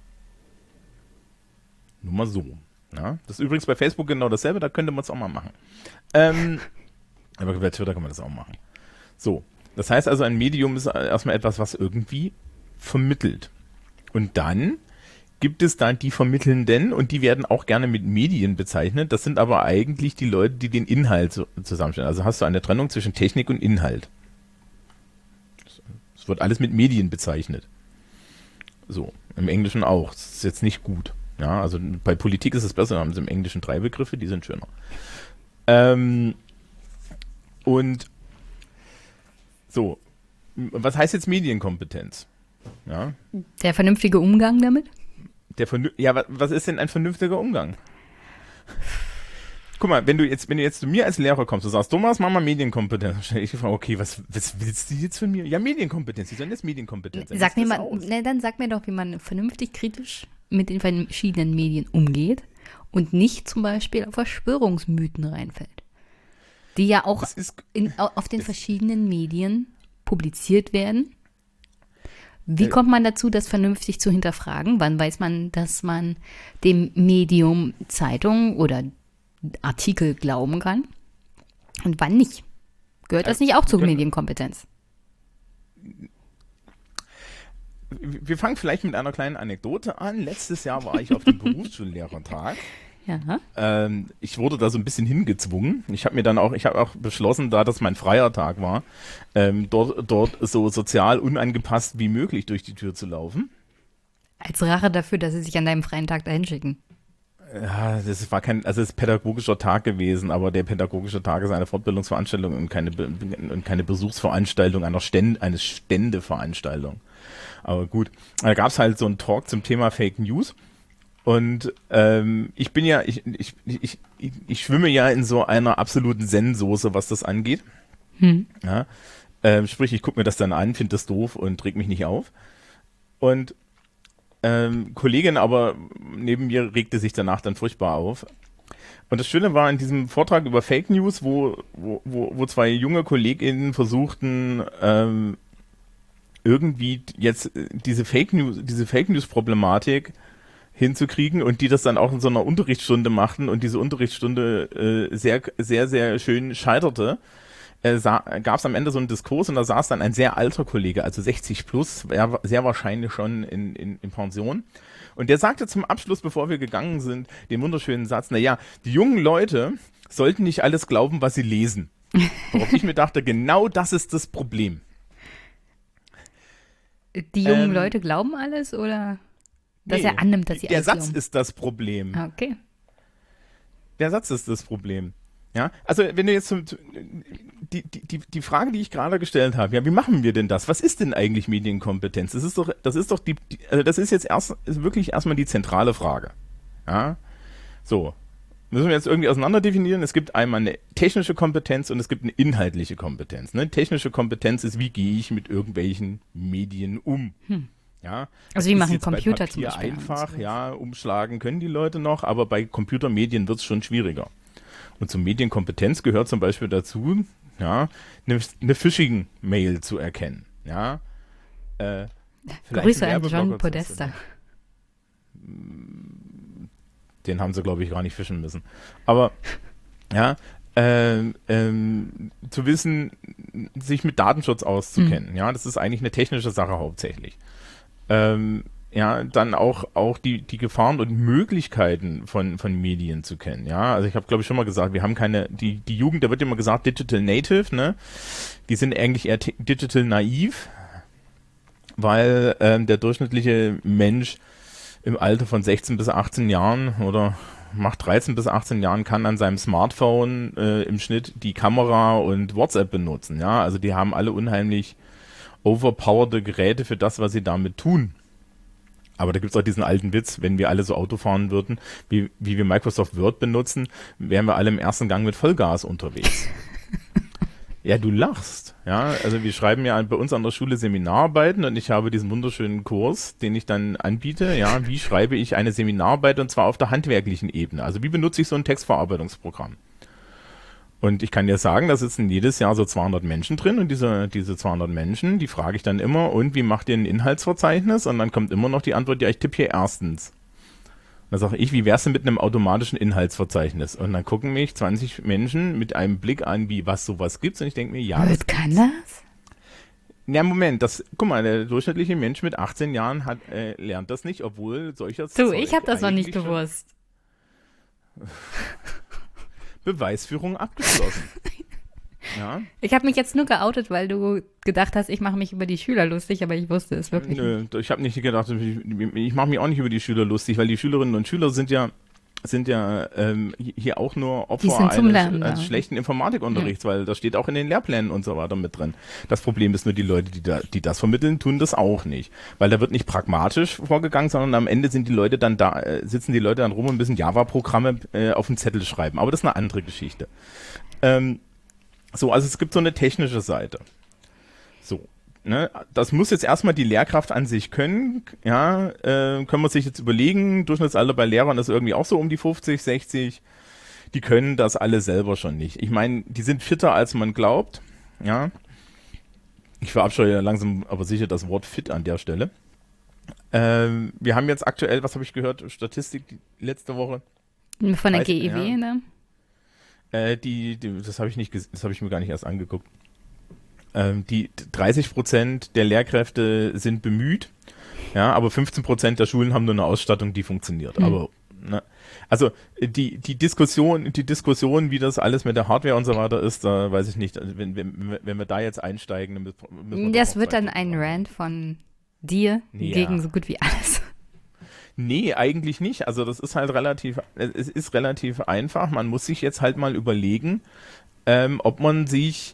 Nur mal so. Ja. Das ist übrigens bei Facebook genau dasselbe, da könnte man es auch mal machen. Ähm, aber bei Twitter kann man das auch machen. So. Das heißt also, ein Medium ist erstmal etwas, was irgendwie vermittelt. Und dann gibt es da die Vermittelnden und die werden auch gerne mit Medien bezeichnet. Das sind aber eigentlich die Leute, die den Inhalt so, zusammenstellen. Also hast du eine Trennung zwischen Technik und Inhalt. Es wird alles mit Medien bezeichnet. So, im Englischen auch. Das ist jetzt nicht gut. Ja, also bei Politik ist es besser, da haben sie im Englischen drei Begriffe, die sind schöner. Ähm, und so, was heißt jetzt Medienkompetenz? Ja, Der vernünftige Umgang damit? der vernü- ja, wa- was ist denn ein vernünftiger Umgang? Guck mal, wenn du jetzt, wenn du jetzt zu mir als Lehrer kommst, du sagst, Thomas, mach mal Medienkompetenz, dann stelle ich die Frage, okay, was, was willst du jetzt von mir? Ja, Medienkompetenz, wie soll denn das Medienkompetenz sein? Sag Wie mir sieht mal, das aus? ne, dann sag mir doch, wie man vernünftig kritisch mit den verschiedenen Medien umgeht und nicht zum Beispiel auf Verschwörungsmythen reinfällt. Die ja auch Das ist, in, au- auf den verschiedenen Medien publiziert werden. Wie Äh. kommt man dazu, das vernünftig zu hinterfragen? Wann weiß man, dass man dem Medium Zeitung oder Artikel glauben kann? Und wann nicht? Gehört das Äh, nicht auch zur wir können- Medienkompetenz? wir fangen vielleicht mit einer kleinen Anekdote an. Letztes Jahr war ich auf dem Berufsschullehrertag. Ja. Ähm, ich wurde da so ein bisschen hingezwungen. Ich habe mir dann auch, ich habe auch beschlossen, da das mein freier Tag war, ähm, dort, dort so sozial unangepasst wie möglich durch die Tür zu laufen. Als Rache dafür, dass sie sich an deinem freien Tag dahin schicken. Ja, das war kein, also es ist pädagogischer Tag gewesen, aber der pädagogische Tag ist eine Fortbildungsveranstaltung und keine, Be und keine Besuchsveranstaltung einer Ständ eines Ständeveranstaltung. Aber gut, da gab es halt so einen Talk zum Thema Fake News. Und ähm, ich bin ja, ich, ich, ich, ich, ich schwimme ja in so einer absoluten Zen-Soße, was das angeht. Hm. Ja, ähm, sprich, ich gucke mir das dann an, finde das doof und reg mich nicht auf. Und ähm, Kollegin aber neben mir regte sich danach dann furchtbar auf. Und das Schöne war in diesem Vortrag über Fake News, wo, wo, wo, wo zwei junge KollegInnen versuchten, ähm, irgendwie jetzt diese Fake News, diese Fake News Problematik hinzukriegen und die das dann auch in so einer Unterrichtsstunde machten und diese Unterrichtsstunde äh, sehr, sehr, sehr schön scheiterte, äh, gab es am Ende so einen Diskurs und da saß dann ein sehr alter Kollege, also sechzig plus, sehr, sehr wahrscheinlich schon in, in, in Pension. Und der sagte zum Abschluss, bevor wir gegangen sind, den wunderschönen Satz, naja, die jungen Leute sollten nicht alles glauben, was sie lesen. Worauf ich mir dachte, genau das ist das Problem. Die jungen Ähm, Leute glauben alles oder dass Nee, er annimmt, dass sie der alles Satz glauben? ist das Problem. Ah, okay. Der Satz ist das Problem. Ja, also wenn du jetzt zum, die, die, die, die Frage, die ich gerade gestellt habe, ja, wie machen wir denn das? Was ist denn eigentlich Medienkompetenz? Das ist doch, das ist doch die, die also das ist jetzt erst, ist wirklich erstmal die zentrale Frage. Ja, so. Müssen wir jetzt irgendwie auseinander definieren. Es gibt einmal eine technische Kompetenz und es gibt eine inhaltliche Kompetenz. Ne? Technische Kompetenz ist, wie gehe ich mit irgendwelchen Medien um? Hm. Ja, also wie machen Computer zum Beispiel einfach, ja, umschlagen können die Leute noch, aber bei Computermedien wird es schon schwieriger. Und zur Medienkompetenz gehört zum Beispiel dazu, ja, eine, eine Phishing-Mail zu erkennen. Ja, äh, Grüße an John Podesta. Den haben sie, glaube ich, gar nicht fischen müssen. Aber, ja, ähm, ähm, zu wissen, sich mit Datenschutz auszukennen, mhm. ja, das ist eigentlich eine technische Sache hauptsächlich. Ähm, ja, dann auch, auch die, die Gefahren und Möglichkeiten von, von Medien zu kennen, ja. Also ich habe, glaube ich, schon mal gesagt, wir haben keine, die, die Jugend, da wird immer gesagt, Digital Native, ne, die sind eigentlich eher digital naiv, weil ähm, der durchschnittliche Mensch im Alter von sechzehn bis achtzehn Jahren oder macht dreizehn bis achtzehn Jahren kann an seinem Smartphone äh, im Schnitt die Kamera und WhatsApp benutzen, ja. Also die haben alle unheimlich overpowerte Geräte für das, was sie damit tun. Aber da gibt es auch diesen alten Witz, wenn wir alle so Auto fahren würden, wie, wie wir Microsoft Word benutzen, wären wir alle im ersten Gang mit Vollgas unterwegs. Ja, du lachst. Ja, also wir schreiben ja bei uns an der Schule Seminararbeiten und ich habe diesen wunderschönen Kurs, den ich dann anbiete. Ja, wie schreibe ich eine Seminararbeit und zwar auf der handwerklichen Ebene? Also wie benutze ich so ein Textverarbeitungsprogramm? Und ich kann dir sagen, da sitzen jedes Jahr so zweihundert Menschen drin und diese, diese zweihundert Menschen, die frage ich dann immer, und wie macht ihr ein Inhaltsverzeichnis? Und dann kommt immer noch die Antwort, ja, ich tippe hier erstens. Und dann sage ich, wie wär's denn mit einem automatischen Inhaltsverzeichnis? Und dann gucken mich zwanzig Menschen mit einem Blick an, wie was sowas gibt's. Und ich denke mir, ja. Was kann das? Ja, Moment, das, guck mal, der durchschnittliche Mensch mit achtzehn Jahren hat, äh, lernt das nicht, obwohl solcher Du, Zeug ich habe das noch nicht gewusst. Beweisführung abgeschlossen. Ja. Ich habe mich jetzt nur geoutet, weil du gedacht hast, ich mache mich über die Schüler lustig, aber ich wusste es wirklich Nö, nicht. Ich habe nicht gedacht, ich, ich mache mich auch nicht über die Schüler lustig, weil die Schülerinnen und Schüler sind ja sind ja ähm, hier auch nur Opfer eines, eines schlechten Informatikunterrichts, ja. Weil das steht auch in den Lehrplänen und so weiter mit drin. Das Problem ist nur, die Leute, die da, die das vermitteln, tun das auch nicht. Weil da wird nicht pragmatisch vorgegangen, sondern am Ende sind die Leute dann da, äh, sitzen die Leute dann rum und müssen Java-Programme äh, auf den Zettel schreiben. Aber das ist eine andere Geschichte. Ähm, so, also es gibt so eine technische Seite. So. Ne, das muss jetzt erstmal die Lehrkraft an sich können, ja, äh, können wir sich jetzt überlegen, Durchschnittsalter bei Lehrern ist irgendwie auch so um die fünfzig, sechzig, die können das alle selber schon nicht. Ich meine, die sind fitter, als man glaubt, ja. Ich verabscheue ja langsam aber sicher das Wort fit an der Stelle. Ähm, wir haben jetzt aktuell, was habe ich gehört, Statistik die letzte Woche. Von der G E W, ja. Ne? Äh, die, die, das habe ich nicht, das habe ich mir gar nicht erst angeguckt. Ähm, die dreißig Prozent der Lehrkräfte sind bemüht, ja, aber fünfzehn Prozent der Schulen haben nur eine Ausstattung, die funktioniert. Mhm. Aber ne, also die die Diskussion, die Diskussion, wie das alles mit der Hardware und so weiter ist, da weiß ich nicht. Also wenn, wenn, wenn wir da jetzt einsteigen, dann müssen wir das wird dann ein Rant von dir ja. Gegen so gut wie alles. Nee, eigentlich nicht. Also das ist halt relativ, es ist relativ einfach. Man muss sich jetzt halt mal überlegen, ähm, ob man sich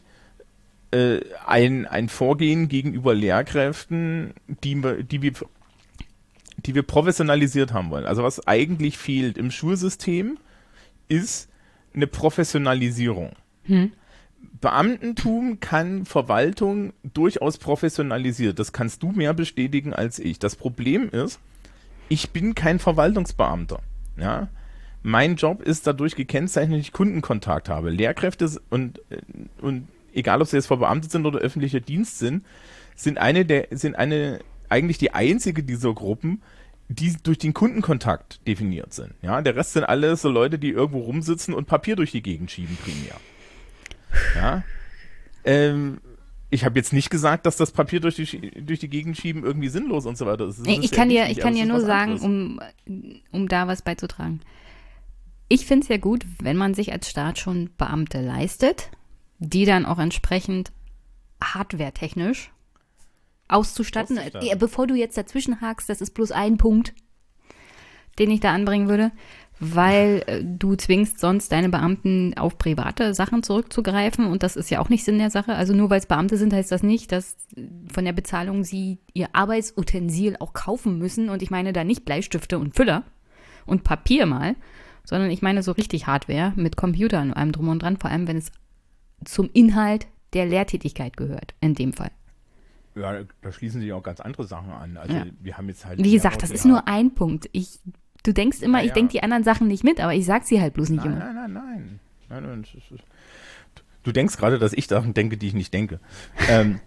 Ein, ein Vorgehen gegenüber Lehrkräften, die wir, die wir, die wir professionalisiert haben wollen. Also was eigentlich fehlt im Schulsystem, ist eine Professionalisierung. Hm. Beamtentum kann Verwaltung durchaus professionalisiert. Das kannst du mehr bestätigen als ich. Das Problem ist, ich bin kein Verwaltungsbeamter. Ja? Mein Job ist dadurch gekennzeichnet, dass ich Kundenkontakt habe. Lehrkräfte und, und egal ob sie jetzt verbeamtet sind oder öffentlicher Dienst sind, sind eine der, sind eine, eigentlich die einzige dieser Gruppen, die durch den Kundenkontakt definiert sind. Ja, der Rest sind alles so Leute, die irgendwo rumsitzen und Papier durch die Gegend schieben primär. Ja, ähm, ich habe jetzt nicht gesagt, dass das Papier durch die, durch die Gegend schieben irgendwie sinnlos und so weiter ist. Ich kann dir, ich kann dir nur sagen, um, um da was beizutragen. Ich finde es ja gut, wenn man sich als Staat schon Beamte leistet, die dann auch entsprechend hardwaretechnisch auszustatten. auszustatten. Bevor du jetzt dazwischen hakst, das ist bloß ein Punkt, den ich da anbringen würde. weil äh, du zwingst sonst deine Beamten auf private Sachen zurückzugreifen und das ist ja auch nicht Sinn der Sache. Also nur weil es Beamte sind, heißt das nicht, dass von der Bezahlung sie ihr Arbeitsutensil auch kaufen müssen und ich meine da nicht Bleistifte und Füller und Papier mal, sondern ich meine so richtig Hardware mit Computern und allem drum und dran, vor allem wenn es zum Inhalt der Lehrtätigkeit gehört, in dem Fall. Ja, da schließen sich auch ganz andere Sachen an. Also Ja. wir haben jetzt halt... Wie gesagt, das ist nur ein Punkt. Ich, du denkst immer, Ja, ich ja. denke die anderen Sachen nicht mit, aber ich sag sie halt bloß nicht Nein, immer. nein, nein, nein. nein, nein das ist, du denkst gerade, dass ich Sachen denke, die ich nicht denke. ähm,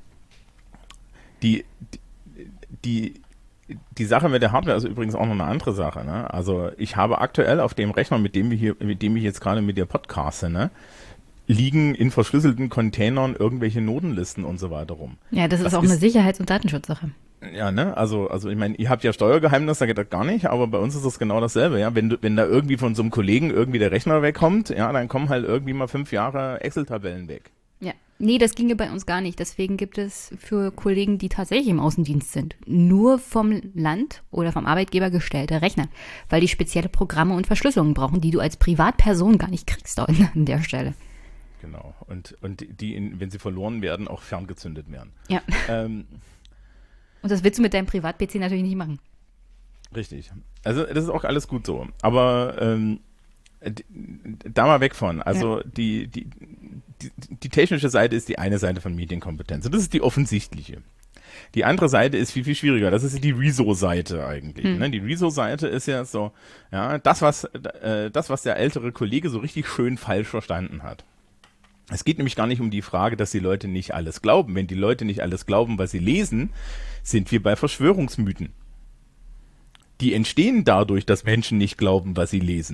die, die, die Sache mit der Hardware ist übrigens auch noch eine andere Sache. Ne? Also ich habe aktuell auf dem Rechner, mit dem wir hier, mit dem ich jetzt gerade mit dir podcaste, ne, liegen in verschlüsselten Containern irgendwelche Notenlisten und so weiter rum. Ja, das, Das ist auch ist- eine Sicherheits- und Datenschutzsache. Ja, ne, also, also ich meine, ihr habt ja Steuergeheimnis, da geht das gar nicht, aber bei uns ist das genau dasselbe, ja. Wenn du, wenn da irgendwie von so einem Kollegen irgendwie der Rechner wegkommt, ja, dann kommen halt irgendwie mal fünf Jahre Excel-Tabellen weg. Ja. Nee, das ginge bei uns gar nicht. Deswegen gibt es für Kollegen, die tatsächlich im Außendienst sind, nur vom Land oder vom Arbeitgeber gestellte Rechner, weil die spezielle Programme und Verschlüsselungen brauchen, die du als Privatperson gar nicht kriegst an der Stelle. Genau. Und, und die, in, wenn sie verloren werden, auch ferngezündet werden. Ja. Ähm, Und das willst du mit deinem Privat-P C natürlich nicht machen. Richtig. Also das ist auch alles gut so. Aber ähm, d- da mal weg von. Also Ja. die, die, die, die technische Seite ist die eine Seite von Medienkompetenz. Und das ist die offensichtliche. Die andere Seite ist viel, viel schwieriger. Das ist die Reso-Seite eigentlich. Hm. Ne? Die Reso-Seite ist ja so, ja, das, was, äh, das, was der ältere Kollege so richtig schön falsch verstanden hat. Es geht nämlich gar nicht um die Frage, dass die Leute nicht alles glauben. Wenn die Leute nicht alles glauben, was sie lesen, sind wir bei Verschwörungsmythen. Die entstehen dadurch, dass Menschen nicht glauben, was sie lesen.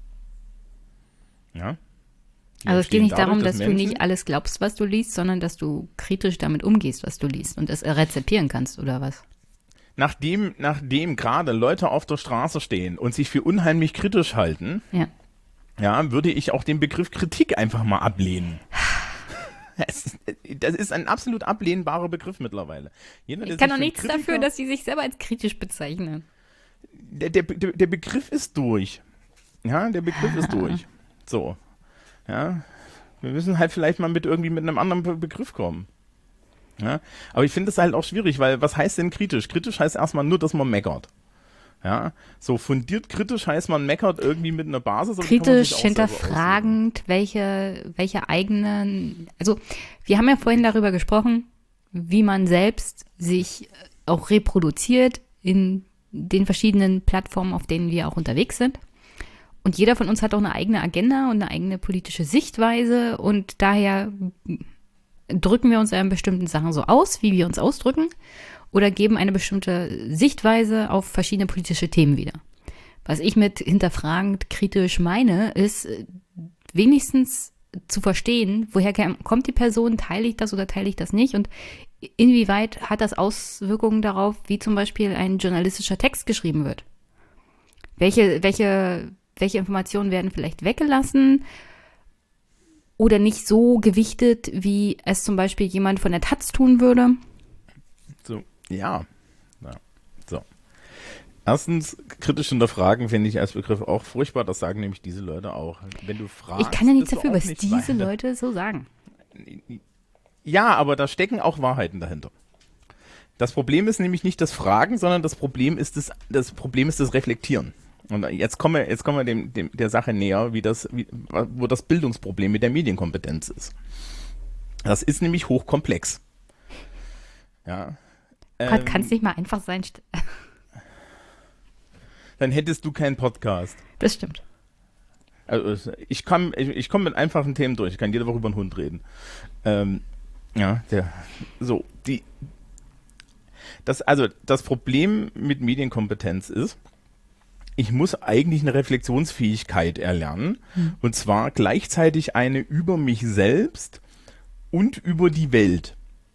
Ja? Die Also es geht entstehen nicht darum, dadurch, dass du Menschen- nicht alles glaubst, was du liest, sondern dass du kritisch damit umgehst, was du liest und es rezipieren kannst, oder was? Nachdem, nachdem gerade Leute auf der Straße stehen und sich für unheimlich kritisch halten, Ja. ja, würde ich auch den Begriff Kritik einfach mal ablehnen. Es, das ist ein absolut ablehnbarer Begriff mittlerweile. Jeder, der Ich kann sich doch für nichts Kritiker- dafür, dass sie sich selber als kritisch bezeichnen. Der, der, der der Begriff ist durch. Ja, der Begriff ist durch. So. Ja. Wir müssen halt vielleicht mal mit irgendwie mit einem anderen Be- Begriff kommen. Ja. Aber ich finde es halt auch schwierig, weil was heißt denn kritisch? Kritisch heißt erstmal nur, dass man meckert. Ja. So fundiert kritisch heißt, man meckert irgendwie mit einer Basis. aber die kann man sich Kritisch, auch selber hinterfragend, welche, welche eigenen, also wir haben ja vorhin darüber gesprochen, wie man selbst sich auch reproduziert in den verschiedenen Plattformen, auf denen wir auch unterwegs sind. Und jeder von uns hat auch eine eigene Agenda und eine eigene politische Sichtweise und daher drücken wir uns in bestimmten Sachen so aus, wie wir uns ausdrücken oder geben eine bestimmte Sichtweise auf verschiedene politische Themen wieder. Was ich mit hinterfragend kritisch meine, ist äh, wenigstens zu verstehen, woher kä- kommt die Person, teile ich das oder teile ich das nicht und inwieweit hat das Auswirkungen darauf, wie zum Beispiel ein journalistischer Text geschrieben wird. Welche, welche, welche Informationen werden vielleicht weggelassen oder nicht so gewichtet, wie es zum Beispiel jemand von der Taz tun würde? So, ja. ja. So. Erstens, kritisch hinterfragen finde ich als Begriff auch furchtbar. Das sagen nämlich diese Leute auch. Wenn du fragst, Ich kann ja nichts bist du dafür, auch was nichts diese weiter. Leute so sagen. Ja, aber da stecken auch Wahrheiten dahinter. Das Problem ist nämlich nicht das Fragen, sondern das Problem ist das, das Problem ist das Reflektieren. Und jetzt kommen wir, jetzt kommen wir dem, dem, der Sache näher, wie das, wie, wo das Bildungsproblem mit der Medienkompetenz ist. Das ist nämlich hochkomplex. Ja. Gott, Ähm, kann es nicht mal einfach sein? St- Dann hättest du keinen Podcast. Das stimmt. Also ich komme ich, ich komm mit einfachen Themen durch. Ich kann jede Woche über einen Hund reden. Ähm, ja, der. So, die. Das, also das Problem mit Medienkompetenz ist, ich muss eigentlich eine Reflexionsfähigkeit erlernen. Hm. Und zwar gleichzeitig eine über mich selbst und über die Welt.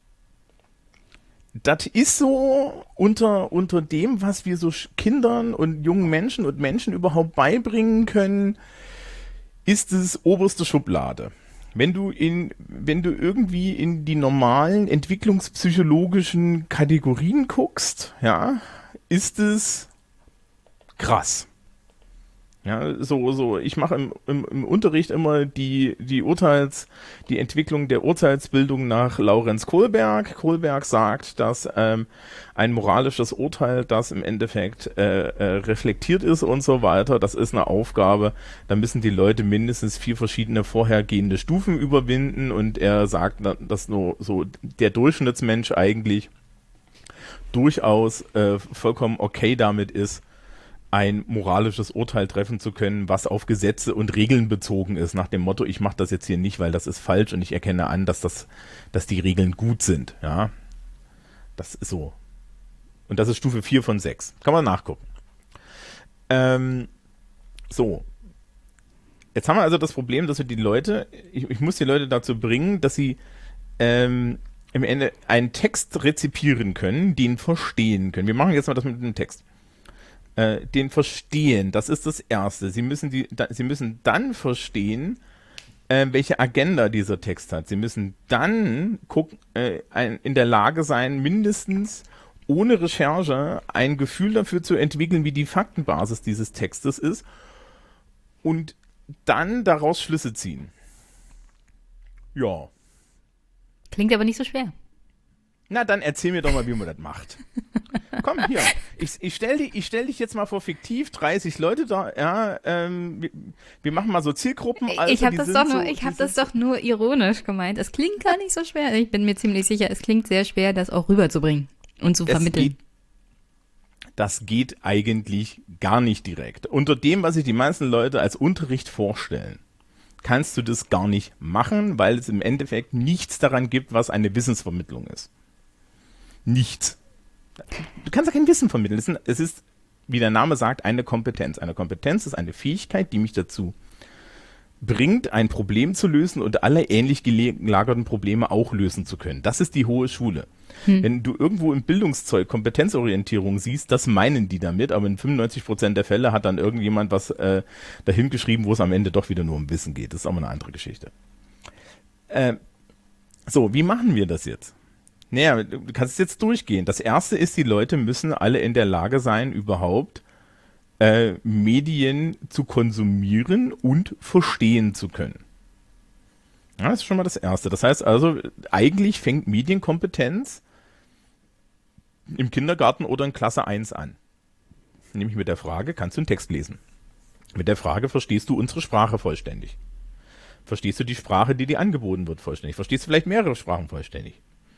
Das ist so unter, unter dem, was wir so Sch- Kindern und jungen Menschen und Menschen überhaupt beibringen können, ist es oberste Schublade. Wenn du in, wenn du irgendwie in die normalen entwicklungspsychologischen Kategorien guckst, ja, ist es krass. Ja, so, so, ich mache im, im, im Unterricht immer die, die Urteils, die Entwicklung der Urteilsbildung nach Laurenz Kohlberg. Kohlberg sagt, dass ähm, ein moralisches Urteil, das im Endeffekt äh, äh, reflektiert ist und so weiter, das ist eine Aufgabe, da müssen die Leute mindestens vier verschiedene vorhergehende Stufen überwinden, und er sagt, dass nur so der Durchschnittsmensch eigentlich durchaus äh, vollkommen okay damit ist, ein moralisches Urteil treffen zu können, was auf Gesetze und Regeln bezogen ist, nach dem Motto, ich mache das jetzt hier nicht, weil das ist falsch und ich erkenne an, dass das, dass die Regeln gut sind. Ja, das ist so. Und das ist Stufe vier von sechs. Kann man nachgucken. Ähm, so. Jetzt haben wir also das Problem, dass wir die Leute, ich, ich muss die Leute dazu bringen, dass sie ähm, im Ende einen Text rezipieren können, den verstehen können. Wir machen jetzt mal das mit dem Text. Äh, den verstehen, das ist das Erste. Sie müssen, die, da, Sie müssen dann verstehen, äh, welche Agenda dieser Text hat. Sie müssen dann gucken, äh, ein, in der Lage sein, mindestens ohne Recherche ein Gefühl dafür zu entwickeln, wie die Faktenbasis dieses Textes ist, und dann daraus Schlüsse ziehen. Ja. Klingt aber nicht so schwer. Na, dann erzähl mir doch mal, wie man das macht. Komm, hier, ich, ich stell dich, ich stell dich jetzt mal vor fiktiv, dreißig Leute da, ja, ähm, wir, wir machen mal so Zielgruppen. Also ich habe das, doch nur, so, ich hab das doch nur ironisch gemeint. Es klingt gar nicht so schwer. Ich bin mir ziemlich sicher, es klingt sehr schwer, das auch rüberzubringen und zu vermitteln. Geht, das geht eigentlich gar nicht direkt. Unter dem, was sich die meisten Leute als Unterricht vorstellen, kannst du das gar nicht machen, weil es im Endeffekt nichts daran gibt, was eine Wissensvermittlung ist. Nichts. Du kannst ja kein Wissen vermitteln. Es ist, wie der Name sagt, eine Kompetenz. Eine Kompetenz ist eine Fähigkeit, die mich dazu bringt, ein Problem zu lösen und alle ähnlich gelagerten Probleme auch lösen zu können. Das ist die hohe Schule. Hm. Wenn du irgendwo im Bildungszeug Kompetenzorientierung siehst, das meinen die damit, aber in fünfundneunzig Prozent der Fälle hat dann irgendjemand was äh, dahin geschrieben, wo es am Ende doch wieder nur um Wissen geht. Das ist aber eine andere Geschichte. Äh, so, wie machen wir das jetzt? Naja, du kannst es jetzt durchgehen. Das Erste ist, die Leute müssen alle in der Lage sein, überhaupt äh, Medien zu konsumieren und verstehen zu können. Ja, das ist schon mal das Erste. Das heißt also, eigentlich fängt Medienkompetenz im Kindergarten oder in Klasse eins an. Nämlich mit der Frage, kannst du einen Text lesen? Mit der Frage, verstehst du unsere Sprache vollständig? Verstehst du die Sprache, die dir angeboten wird, vollständig? Verstehst du vielleicht mehrere Sprachen vollständig?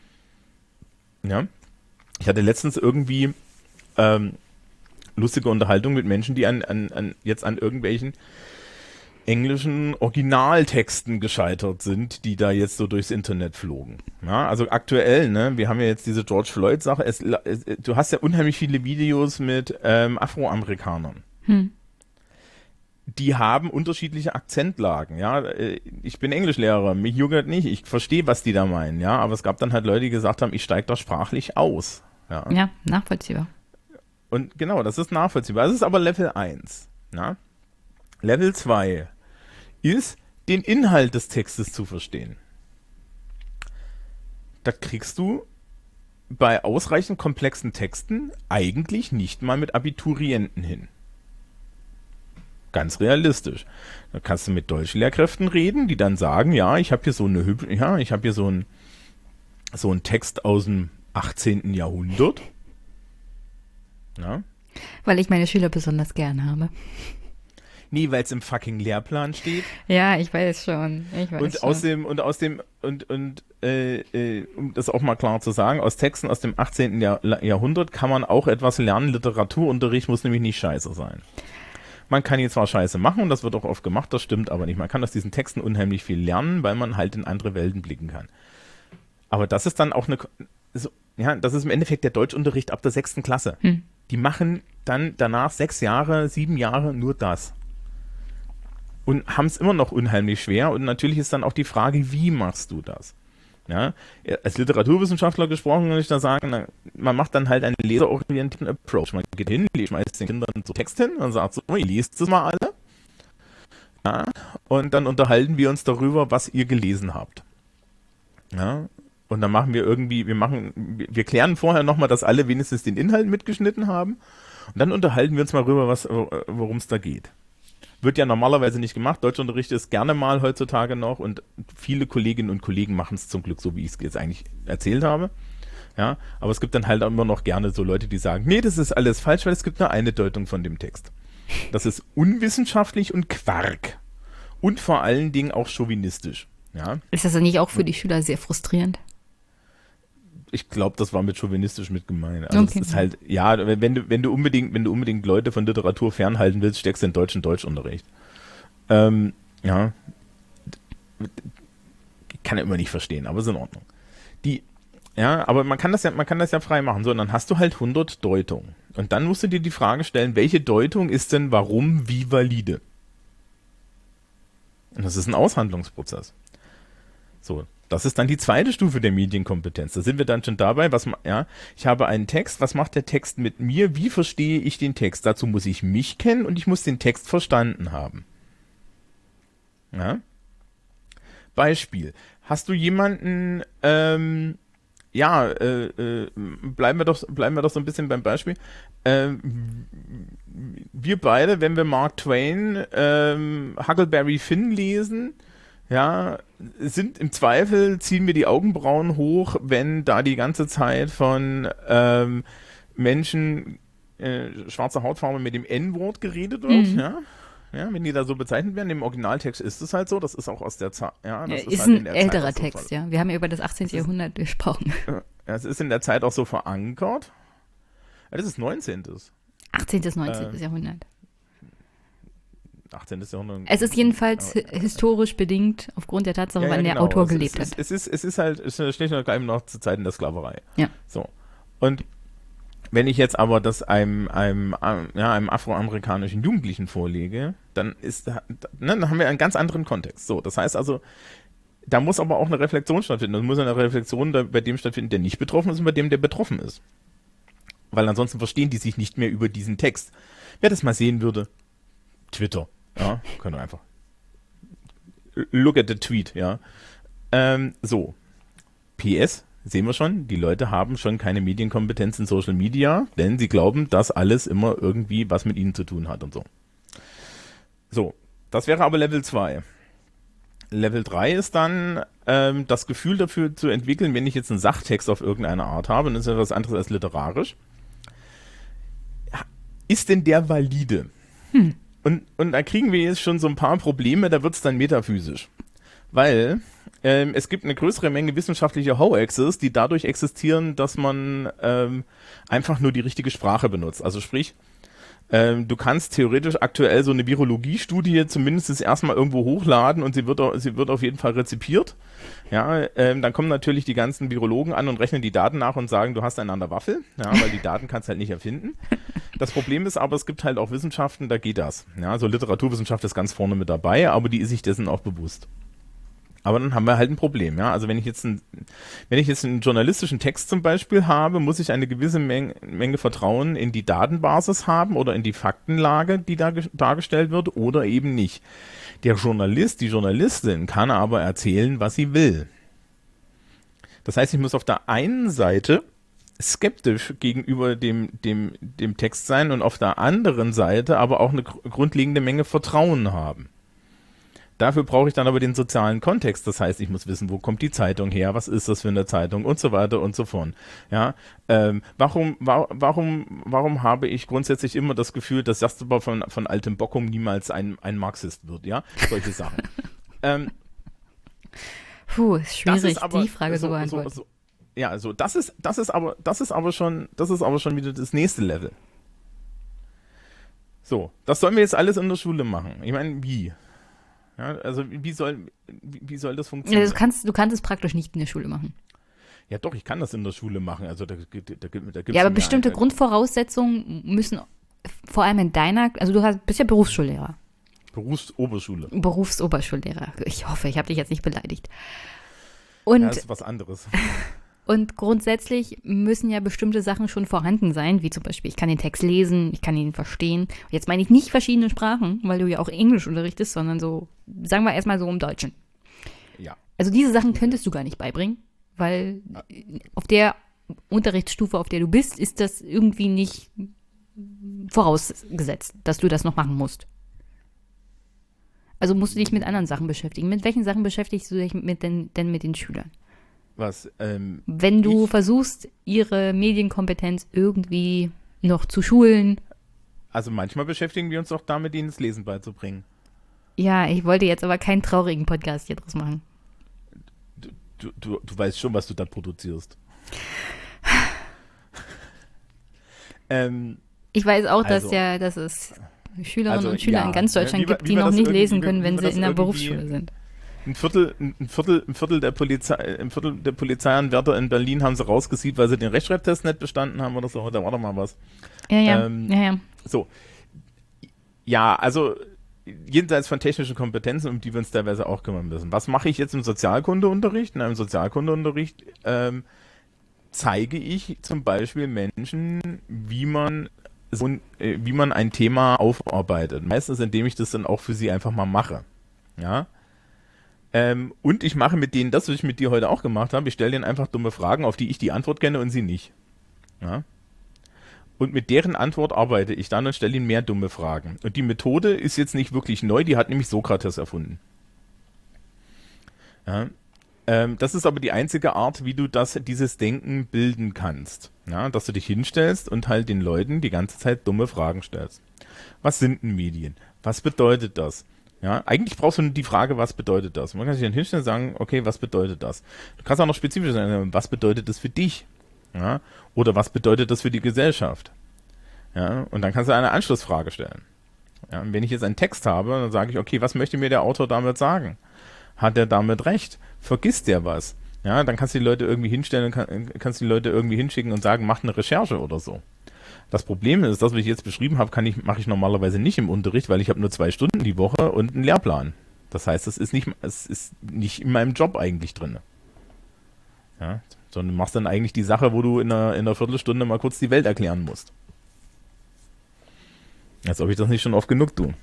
Ja. Ich hatte letztens irgendwie ähm, lustige Unterhaltung mit Menschen, die an, an, an jetzt an irgendwelchen englischen Originaltexten gescheitert sind, die da jetzt so durchs Internet flogen. Ja, also aktuell, ne, wir haben ja jetzt diese George Floyd-Sache. Es, es, du hast ja unheimlich viele Videos mit ähm, Afroamerikanern. Hm. Die haben unterschiedliche Akzentlagen, ja. Ich bin Englischlehrer, mich juckt nicht, ich verstehe, was die da meinen, ja. Aber es gab dann halt Leute, die gesagt haben, ich steige da sprachlich aus. Ja, ja, nachvollziehbar. Und genau, das ist nachvollziehbar. Das ist aber Level eins. Ja? Level zwei ist, den Inhalt des Textes zu verstehen. Das kriegst du bei ausreichend komplexen Texten eigentlich nicht mal mit Abiturienten hin. Ganz realistisch. Da kannst du mit Deutschlehrkräften reden, die dann sagen, ja, ich habe hier so eine ja, ich habe hier so ein so einen Text aus dem achtzehnten Jahrhundert. Ja. Weil ich meine Schüler besonders gern habe. Nee, weil es im fucking Lehrplan steht. Ja, ich weiß schon. Ich weiß und schon. aus dem und aus dem und und äh, äh, um das auch mal klar zu sagen, aus Texten aus dem achtzehnten Jahr, Jahrhundert kann man auch etwas lernen. Literaturunterricht muss nämlich nicht scheiße sein. Man kann hier zwar Scheiße machen und das wird auch oft gemacht, das stimmt aber nicht. Man kann aus diesen Texten unheimlich viel lernen, weil man halt in andere Welten blicken kann. Aber das ist dann auch eine, so, ja, das ist im Endeffekt der Deutschunterricht ab der sechsten Klasse. Hm. Die machen dann danach sechs Jahre, sieben Jahre nur das. Und haben es immer noch unheimlich schwer. Und natürlich ist dann auch die Frage, wie machst du das? Ja, als Literaturwissenschaftler gesprochen, kann ich da sagen, na, man macht dann halt einen leserorientierten Approach. Man geht hin, schmeißt den Kindern so Text hin und sagt so, ihr liest es mal alle. Ja, und dann unterhalten wir uns darüber, was ihr gelesen habt. Ja, und dann machen wir irgendwie, wir machen, wir klären vorher nochmal, dass alle wenigstens den Inhalt mitgeschnitten haben. Und dann unterhalten wir uns mal darüber, was, worum es da geht. Wird ja normalerweise nicht gemacht. Deutschunterricht ist gerne mal heutzutage noch und viele Kolleginnen und Kollegen machen es zum Glück so, wie ich es jetzt eigentlich erzählt habe. Ja, aber es gibt dann halt immer noch gerne so Leute, die sagen, nee, das ist alles falsch, weil es gibt nur eine Deutung von dem Text. Das ist unwissenschaftlich und Quark. Und vor allen Dingen auch chauvinistisch. Ja. Ist das dann nicht auch für die Schüler sehr frustrierend? Ich glaube, das war mit chauvinistisch mit gemeint. Also Okay. es ist halt, ja, wenn du, wenn du unbedingt, wenn du unbedingt Leute von Literatur fernhalten willst, steckst du in deutschen Deutschunterricht. Ähm, ja. Kann er immer nicht verstehen, aber ist in Ordnung. Die, ja, aber man kann das ja, man kann das ja frei machen. So, und dann hast du halt hundert Deutungen. Und dann musst du dir die Frage stellen, welche Deutung ist denn warum wie valide? Und das ist ein Aushandlungsprozess. So, das ist dann die zweite Stufe der Medienkompetenz. Da sind wir dann schon dabei, was, ja, ich habe einen Text, was macht der Text mit mir? Wie verstehe ich den Text? Dazu muss ich mich kennen und ich muss den Text verstanden haben. Ja? Beispiel. Hast du jemanden, ähm, ja, äh, äh, bleiben wir doch, bleiben wir doch so ein bisschen beim Beispiel. Ähm, wir beide, wenn wir Mark Twain, ähm, Huckleberry Finn lesen, ja, sind im Zweifel, ziehen wir die Augenbrauen hoch, wenn da die ganze Zeit von ähm, Menschen äh, schwarzer Hautfarbe mit dem N-Wort geredet wird, Mhm. ja. Ja, wenn die da so bezeichnet werden, im Originaltext ist es halt so, das ist auch aus der Zeit, ja, das Ja, ist, ist halt in ein der älterer Zeit auch so Text, ver- ja. Wir haben ja über das achtzehnten. Jahrhundert gesprochen. Ja, es ist in der Zeit auch so verankert. Ja, das ist neunzehnten. achtzehnten. neunzehnten. Äh, Jahrhundert. achtzehnten. Jahrhundert. Es ist jedenfalls hi- historisch bedingt aufgrund der Tatsache, Ja, ja, wann der genau. Autor es, gelebt es, hat. Es ist, es ist halt, es ist schlicht und ergreifend noch zu Zeiten der Sklaverei. Ja. So. Und wenn ich jetzt aber das einem, einem, ja, einem afroamerikanischen Jugendlichen vorlege, dann ist, ne, dann haben wir einen ganz anderen Kontext. So, das heißt also, da muss aber auch eine Reflexion stattfinden. Es muss eine Reflexion da, bei dem stattfinden, der nicht betroffen ist und bei dem, der betroffen ist. Weil ansonsten verstehen die sich nicht mehr über diesen Text. Wer das mal sehen würde, Twitter, ja, können wir einfach. Look at the tweet, ja. Ähm, so. P S, sehen wir schon, die Leute haben schon keine Medienkompetenz in Social Media, denn sie glauben, dass alles immer irgendwie was mit ihnen zu tun hat und so. So, das wäre aber Level zwei. Level drei ist dann ähm, das Gefühl dafür zu entwickeln, wenn ich jetzt einen Sachtext auf irgendeine Art habe, und das ist ja was anderes als literarisch. Ist denn der valide? Hm. Und, und da kriegen wir jetzt schon so ein paar Probleme, da wird es dann metaphysisch. Weil ähm, es gibt eine größere Menge wissenschaftlicher Hoaxes, die dadurch existieren, dass man ähm, einfach nur die richtige Sprache benutzt. Also sprich, ähm, du kannst theoretisch aktuell so eine Virologiestudie zumindest erstmal irgendwo hochladen und sie wird, au- sie wird auf jeden Fall rezipiert. Ja, ähm, dann kommen natürlich die ganzen Virologen an und rechnen die Daten nach und sagen, du hast einen an der Waffel, ja, weil die Daten kannst du halt nicht erfinden. Das Problem ist aber, es gibt halt auch Wissenschaften, da geht das. Ja, also Literaturwissenschaft ist ganz vorne mit dabei, aber die ist sich dessen auch bewusst. Aber dann haben wir halt ein Problem, ja. Also wenn ich jetzt ein, wenn ich jetzt einen journalistischen Text zum Beispiel habe, muss ich eine gewisse Menge, Menge Vertrauen in die Datenbasis haben oder in die Faktenlage, die da ge- dargestellt wird, oder eben nicht. Der Journalist, die Journalistin kann aber erzählen, was sie will. Das heißt, ich muss auf der einen Seite skeptisch gegenüber dem, dem, dem Text sein und auf der anderen Seite aber auch eine gr- grundlegende Menge Vertrauen haben. Dafür brauche ich dann aber den sozialen Kontext. Das heißt, ich muss wissen, wo kommt die Zeitung her, was ist das für eine Zeitung und so weiter und so fort. Ja, ähm, warum, wa warum, warum habe ich grundsätzlich immer das Gefühl, dass Jasper von, von altem Bockum niemals ein, ein Marxist wird, ja? Solche Sachen. ähm, Puh, ist das schwierig, ist aber die Frage so, zu so, beantworten. so, ja, also das ist, das ist aber, das ist aber schon, das ist aber schon wieder das nächste Level. So, das sollen wir jetzt alles in der Schule machen. Ich meine, wie? Ja, also wie soll, wie, wie soll das Ja, funktionieren? du, kannst, du kannst es praktisch nicht in der Schule machen. Ja, doch, ich kann das in der Schule machen. Also da, da, da, da gibt's Ja, aber mir bestimmte ein- Grundvoraussetzungen müssen vor allem in deiner, also du hast, bist ja Berufsschullehrer, Berufsoberschule. Berufsoberschullehrer. Ich hoffe, ich habe dich jetzt nicht beleidigt. Und, Ja, das ist was anderes. und grundsätzlich müssen ja bestimmte Sachen schon vorhanden sein, wie zum Beispiel, ich kann den Text lesen, ich kann ihn verstehen. Und jetzt meine ich nicht verschiedene Sprachen, weil du ja auch Englisch unterrichtest, sondern so, sagen wir erstmal so im Deutschen. Ja. Also diese Sachen könntest du gar nicht beibringen, weil auf der Unterrichtsstufe, auf der du bist, ist das irgendwie nicht vorausgesetzt, dass du das noch machen musst. Also musst du dich mit anderen Sachen beschäftigen. Mit welchen Sachen beschäftigst du dich mit denn, denn mit den Schülern? Was? Ähm, Wenn du ich, versuchst, ihre Medienkompetenz irgendwie noch zu schulen. Also manchmal beschäftigen wir uns auch damit, ihnen das Lesen beizubringen. Ja, ich wollte jetzt aber keinen traurigen Podcast hier draus machen. Du, du, du, du weißt schon, was du da produzierst. ähm, Ich weiß auch, also, dass ja, dass es Schülerinnen also, und Schüler ja, in ganz Deutschland wie wir- gibt, wie die wir noch das nicht irgendwie- lesen wie- können, wie wenn wir sie das in der irgendwie- Berufsschule sind. Ein Viertel, ein Viertel, ein Viertel der Polizei, ein Viertel der Polizeianwärter in Berlin haben sie rausgesiebt, weil sie den Rechtschreibtest nicht bestanden haben oder so. Da war doch mal was. Ja, ja, Ähm, ja, ja. So. Ja, also jenseits von technischen Kompetenzen, um die wir uns teilweise auch kümmern müssen. Was mache ich jetzt im Sozialkundeunterricht? In einem Sozialkundeunterricht ähm, zeige ich zum Beispiel Menschen, wie man so ein, äh, wie man ein Thema aufarbeitet. Meistens, indem ich das dann auch für sie einfach mal mache. Ja. Ähm, und ich mache mit denen das, was ich mit dir heute auch gemacht habe. Ich stelle denen einfach dumme Fragen, auf die ich die Antwort kenne und sie nicht. Ja. Und mit deren Antwort arbeite ich dann und stelle ihnen mehr dumme Fragen. Und die Methode ist jetzt nicht wirklich neu, die hat nämlich Sokrates erfunden. Ja. Ähm, das ist aber die einzige Art, wie du das, dieses Denken bilden kannst. Ja, dass du dich hinstellst und halt den Leuten die ganze Zeit dumme Fragen stellst. Was sind denn Medien? Was bedeutet das? Ja, eigentlich brauchst du nur die Frage, was bedeutet das? Man kann sich dann hinstellen und sagen, okay, was bedeutet das? Du kannst auch noch spezifisch sagen, was bedeutet das für dich? Ja, oder was bedeutet das für die Gesellschaft? Ja, und dann kannst du eine Anschlussfrage stellen. Ja, und wenn ich jetzt einen Text habe, dann sage ich, okay, was möchte mir der Autor damit sagen? Hat er damit recht? Vergisst der was? Ja, dann kannst du die Leute irgendwie hinstellen und kann, kannst die Leute irgendwie hinschicken und sagen, mach eine Recherche oder so. Das Problem ist, das, was ich jetzt beschrieben habe, kann ich, mache ich normalerweise nicht im Unterricht, weil ich habe nur zwei Stunden die Woche und einen Lehrplan. Das heißt, es ist nicht, es ist nicht in meinem Job eigentlich drin. Ja, sondern du machst dann eigentlich die Sache, wo du in einer, in einer Viertelstunde mal kurz die Welt erklären musst. Als ob ich das nicht schon oft genug tue.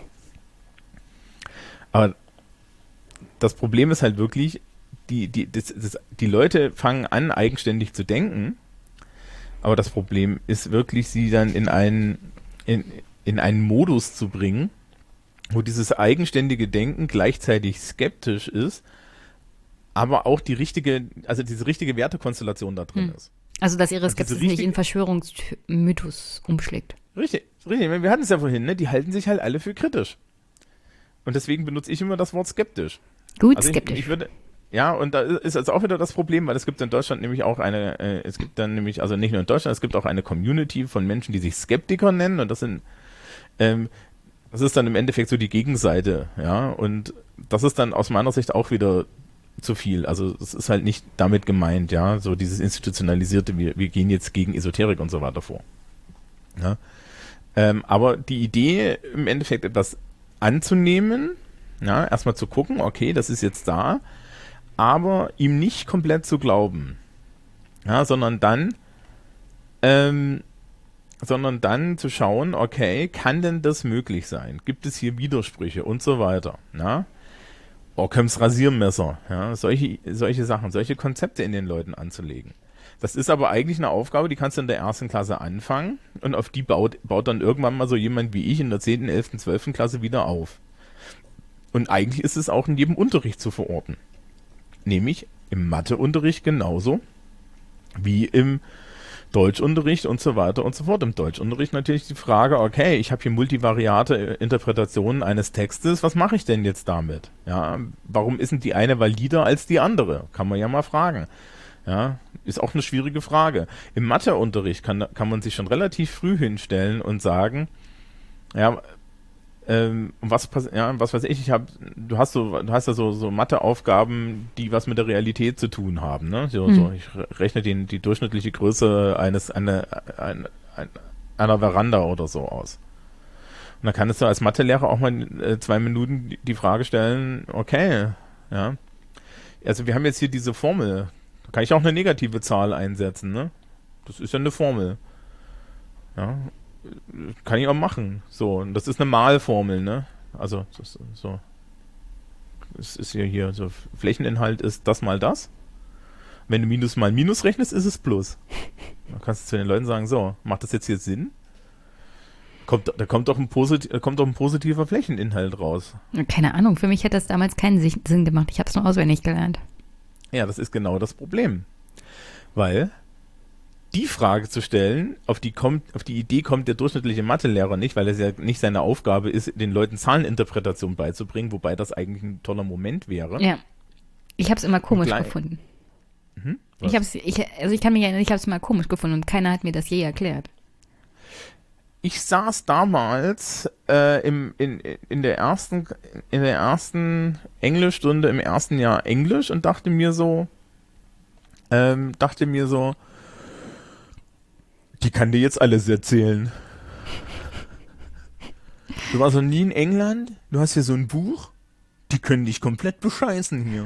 Aber das Problem ist halt wirklich, die, die, das, das, die Leute fangen an, eigenständig zu denken, aber das Problem ist wirklich, sie dann in einen, in, in einen Modus zu bringen, wo dieses eigenständige Denken gleichzeitig skeptisch ist, aber auch die richtige, also diese richtige Wertekonstellation da drin Hm. ist. Also, dass ihre Also diese Skepsis nicht richtige- in Verschwörungsmythos umschlägt. Richtig, richtig. Wir hatten es ja vorhin, ne? Die halten sich halt alle für kritisch. Und deswegen benutze ich immer das Wort skeptisch. Gut, Also ich, skeptisch. ich würde, ja, und da ist also auch wieder das Problem, weil es gibt in Deutschland nämlich auch eine, äh, es gibt dann nämlich, also nicht nur in Deutschland, es gibt auch eine Community von Menschen, die sich Skeptiker nennen und das sind, ähm, das ist dann im Endeffekt so die Gegenseite, ja, und das ist dann aus meiner Sicht auch wieder zu viel. Also es ist halt nicht damit gemeint, ja, so dieses institutionalisierte, wir, wir gehen jetzt gegen Esoterik und so weiter vor. Ja. Ähm, aber die Idee, im Endeffekt etwas anzunehmen, ja, erstmal zu gucken, okay, das ist jetzt da, aber ihm nicht komplett zu glauben, ja, sondern dann, ähm, sondern dann zu schauen, okay, kann denn das möglich sein? Gibt es hier Widersprüche und so weiter, ja? Ockhams Rasiermesser, ja, solche, solche Sachen, solche Konzepte in den Leuten anzulegen. Das ist aber eigentlich eine Aufgabe, die kannst du in der ersten Klasse anfangen und auf die baut, baut dann irgendwann mal so jemand wie ich in der zehnten, elften, zwölften Klasse wieder auf. Und eigentlich ist es auch in jedem Unterricht zu verorten. Nämlich im Matheunterricht genauso wie im Deutschunterricht und so weiter und so fort. Im Deutschunterricht natürlich die Frage, okay, ich habe hier multivariate Interpretationen eines Textes, was mache ich denn jetzt damit? Ja, warum ist denn die eine valider als die andere? Kann man ja mal fragen. Ja, ist auch eine schwierige Frage. Im Matheunterricht kann, kann man sich schon relativ früh hinstellen und sagen, ja, ähm, was pass- ja, was weiß ich, ich habe, du hast so, du hast ja so, so Matheaufgaben, die was mit der Realität zu tun haben, ne? So, Hm. so, ich re- rechne den, die durchschnittliche Größe eines, eine, ein, ein, einer Veranda oder so aus. Und dann kannst du als Mathelehrer auch mal äh, zwei Minuten die- die Frage stellen, okay, ja, also wir haben jetzt hier diese Formel, da kann ich auch eine negative Zahl einsetzen, ne? Das ist ja eine Formel. Ja, kann ich auch machen. So, und das ist eine Malformel, ne? Also, das, ist so. Es ist ja hier, so Flächeninhalt ist das mal das. Wenn du Minus mal Minus rechnest, ist es Plus. Dann kannst du zu den Leuten sagen, so, macht das jetzt hier Sinn? Kommt, da kommt doch, ein posit- da kommt doch ein positiver Flächeninhalt raus. Keine Ahnung, für mich hätte das damals keinen Sinn gemacht. Ich habe es nur auswendig gelernt. Ja, das ist genau das Problem. Weil die Frage zu stellen, auf die kommt, auf die Idee kommt der durchschnittliche Mathelehrer nicht, weil es ja nicht seine Aufgabe ist, den Leuten Zahleninterpretation beizubringen, wobei das eigentlich ein toller Moment wäre. Ja. Ich habe es immer komisch gleich- gefunden. Mhm. Ich hab's, ich, also ich kann mich erinnern, ich habe es mal komisch gefunden und keiner hat mir das je erklärt. Ich saß damals äh, im, in, in, der ersten, in der ersten Englischstunde im ersten Jahr Englisch und dachte mir so, ähm, dachte mir so, die kann dir jetzt alles erzählen. Du warst noch nie in England, du hast hier so ein Buch, die können dich komplett bescheißen hier.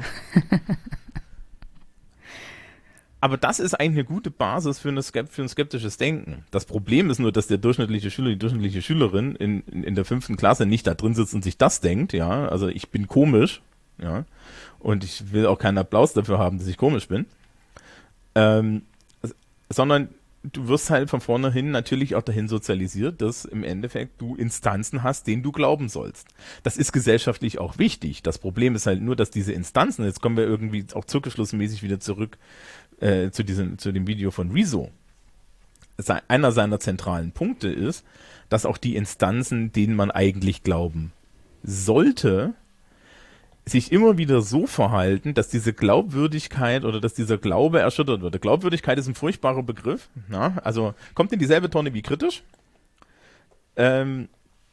Aber das ist eigentlich eine gute Basis für, eine Skep- für ein skeptisches Denken. Das Problem ist nur, dass der durchschnittliche Schüler, die durchschnittliche Schülerin in, in, in der fünften Klasse nicht da drin sitzt und sich das denkt, ja. Also ich bin komisch, ja. Und ich will auch keinen Applaus dafür haben, dass ich komisch bin. Ähm, sondern du wirst halt von vornherein natürlich auch dahin sozialisiert, dass im Endeffekt du Instanzen hast, denen du glauben sollst. Das ist gesellschaftlich auch wichtig. Das Problem ist halt nur, dass diese Instanzen, jetzt kommen wir irgendwie auch zirkelschlussmäßig wieder zurück äh, zu diesem, zu dem Video von Rezo. Se- Einer seiner zentralen Punkte ist, dass auch die Instanzen, denen man eigentlich glauben sollte, sich immer wieder so verhalten, dass diese Glaubwürdigkeit oder dass dieser Glaube erschüttert wird. Glaubwürdigkeit ist ein furchtbarer Begriff. Na? Also kommt in dieselbe Tonne wie kritisch. Ähm,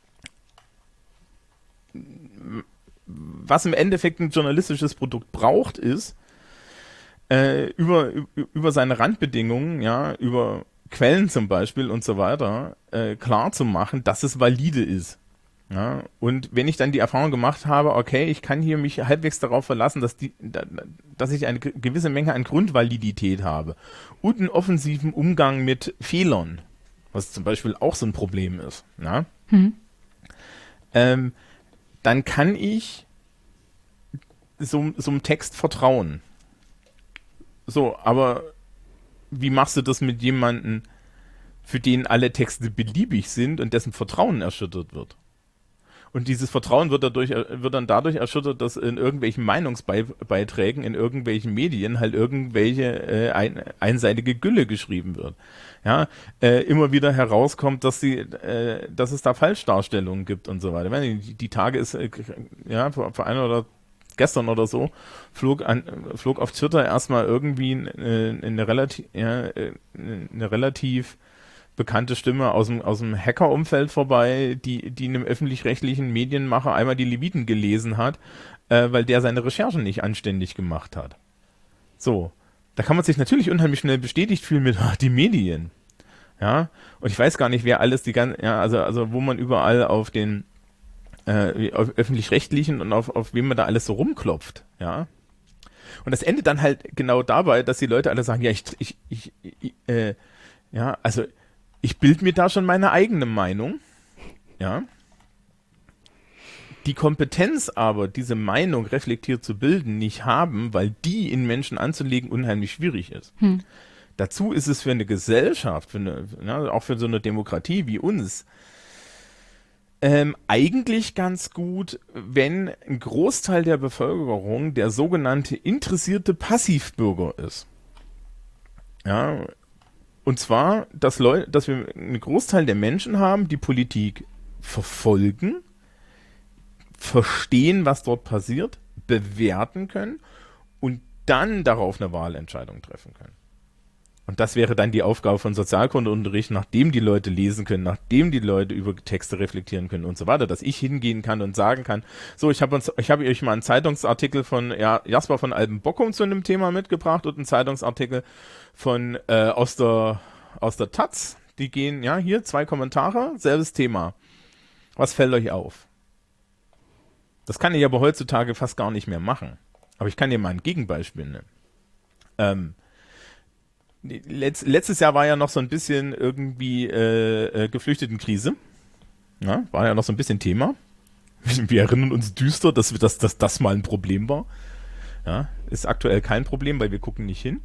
was im Endeffekt ein journalistisches Produkt braucht, ist äh, über, über seine Randbedingungen, ja, über Quellen zum Beispiel und so weiter, äh, klar zu machen, dass es valide ist. Ja, und wenn ich dann die Erfahrung gemacht habe, okay, ich kann hier mich halbwegs darauf verlassen, dass die, dass ich eine gewisse Menge an Grundvalidität habe und einen offensiven Umgang mit Fehlern, was zum Beispiel auch so ein Problem ist, ja, Hm. ähm, dann kann ich so, so einem Text vertrauen. So, aber wie machst du das mit jemandem, für den alle Texte beliebig sind und dessen Vertrauen erschüttert wird? Und dieses Vertrauen wird dadurch, wird dann dadurch erschüttert, dass in irgendwelchen Meinungsbeiträgen, in irgendwelchen Medien halt irgendwelche äh, ein, einseitige Gülle geschrieben wird. Ja, äh, immer wieder herauskommt, dass sie, äh, dass es da Falschdarstellungen gibt und so weiter. Die, die Tage ist, äh, ja, vor, vor einer oder gestern oder so, flog an, flog auf Twitter erstmal irgendwie eine, eine relativ, ja, eine relativ bekannte Stimme aus dem, aus dem Hacker-Umfeld vorbei, die, die einem öffentlich-rechtlichen Medienmacher einmal die Leviten gelesen hat, äh, weil der seine Recherchen nicht anständig gemacht hat. So. Da kann man sich natürlich unheimlich schnell bestätigt fühlen mit, ach, die Medien. Ja. Und ich weiß gar nicht, wer alles die ganze, ja, also, also, wo man überall auf den, äh, auf öffentlich-rechtlichen und auf, auf wem man da alles so rumklopft. Ja. Und das endet dann halt genau dabei, dass die Leute alle sagen, ja, ich, ich, ich, ich äh, ja, also, ich bilde mir da schon meine eigene Meinung, ja. Die Kompetenz aber, diese Meinung reflektiert zu bilden, nicht haben, weil die in Menschen anzulegen unheimlich schwierig ist. Hm. Dazu ist es für eine Gesellschaft, für eine, ja, auch für so eine Demokratie wie uns, ähm, eigentlich ganz gut, wenn ein Großteil der Bevölkerung der sogenannte interessierte Passivbürger ist. Ja. Und zwar, dass, Leu- dass wir einen Großteil der Menschen haben, die Politik verfolgen, verstehen, was dort passiert, bewerten können und dann darauf eine Wahlentscheidung treffen können. Und das wäre dann die Aufgabe von Sozialkundeunterricht, nachdem die Leute lesen können, nachdem die Leute über Texte reflektieren können und so weiter, dass ich hingehen kann und sagen kann, so, ich habe uns, ich habe euch mal einen Zeitungsartikel von ja, Jasper von Albenbockum zu einem Thema mitgebracht und einen Zeitungsartikel von äh, aus der aus der Taz. Die gehen, ja, hier zwei Kommentare, selbes Thema. Was fällt euch auf? Das kann ich aber heutzutage fast gar nicht mehr machen. Aber ich kann dir mal ein Gegenbeispiel nennen. Ähm, Letz, letztes Jahr war ja noch so ein bisschen irgendwie äh, äh, Geflüchtetenkrise. Ja, war ja noch so ein bisschen Thema. Wir erinnern uns düster, dass, dass, dass das mal ein Problem war. Ja, ist aktuell kein Problem, weil wir gucken nicht hin.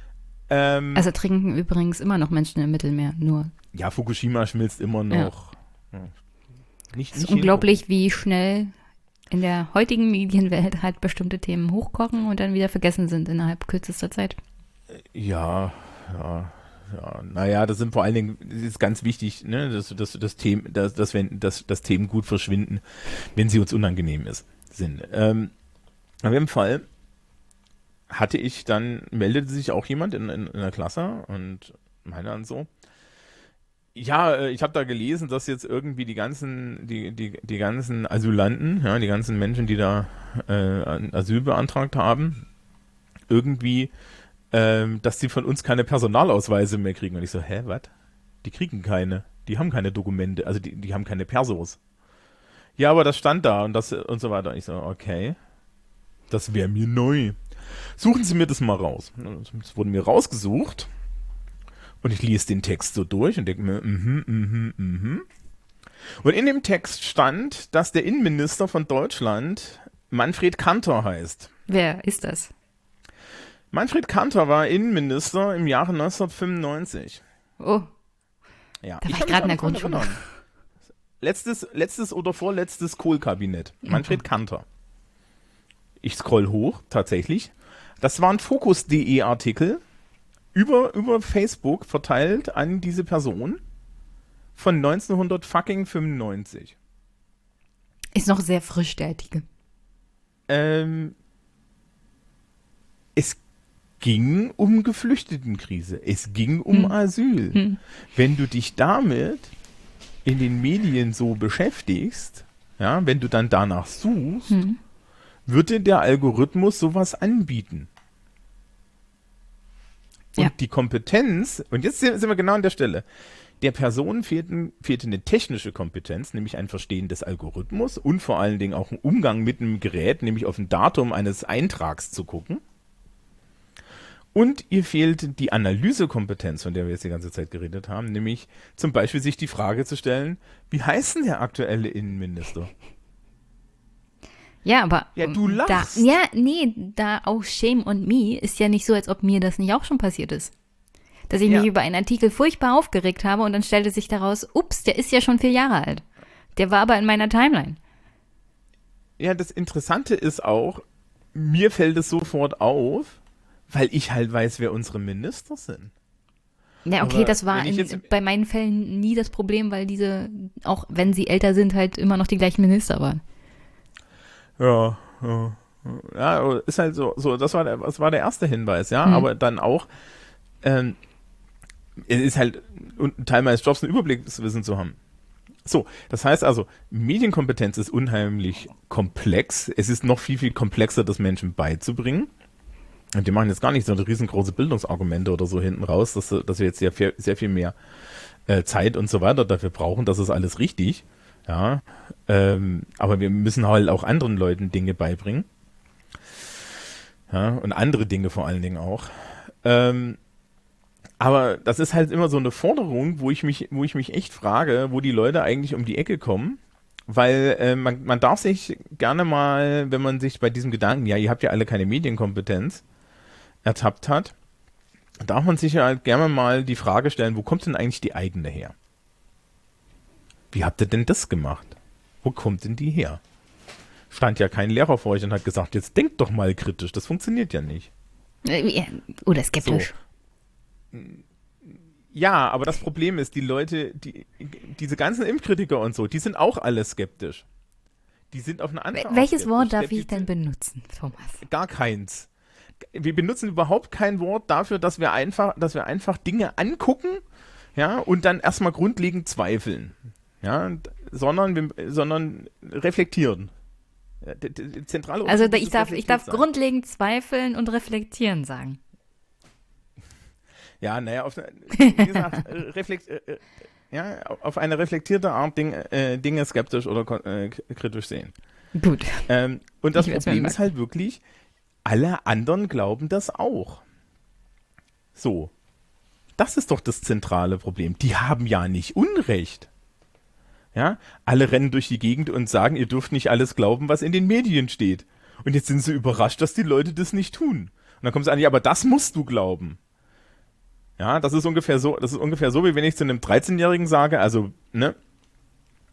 Ähm, Also trinken übrigens immer noch Menschen im Mittelmeer, nur. ja, Fukushima schmilzt immer noch. Nicht, Es ist nicht unglaublich, wie schnell in der heutigen Medienwelt halt bestimmte Themen hochkochen und dann wieder vergessen sind innerhalb kürzester Zeit. Ja, ja, ja. Naja, das sind vor allen Dingen, das ist ganz wichtig, ne, dass, dass, das Themen, dass, dass, wenn, dass, dass Themen gut verschwinden, wenn sie uns unangenehm ist, sind. Ähm, auf jeden Fall hatte ich dann, meldete sich auch jemand in, in, in der Klasse und meinte dann so, ja, äh, ich habe da gelesen, dass jetzt irgendwie die ganzen, die, die, die ganzen Asylanten, ja, die ganzen Menschen, die da äh, Asyl beantragt haben, irgendwie, ähm, dass die von uns keine Personalausweise mehr kriegen. Und ich so, hä, was? Die kriegen keine. Die haben keine Dokumente, also die, die haben keine Persos. Ja, aber das stand da und das und so weiter. Und ich so, okay, das wäre mir neu. Suchen Sie mir das mal raus. Es wurde mir rausgesucht. Und ich lese den Text so durch und denke mir, mhm, mhm, mhm. Und in dem Text stand, dass der Innenminister von Deutschland Manfred Kantor heißt. Wer ist das? Manfred Kantor war Innenminister im Jahre neunzehnhundertfünfundneunzig. Oh, Ja, da war ich kann mich gerade in der noch dran Grundschule. erinnern. Letztes, letztes oder vorletztes Kohl-Kabinett. Manfred Kantor. Ich scroll hoch, tatsächlich. Das war ein Fokus.de Artikel über, über Facebook verteilt an diese Person von neunzehnhundertfünfundneunzig. Ist noch sehr frisch, der Artikel. Ähm, es ging um Geflüchtetenkrise. Es ging um Hm. Asyl. Hm. Wenn du dich damit in den Medien so beschäftigst, ja, wenn du dann danach suchst, Hm. würde der Algorithmus sowas anbieten. Und Ja. die Kompetenz, und jetzt sind wir genau an der Stelle, der Person fehlten, fehlte eine technische Kompetenz, nämlich ein Verstehen des Algorithmus und vor allen Dingen auch ein Umgang mit einem Gerät, nämlich auf ein Datum eines Eintrags zu gucken. Und ihr fehlt die Analysekompetenz, von der wir jetzt die ganze Zeit geredet haben, nämlich zum Beispiel sich die Frage zu stellen, wie heißt denn der aktuelle Innenminister? Ja, aber Ja, du ähm, lachst. Da, ja, nee, da auch Shame on Me ist ja nicht so, als ob mir das nicht auch schon passiert ist. Dass ich Ja. mich über einen Artikel furchtbar aufgeregt habe und dann stellte sich daraus, ups, der ist ja schon vier Jahre alt. Der war aber in meiner Timeline. Ja, das Interessante ist auch, mir fällt es sofort auf, weil ich halt weiß, wer unsere Minister sind. Ja, okay, Aber das war wenn ich in, jetzt- bei meinen Fällen nie das Problem, weil diese, auch wenn sie älter sind, halt immer noch die gleichen Minister waren. Ja, ja. Ja, aber ist halt so, so das war der, das war der erste Hinweis, ja, Hm. aber dann auch, ähm, es ist halt ein Teil meines Jobs, ein Überblickswissen zu haben. So, das heißt also, Medienkompetenz ist unheimlich komplex. Es ist noch viel, viel komplexer, das Menschen beizubringen. Und die machen jetzt gar nicht so riesengroße Bildungsargumente oder so hinten raus, dass, dass wir jetzt sehr, viel- sehr viel mehr äh, Zeit und so weiter dafür brauchen. Das ist alles richtig. Ja, ähm, aber wir müssen halt auch anderen Leuten Dinge beibringen. Ja, und andere Dinge vor allen Dingen auch. Ähm, aber das ist halt immer so eine Forderung, wo ich mich, wo ich mich echt frage, wo die Leute eigentlich um die Ecke kommen. Weil äh, man, man darf sich gerne mal, wenn man sich bei diesem Gedanken, ja, ihr habt ja alle keine Medienkompetenz, ertappt hat, darf man sich halt gerne mal die Frage stellen, wo kommt denn eigentlich die eigene her? Wie habt ihr denn das gemacht? Wo kommt denn die her? Stand ja kein Lehrer vor euch und hat gesagt, jetzt denkt doch mal kritisch, das funktioniert ja nicht. Äh, ja, Oder skeptisch. Ja, aber das Problem ist, die Leute, die, diese ganzen Impfkritiker und so, die sind auch alle skeptisch. Die sind auf eine andere Art Welches skeptisch. Wort darf ich Skeptiz- denn benutzen, Thomas? Gar keins. Wir benutzen überhaupt kein Wort dafür, dass wir einfach, dass wir einfach Dinge angucken, ja, und dann erstmal grundlegend zweifeln. Ja, und- sondern, wir, sondern reflektieren. Ja, der- der- der zentrale Also Unterschied ich ist darf, ich darf reflektiert sein. grundlegend zweifeln und reflektieren sagen. Ja, naja, auf, wie gesagt, äh, reflekt, äh, äh, ja, auf eine reflektierte Art Ding, äh, Dinge skeptisch oder ko- äh, k- kritisch sehen. Gut. Ähm, und das Ich werd's mir Problem ist merken. halt wirklich, alle anderen glauben das auch. So. Das ist doch das zentrale Problem. Die haben ja nicht Unrecht. Ja, alle rennen durch die Gegend und sagen, ihr dürft nicht alles glauben, was in den Medien steht. Und jetzt sind sie überrascht, dass die Leute das nicht tun. Und dann kommen sie an, ja, aber das musst du glauben. Ja, das ist ungefähr so, das ist ungefähr so, wie wenn ich zu einem dreizehnjährigen sage, also, ne,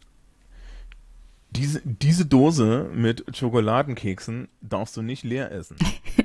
diese, diese Dose mit Schokoladenkeksen darfst du nicht leer essen.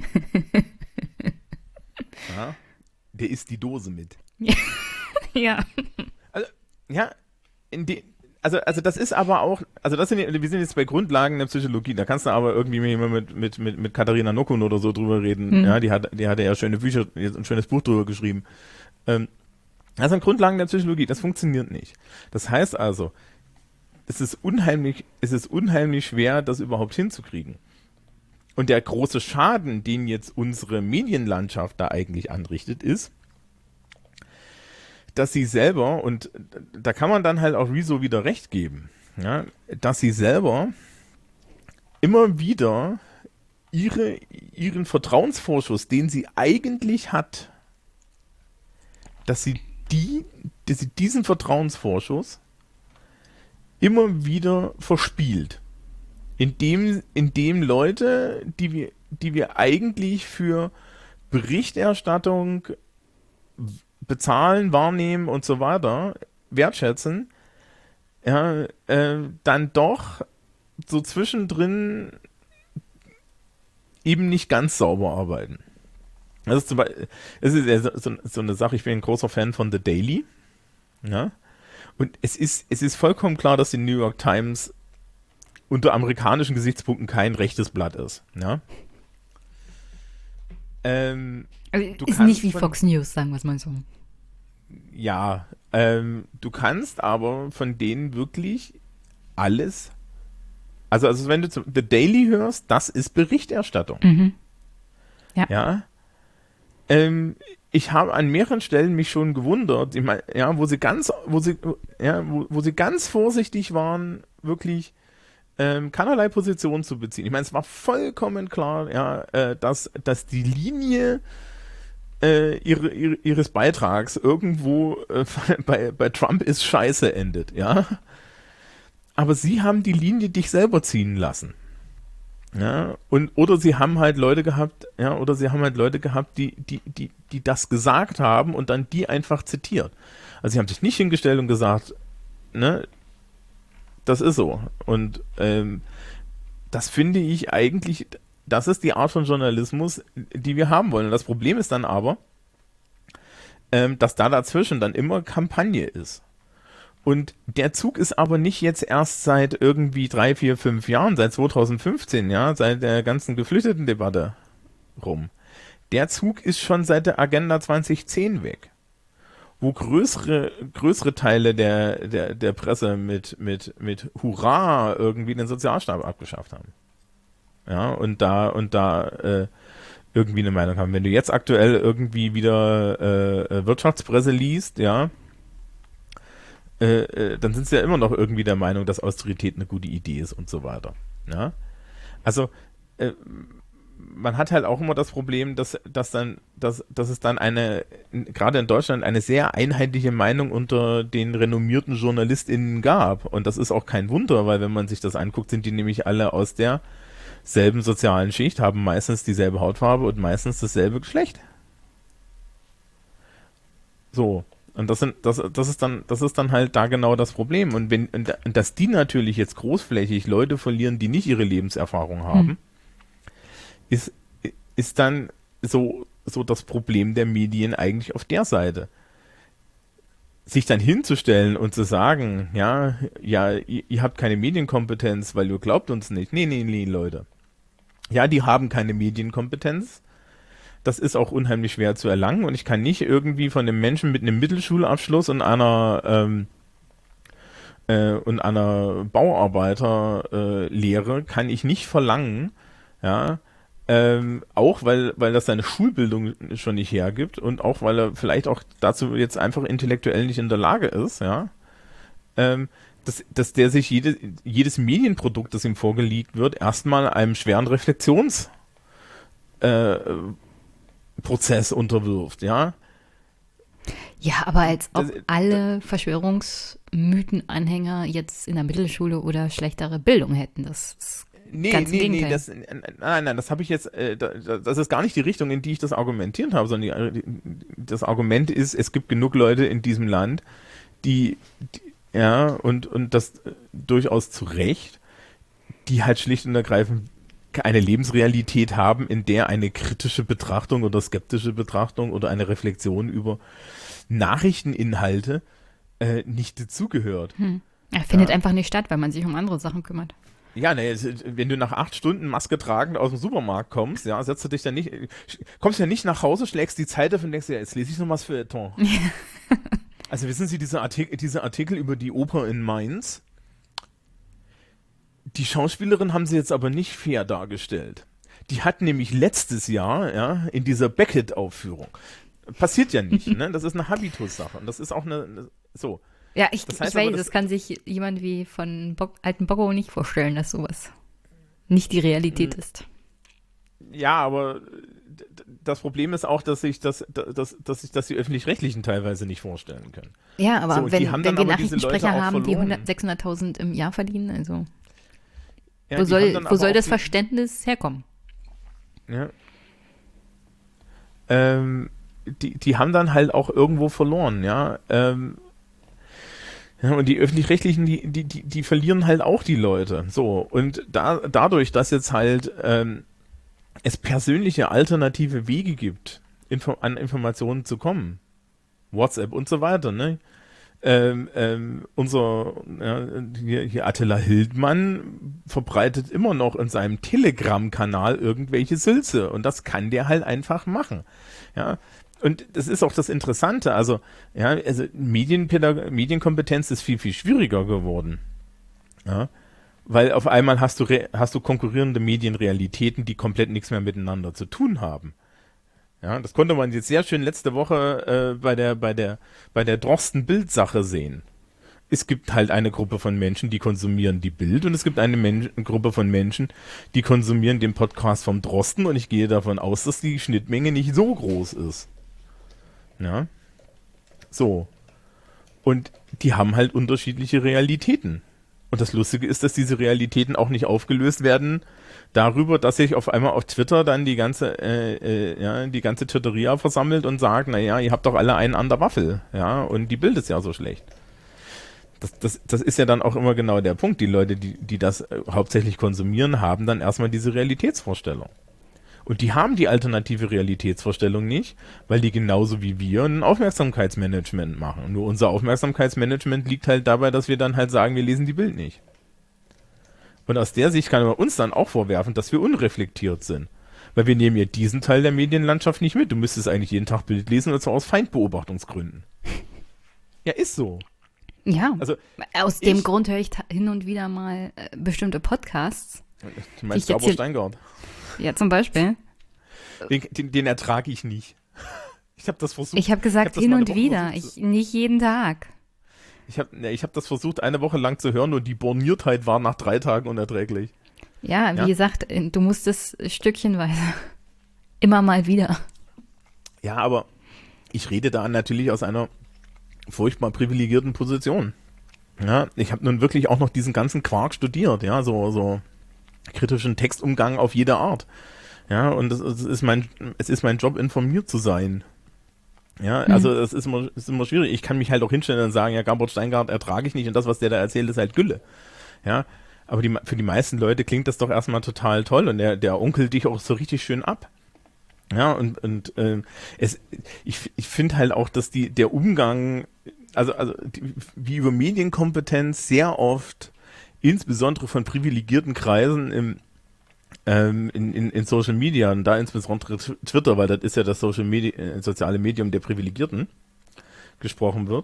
Ja, der isst die Dose mit. Ja. Also, ja, in die, also, also das ist aber auch, also das sind, wir sind jetzt bei Grundlagen der Psychologie, da kannst du aber irgendwie mit, mit, mit, mit Katharina Nockun oder so drüber reden, hm. ja, die hat, die hat ja schöne Bücher, ein schönes Buch drüber geschrieben. Ähm, das sind Grundlagen der Psychologie, das funktioniert nicht. Das heißt also, es ist unheimlich, es ist unheimlich schwer, das überhaupt hinzukriegen. Und der große Schaden, den jetzt unsere Medienlandschaft da eigentlich anrichtet, ist, dass sie selber, und da kann man dann halt auch Rezo wieder recht geben, ja, dass sie selber immer wieder ihre, ihren Vertrauensvorschuss, den sie eigentlich hat, dass sie die, dass sie diesen Vertrauensvorschuss immer wieder verspielt. Indem, indem Leute, die wir, die wir eigentlich für Berichterstattung bezahlen, wahrnehmen und so weiter, wertschätzen, ja, äh, dann doch so zwischendrin eben nicht ganz sauber arbeiten. Das ist, zum Beispiel, das ist ja so, so, so eine Sache, ich bin ein großer Fan von The Daily, ja, und es ist, es ist vollkommen klar, dass die New York Times unter amerikanischen Gesichtspunkten kein rechtes Blatt ist, ja. Ähm, also ist nicht wie von, Fox News, sagen wir es mal so. Ja, ähm, du kannst aber von denen wirklich alles, also, also wenn du zum The Daily hörst, das ist Berichterstattung. Mhm. Ja. Ja. Ähm, ich habe an mehreren Stellen mich schon gewundert, ich mein, ja, wo sie ganz, wo sie, ja, wo, wo sie ganz vorsichtig waren, wirklich ähm, keinerlei Position zu beziehen. Ich meine, es war vollkommen klar, ja, äh, dass, dass die Linie äh, ihre, ihre, ihres Beitrags irgendwo äh, bei, bei Trump ist Scheiße endet, ja. Aber sie haben die Linie dich selber ziehen lassen. Ja, und oder sie haben halt Leute gehabt, ja, oder sie haben halt Leute gehabt, die, die, die, die das gesagt haben und dann die einfach zitiert. Also sie haben sich nicht hingestellt und gesagt, ne, das ist so. Und ähm, das finde ich eigentlich, das ist die Art von Journalismus, die wir haben wollen. Und das Problem ist dann aber, ähm, dass da dazwischen dann immer Kampagne ist. Und der Zug ist aber nicht jetzt erst seit irgendwie drei, vier, fünf Jahren, seit zwanzig fünfzehn, ja, seit der ganzen Geflüchteten-Debatte rum. Der Zug ist schon seit der Agenda zwanzig zehn weg, wo größere, größere Teile der, der, der Presse mit, mit, mit Hurra irgendwie den Sozialstaat abgeschafft haben. Ja, und da, und da, äh, irgendwie eine Meinung haben. Wenn du jetzt aktuell irgendwie wieder, äh, Wirtschaftspresse liest, ja, Äh, äh, dann sind sie ja immer noch irgendwie der Meinung, dass Austerität eine gute Idee ist und so weiter. Ja? Also äh, man hat halt auch immer das Problem, dass, dass dann, dass, dass es dann eine, gerade in Deutschland, eine sehr einheitliche Meinung unter den renommierten JournalistInnen gab. Und das ist auch kein Wunder, weil wenn man sich das anguckt, sind die nämlich alle aus derselben sozialen Schicht, haben meistens dieselbe Hautfarbe und meistens dasselbe Geschlecht. So. Und das sind, das, das ist dann, das ist dann halt da genau das Problem. Und wenn, und dass die natürlich jetzt großflächig Leute verlieren, die nicht ihre Lebenserfahrung haben, hm. ist, ist dann so, so das Problem der Medien eigentlich auf der Seite. Sich dann hinzustellen und zu sagen, ja, ja, ihr, ihr habt keine Medienkompetenz, weil ihr glaubt uns nicht. Nee, nee, nee, Leute. Ja, die haben keine Medienkompetenz. Das ist auch unheimlich schwer zu erlangen und ich kann nicht irgendwie von einem Menschen mit einem Mittelschulabschluss und einer ähm, äh, und einer Bauarbeiterlehre äh, kann ich nicht verlangen, ja, ähm, auch weil weil das seine Schulbildung schon nicht hergibt und auch weil er vielleicht auch dazu jetzt einfach intellektuell nicht in der Lage ist, ja, ähm, dass, dass der sich jede, jedes Medienprodukt, das ihm vorgelegt wird, erstmal einem schweren Reflexions äh, Prozess unterwirft, ja. Ja, aber als ob das, alle Verschwörungsmythen-Anhänger jetzt in der Mittelschule oder schlechtere Bildung hätten. Das ist nee, ganz nee, im nee, Gegenteil. das, nein, nein, das habe ich jetzt, äh, das ist gar nicht die Richtung, in die ich das argumentiert habe, sondern die, das Argument ist, es gibt genug Leute in diesem Land, die, die ja, und, und das durchaus zu Recht, die halt schlicht und ergreifend eine Lebensrealität haben, in der eine kritische Betrachtung oder skeptische Betrachtung oder eine Reflexion über Nachrichteninhalte äh, nicht dazugehört. Hm. Er findet Ja. einfach nicht statt, weil man sich um andere Sachen kümmert. Ja, ne, wenn du nach acht Stunden Maske tragend aus dem Supermarkt kommst, ja, setzt du dich dann nicht, kommst ja nicht nach Hause, schlägst die Zeit auf und denkst dir, jetzt lese ich noch was für Eton. Also wissen Sie, diese Artikel, diese Artikel über die Oper in Mainz, die Schauspielerin haben sie jetzt aber nicht fair dargestellt. Die hat nämlich letztes Jahr, ja, in dieser Beckett-Aufführung, passiert ja nicht, ne, das ist eine Habitus-Sache und das ist auch eine, eine so. Ja, ich, Das heißt ich weiß, aber, das, das- kann sich jemand wie von Bock, alten Bocco nicht vorstellen, dass sowas nicht die Realität ist. Ja, aber d- d- das Problem ist auch, dass sich das, dass, dass sich das die Öffentlich-Rechtlichen teilweise nicht vorstellen können. Ja, aber So, und wenn, die haben wenn dann wir aber diese Leute Nachrichtensprecher auch haben, die verloren. hundert, sechshunderttausend im Jahr verdienen, also Ja, wo die soll, haben dann wo aber soll auch das die- Verständnis herkommen? Ja. Ähm, die, die haben dann halt auch irgendwo verloren, ja. Ähm, ja, und die Öffentlich-Rechtlichen, die, die, die, die verlieren halt auch die Leute. So, und da, dadurch, dass jetzt halt ähm, es persönliche alternative Wege gibt, info an Informationen zu kommen, WhatsApp und so weiter, ne? Ähm, ähm, unser ja, hier, hier Attila Hildmann verbreitet immer noch in seinem Telegram-Kanal irgendwelche Sülze und das kann der halt einfach machen. Ja, und das ist auch das Interessante, also ja, also Medienpädag- Medienkompetenz ist viel, viel schwieriger geworden. Ja, weil auf einmal hast du re- hast du konkurrierende Medienrealitäten, die komplett nichts mehr miteinander zu tun haben. Ja, das konnte man jetzt sehr schön letzte Woche äh, bei der bei der bei der Drosten-Bild-Sache sehen. Es gibt halt eine Gruppe von Menschen, die konsumieren die Bild und es gibt eine Men- Gruppe von Menschen, die konsumieren den Podcast vom Drosten und ich gehe davon aus, dass die Schnittmenge nicht so groß ist. Ja. So. Und die haben halt unterschiedliche Realitäten. Und das Lustige ist, dass diese Realitäten auch nicht aufgelöst werden darüber, dass sich auf einmal auf Twitter dann die ganze, äh, äh, ja, die ganze Twitteria versammelt und sagt, naja, ihr habt doch alle einen an der Waffel, ja, und die Bild ist ja so schlecht. Das, das, das ist ja dann auch immer genau der Punkt. Die Leute, die, die das äh, hauptsächlich konsumieren, haben dann erstmal diese Realitätsvorstellung. Und die haben die alternative Realitätsvorstellung nicht, weil die genauso wie wir ein Aufmerksamkeitsmanagement machen. Nur unser Aufmerksamkeitsmanagement liegt halt dabei, dass wir dann halt sagen, wir lesen die Bild nicht. Und aus der Sicht kann man uns dann auch vorwerfen, dass wir unreflektiert sind. Weil wir nehmen ja diesen Teil der Medienlandschaft nicht mit. Du müsstest eigentlich jeden Tag Bild lesen, und zwar aus Feindbeobachtungsgründen. Ja, ist so. Ja, Also, aus dem ich- Grund höre ich ta- hin und wieder mal äh, bestimmte Podcasts. Du meinst Ich jetzt Gabor hier- Steingart? Ja, zum Beispiel. Den, den, den ertrage ich nicht. Ich habe das versucht. Ich habe gesagt, hab das hin mal eine und Woche wieder. versucht Ich, nicht jeden Tag. Ich habe ne, ich hab das versucht, eine Woche lang zu hören und die Borniertheit war nach drei Tagen unerträglich. Ja, wie Ja. gesagt, äh, du musst es stückchenweise. Immer mal wieder. Ja, aber ich rede da natürlich aus einer furchtbar privilegierten Position. Ja, ich habe nun wirklich auch noch diesen ganzen Quark studiert, ja, so, so kritischen Textumgang auf jede Art. Ja, und es, es ist mein, es ist mein Job, informiert zu sein. Ja, also es ist immer, ist immer schwierig. Ich kann mich halt auch hinstellen und sagen, ja, Gabor Steingart ertrage ich nicht und das, was der da erzählt, ist halt Gülle. Ja, aber die, für die meisten Leute klingt das doch erstmal total toll und der, der onkelt dich auch so richtig schön ab. Ja, und, und ähm, es, ich, ich finde halt auch, dass die, der Umgang, also, also die, wie über Medienkompetenz sehr oft, insbesondere von privilegierten Kreisen im, ähm, in, in, in Social Media, und da insbesondere Twitter, weil das ist ja das Social Media, äh, soziale Medium der Privilegierten, gesprochen wird,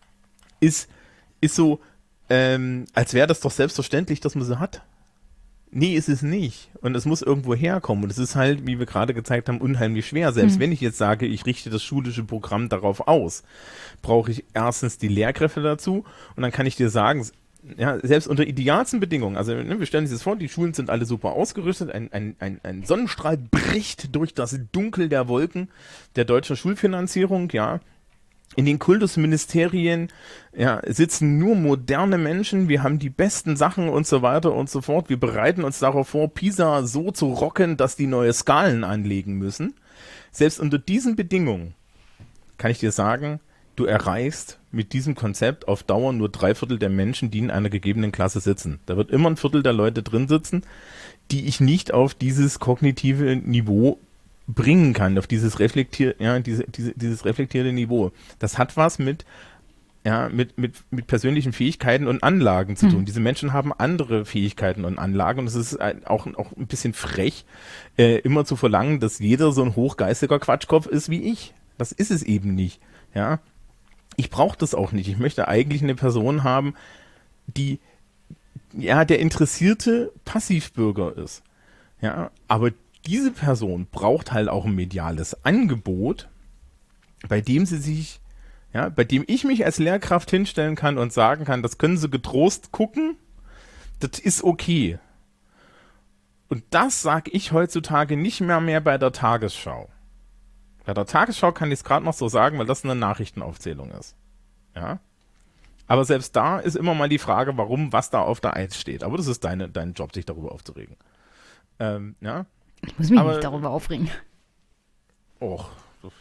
ist, ist so, ähm, als wäre das doch selbstverständlich, dass man sie hat. Nee, ist es nicht. Und es muss irgendwo herkommen. Und es ist halt, wie wir gerade gezeigt haben, unheimlich schwer. Selbst Mhm. wenn ich jetzt sage, ich richte das schulische Programm darauf aus, brauche ich erstens die Lehrkräfte dazu. Und dann kann ich dir sagen, ja, selbst unter idealsten Bedingungen, also ne, wir stellen uns jetzt vor, die Schulen sind alle super ausgerüstet, ein, ein, ein, ein Sonnenstrahl bricht durch das Dunkel der Wolken der deutschen Schulfinanzierung, ja. In den Kultusministerien ja, sitzen nur moderne Menschen, wir haben die besten Sachen und so weiter und so fort. Wir bereiten uns darauf vor, Pisa so zu rocken, dass die neue Skalen anlegen müssen. Selbst unter diesen Bedingungen kann ich dir sagen, du erreichst mit diesem Konzept auf Dauer nur drei Viertel der Menschen, die in einer gegebenen Klasse sitzen. Da wird immer ein Viertel der Leute drin sitzen, die ich nicht auf dieses kognitive Niveau bringen kann, auf dieses reflektier, ja, diese, diese, dieses reflektierte Niveau. Das hat was mit, ja, mit, mit, mit persönlichen Fähigkeiten und Anlagen zu tun. Hm. Diese Menschen haben andere Fähigkeiten und Anlagen und es ist auch, auch ein bisschen frech, äh, immer zu verlangen, dass jeder so ein hochgeistiger Quatschkopf ist wie ich. Das ist es eben nicht, ja. Ich brauche das auch nicht. Ich möchte eigentlich eine Person haben, die ja der interessierte Passivbürger ist. Ja, aber diese Person braucht halt auch ein mediales Angebot, bei dem sie sich, ja, bei dem ich mich als Lehrkraft hinstellen kann und sagen kann, das können Sie getrost gucken, das ist okay. Und das sage ich heutzutage nicht mehr mehr bei der Tagesschau. Bei der Tagesschau kann ich es gerade noch so sagen, weil das eine Nachrichtenaufzählung ist. Ja. Aber selbst da ist immer mal die Frage, warum, was da auf der Eins steht. Aber das ist deine, dein Job, sich darüber aufzuregen. Ähm, ja. Ich muss mich Aber, nicht darüber aufregen. Och.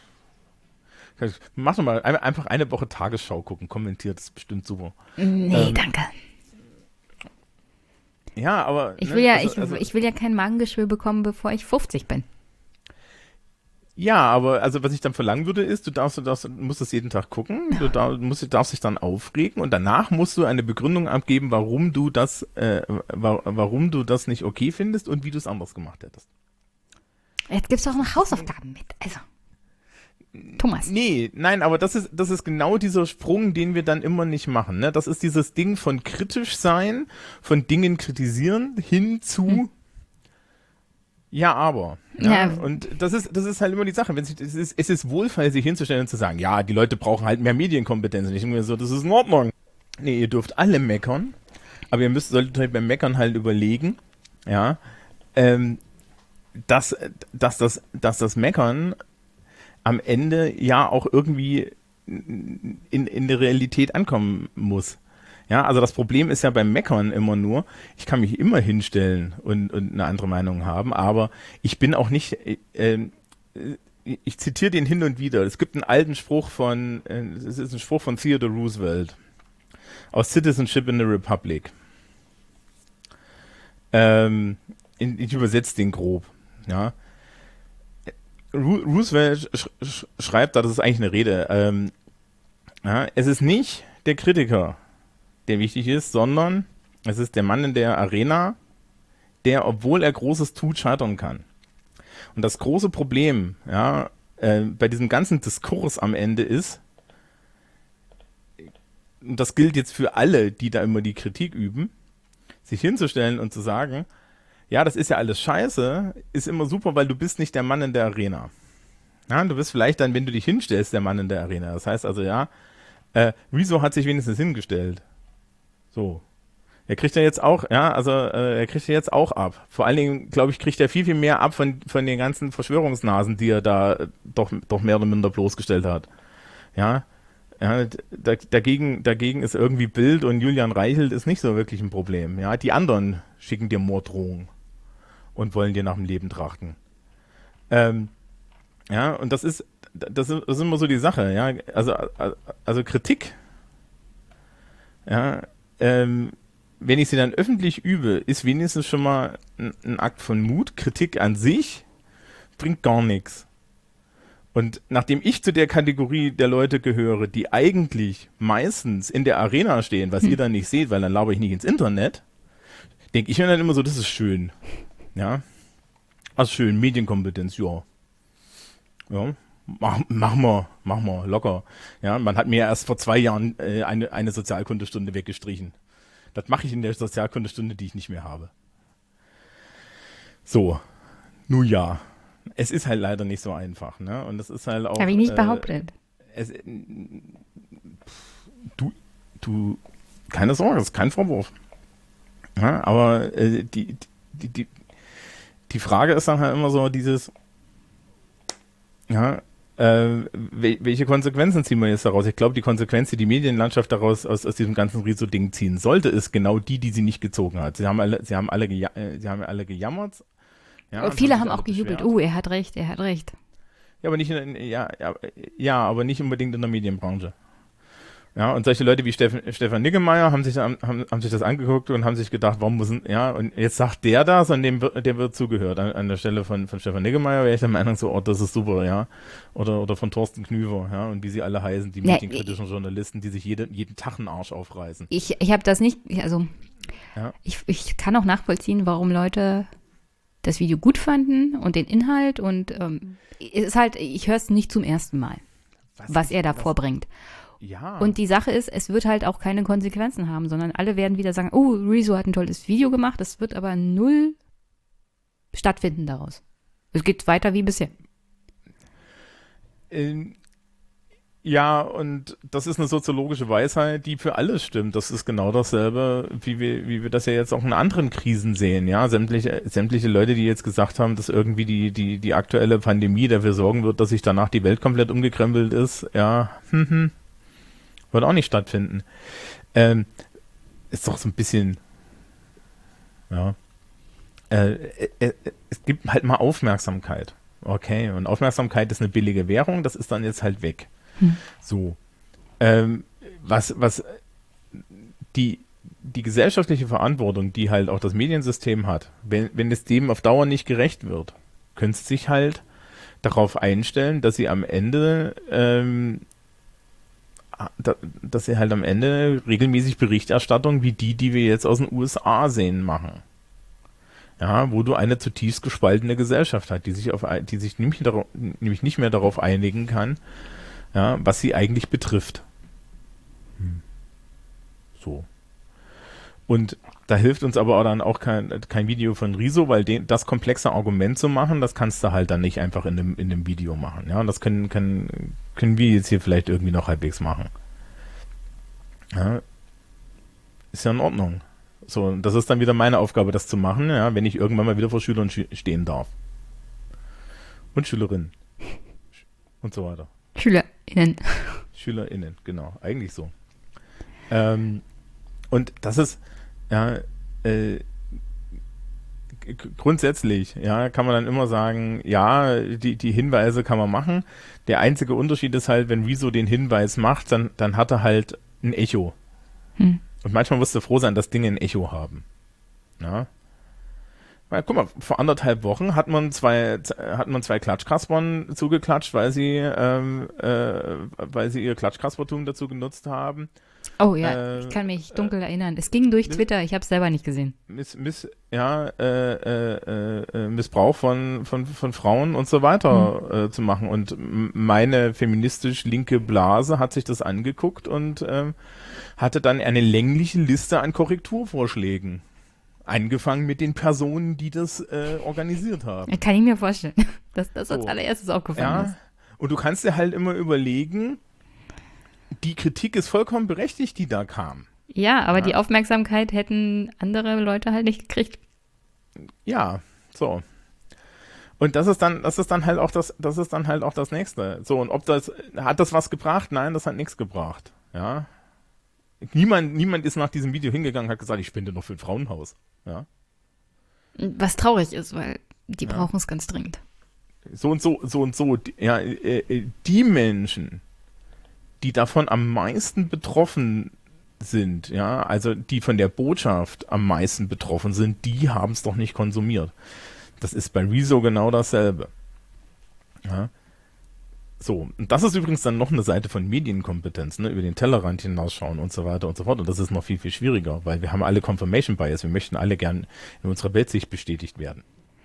Mach doch mal einfach eine Woche Tagesschau gucken, kommentiert, das ist bestimmt super. Nee, ähm, danke. Ja, aber. Ich ne, will ja, also, ich, also, ich will ja kein Magengeschwür bekommen, bevor ich fünfzig bin. Ja, aber also was ich dann verlangen würde, ist, du darfst, du darfst, musst das jeden Tag gucken, du darfst, musst, darfst dich dann aufregen und danach musst du eine Begründung abgeben, warum du das, äh, wa warum du das nicht okay findest und wie du es anders gemacht hättest. Jetzt gibt's doch noch Hausaufgaben mit. Also, Thomas. Nee, nein, aber das ist, das ist genau dieser Sprung, den wir dann immer nicht machen. Ne? Das ist dieses Ding von kritisch sein, von Dingen kritisieren, hin zu hm. ja, aber. Ja, ja. Und das ist, das ist halt immer die Sache. Wenn sich, es ist, es ist wohlfeil, sich hinzustellen und zu sagen, ja, die Leute brauchen halt mehr Medienkompetenz. Und ich denke mir so, das ist in Ordnung. Nee, ihr dürft alle meckern, aber ihr müsst, solltet euch beim Meckern halt überlegen, ja, ähm, dass, dass das, dass das Meckern am Ende ja auch irgendwie in, in der Realität ankommen muss. Ja, also das Problem ist ja beim Meckern immer nur, ich kann mich immer hinstellen und, und eine andere Meinung haben, aber ich bin auch nicht, äh, ich zitiere den hin und wieder. Es gibt einen alten Spruch von, äh, es ist ein Spruch von Theodore Roosevelt aus Citizenship in the Republic. Ähm, in, ich übersetze den grob, ja. Ro Roosevelt sch sch schreibt da, das ist eigentlich eine Rede, ähm, ja, es ist nicht der Kritiker, der wichtig ist, sondern es ist der Mann in der Arena, der, obwohl er Großes tut, scheitern kann. Und das große Problem, ja, äh, bei diesem ganzen Diskurs am Ende ist, und das gilt jetzt für alle, die da immer die Kritik üben, sich hinzustellen und zu sagen, ja, das ist ja alles scheiße, ist immer super, weil du bist nicht der Mann in der Arena. Ja, du bist vielleicht dann, wenn du dich hinstellst, der Mann in der Arena. Das heißt also, ja, äh, Rezo hat sich wenigstens hingestellt. So. Er kriegt ja jetzt auch, ja, also äh, er kriegt ja jetzt auch ab. Vor allen Dingen, glaube ich, kriegt er viel, viel mehr ab von, von den ganzen Verschwörungsnasen, die er da äh, doch, doch mehr oder minder bloßgestellt hat. Ja, ja da, dagegen, dagegen ist irgendwie Bild und Julian Reichelt ist nicht so wirklich ein Problem. Ja, die anderen schicken dir Morddrohungen und wollen dir nach dem Leben trachten. Ähm, ja, und das ist, das ist, das ist immer so die Sache, ja, also, also Kritik, ja, ähm, wenn ich sie dann öffentlich übe, ist wenigstens schon mal ein, ein Akt von Mut. Kritik an sich bringt gar nichts. Und nachdem ich zu der Kategorie der Leute gehöre, die eigentlich meistens in der Arena stehen, was hm. ihr dann nicht seht, weil dann laber ich nicht ins Internet, denke ich mir dann immer so, das ist schön. Ja, also schön, Medienkompetenz, ja. Ja, mach, mach mal, mach mal, locker. Ja, man hat mir erst vor zwei Jahren äh, eine, eine Sozialkundestunde weggestrichen. Das mache ich in der Sozialkundestunde, die ich nicht mehr habe. So, nun ja. Es ist halt leider nicht so einfach, ne? Und das ist halt auch. Habe ich nicht äh, behauptet. Es, du, du, keine Sorge, das ist kein Vorwurf. Ja, aber äh, die, die, die, die Frage ist dann halt immer so dieses, ja, äh, welche Konsequenzen ziehen wir jetzt daraus? Ich glaube, die Konsequenz, die die Medienlandschaft daraus aus, aus diesem ganzen Riso-Ding ziehen sollte, ist genau die, die sie nicht gezogen hat. Sie haben alle, sie haben alle, geja äh, sie haben alle gejammert. Ja, oh, viele haben auch gejubelt. Oh, er hat recht, er hat recht. Ja, aber nicht in, ja, ja, ja, aber nicht unbedingt in der Medienbranche. Ja, und solche Leute wie Steffen, Stefan Niggemeier haben sich, haben, haben sich das angeguckt und haben sich gedacht, warum muss, ja, und jetzt sagt der das und dem wird, dem wird zugehört. An, an der Stelle von, von Stefan Niggemeier wäre ich der Meinung so, oh, das ist super, ja. Oder, oder von Thorsten Knüver, ja, und wie sie alle heißen, die Nee, medienkritischen Journalisten, die sich jede, jeden Tag einen Arsch aufreißen. Ich, ich habe das nicht, also Ja. ich, ich kann auch nachvollziehen, warum Leute das Video gut fanden und den Inhalt und ähm, es ist halt, ich höre es nicht zum ersten Mal, was er da was- vorbringt. Ja. Und die Sache ist, es wird halt auch keine Konsequenzen haben, sondern alle werden wieder sagen, oh, Rezo hat ein tolles Video gemacht, es wird aber null stattfinden daraus. Es geht weiter wie bisher. Ähm, ja, und das ist eine soziologische Weisheit, die für alles stimmt. Das ist genau dasselbe, wie wir, wie wir das ja jetzt auch in anderen Krisen sehen. Ja, sämtliche, sämtliche Leute, die jetzt gesagt haben, dass irgendwie die, die, die aktuelle Pandemie dafür sorgen wird, dass sich danach die Welt komplett umgekrempelt ist, ja, hm, hm, wird auch nicht stattfinden. Ähm, ist doch so ein bisschen, ja, äh, äh, äh, es gibt halt mal Aufmerksamkeit. Okay, und Aufmerksamkeit ist eine billige Währung, das ist dann jetzt halt weg. Hm. So. Ähm, was, was die, die gesellschaftliche Verantwortung, die halt auch das Mediensystem hat, wenn, wenn es dem auf Dauer nicht gerecht wird, können sie sich halt darauf einstellen, dass sie am Ende, ähm, da, dass sie halt am Ende regelmäßig Berichterstattung wie die, die wir jetzt aus den U S A sehen, machen. Ja, wo du eine zutiefst gespaltene Gesellschaft hast, die sich auf, die sich nämlich, darauf, nämlich nicht mehr darauf einigen kann, ja, was sie eigentlich betrifft. Hm. So. Und da hilft uns aber auch dann auch kein, kein Video von Rezo, weil den, das komplexe Argument zu machen, das kannst du halt dann nicht einfach in einem, in einem Video machen. Ja, und das können, können, können wir jetzt hier vielleicht irgendwie noch halbwegs machen. Ja, ist ja in Ordnung. So, und das ist dann wieder meine Aufgabe, das zu machen, ja, wenn ich irgendwann mal wieder vor Schülern stehen darf. Und Schülerinnen. Und so weiter. SchülerInnen. SchülerInnen, genau, eigentlich so. Ähm, und das ist, ja, äh, g- grundsätzlich, ja, kann man dann immer sagen, ja, die, die Hinweise kann man machen. Der einzige Unterschied ist halt, wenn Rezo den Hinweis macht, dann, dann hat er halt ein Echo. Hm. Und manchmal musst du froh sein, dass Dinge ein Echo haben. Ja. Weil, guck mal, vor anderthalb Wochen hat man zwei, hat man zwei Klatschkaspern zugeklatscht, weil sie, ähm, äh, weil sie ihr Klatschkaspertum dazu genutzt haben. Oh ja, Äh, ich kann mich dunkel erinnern. Es ging durch Twitter, ich habe es selber nicht gesehen. Miss, Miss, ja, äh, äh, äh, Missbrauch von, von, von Frauen und so weiter Hm. äh, zu machen. Und m- meine feministisch linke Blase hat sich das angeguckt und ähm, hatte dann eine längliche Liste an Korrekturvorschlägen. Angefangen mit den Personen, die das äh, organisiert haben. Kann ich mir vorstellen, dass das als So. allererstes aufgefallen Ja, ist. und du kannst dir halt immer überlegen, die Kritik ist vollkommen berechtigt, die da kam. Ja, aber Ja. die Aufmerksamkeit hätten andere Leute halt nicht gekriegt. Ja, so. Und das ist dann, das ist dann halt auch das, das ist dann halt auch das Nächste. So, und ob das, hat das was gebracht? Nein, das hat nichts gebracht. Ja. Niemand, niemand ist nach diesem Video hingegangen und hat gesagt, ich spende noch für ein Frauenhaus. Ja. Was traurig ist, weil die Ja. brauchen es ganz dringend. So und so, so und so. Die- Ja, äh, äh, die Menschen, die davon am meisten betroffen sind, ja, also die von der Botschaft am meisten betroffen sind, die haben es doch nicht konsumiert. Das ist bei Rezo genau dasselbe. Ja. So, und das ist übrigens dann noch eine Seite von Medienkompetenz, ne, über den Tellerrand hinausschauen und so weiter und so fort. Und das ist noch viel, viel schwieriger, weil wir haben alle Confirmation Bias. Wir möchten alle gern in unserer Weltsicht bestätigt werden.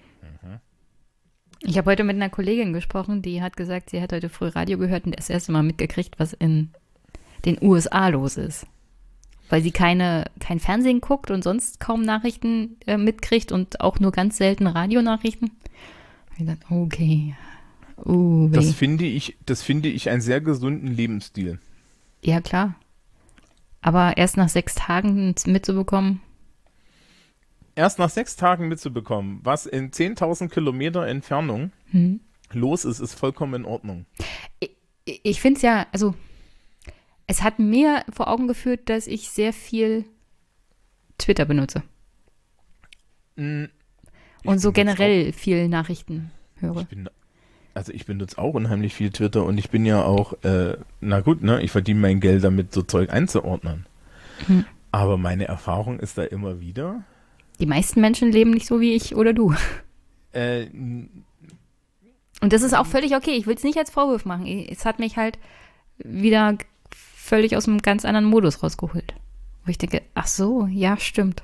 Ich habe heute mit einer Kollegin gesprochen, die hat gesagt, sie hat heute früh Radio gehört und das erste Mal mitgekriegt, was in den U S A los ist. Weil sie keine, kein Fernsehen guckt und sonst kaum Nachrichten äh, mitkriegt und auch nur ganz selten Radionachrichten. Ich dachte, okay. Uh, weh. Das finde ich, das finde ich einen sehr gesunden Lebensstil. Ja, klar. Aber erst nach sechs Tagen mitzubekommen, Erst nach sechs Tagen mitzubekommen, was in zehntausend Kilometer Entfernung hm. los ist, ist vollkommen in Ordnung. Ich, ich finde es ja, also es hat mir vor Augen geführt, dass ich sehr viel Twitter benutze Mm, ich und so bin jetzt generell viel Nachrichten auch- höre. Ich bin, Also ich benutze auch unheimlich viel Twitter und ich bin ja auch, äh, na gut, ne, ich verdiene mein Geld damit, so Zeug einzuordnen. Hm. Aber meine Erfahrung ist da immer wieder, Die meisten Menschen leben nicht so wie ich oder du. äh, Und das ist auch völlig okay. Ich will es nicht als Vorwurf machen. Es hat mich halt wieder völlig aus einem ganz anderen Modus rausgeholt. Wo ich denke, ach so, ja, stimmt.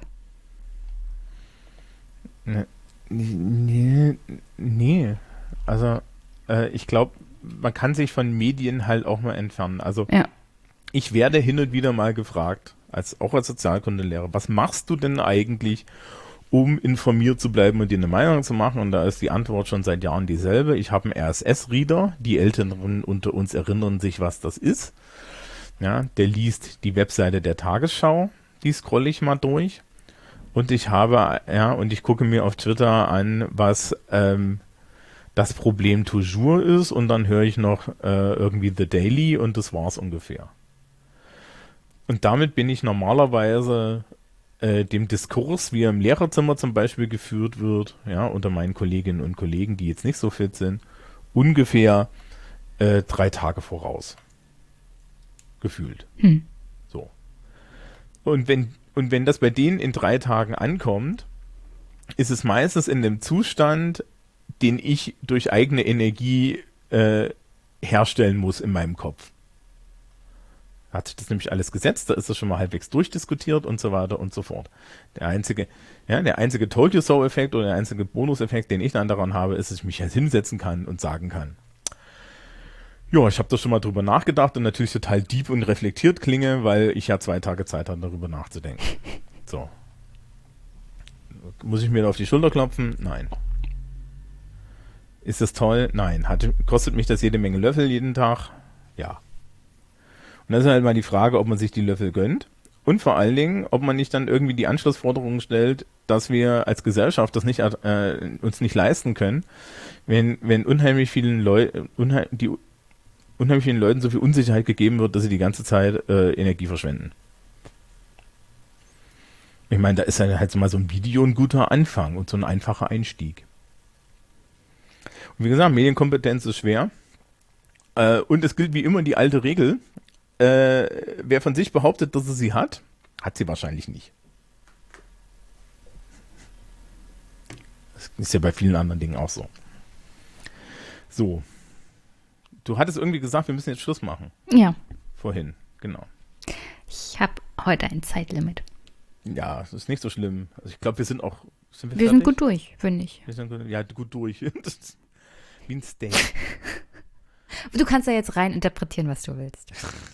ne, nee, nee, also äh, ich glaube, man kann sich von Medien halt auch mal entfernen. Also Ja. ich werde hin und wieder mal gefragt, als auch als Sozialkundelehrer, was machst du denn eigentlich, um informiert zu bleiben und dir eine Meinung zu machen? Und da ist die Antwort schon seit Jahren dieselbe. Ich habe einen R S S-Reader. Die Älteren unter uns erinnern sich, was das ist. Ja, der liest die Webseite der Tagesschau. Die scrolle ich mal durch. Und ich habe, ja, und ich gucke mir auf Twitter an, was ähm, das Problem toujours ist. Und dann höre ich noch äh, irgendwie The Daily und das war's ungefähr. Und damit bin ich normalerweise äh, dem Diskurs, wie er im Lehrerzimmer zum Beispiel geführt wird, ja, unter meinen Kolleginnen und Kollegen, die jetzt nicht so fit sind, ungefähr äh, drei Tage voraus. Gefühlt. Hm. So. Und wenn, und wenn das bei denen in drei Tagen ankommt, ist es meistens in dem Zustand, den ich durch eigene Energie äh, herstellen muss in meinem Kopf. Hat sich das nämlich alles gesetzt, da ist das schon mal halbwegs durchdiskutiert und so weiter und so fort. Der einzige, ja, der einzige Told You So-Effekt oder der einzige Bonus-Effekt, den ich dann daran habe, ist, dass ich mich halt hinsetzen kann und sagen kann. Ja, ich habe da schon mal drüber nachgedacht und natürlich total deep und reflektiert klinge, weil ich ja zwei Tage Zeit hatte, darüber nachzudenken. So. Muss ich mir da auf die Schulter klopfen? Nein. Ist das toll? Nein. Hat, kostet mich das jede Menge Löffel jeden Tag? Ja. Und das ist halt mal die Frage, ob man sich die Löffel gönnt und vor allen Dingen, ob man nicht dann irgendwie die Anschlussforderung stellt, dass wir als Gesellschaft das nicht äh, uns nicht leisten können, wenn wenn unheimlich vielen Leuten unheim, die unheimlich vielen Leuten so viel Unsicherheit gegeben wird, dass sie die ganze Zeit äh, Energie verschwenden. Ich meine, da ist halt so mal so ein Video ein guter Anfang und so ein einfacher Einstieg. Und wie gesagt, Medienkompetenz ist schwer. Äh, und es gilt wie immer die alte Regel. Äh, wer von sich behauptet, dass er sie hat, hat sie wahrscheinlich nicht. Das ist ja bei vielen anderen Dingen auch so. So. Du hattest irgendwie gesagt, wir müssen jetzt Schluss machen. Ja. Vorhin, genau. Ich habe heute ein Zeitlimit. Ja, das ist nicht so schlimm. Also ich glaube, wir sind auch. Sind wir Wir fertig? sind gut durch, finde ich. Wir sind gut, ja, gut durch. Das ist wie ein Steak. Du kannst ja jetzt rein interpretieren, was du willst.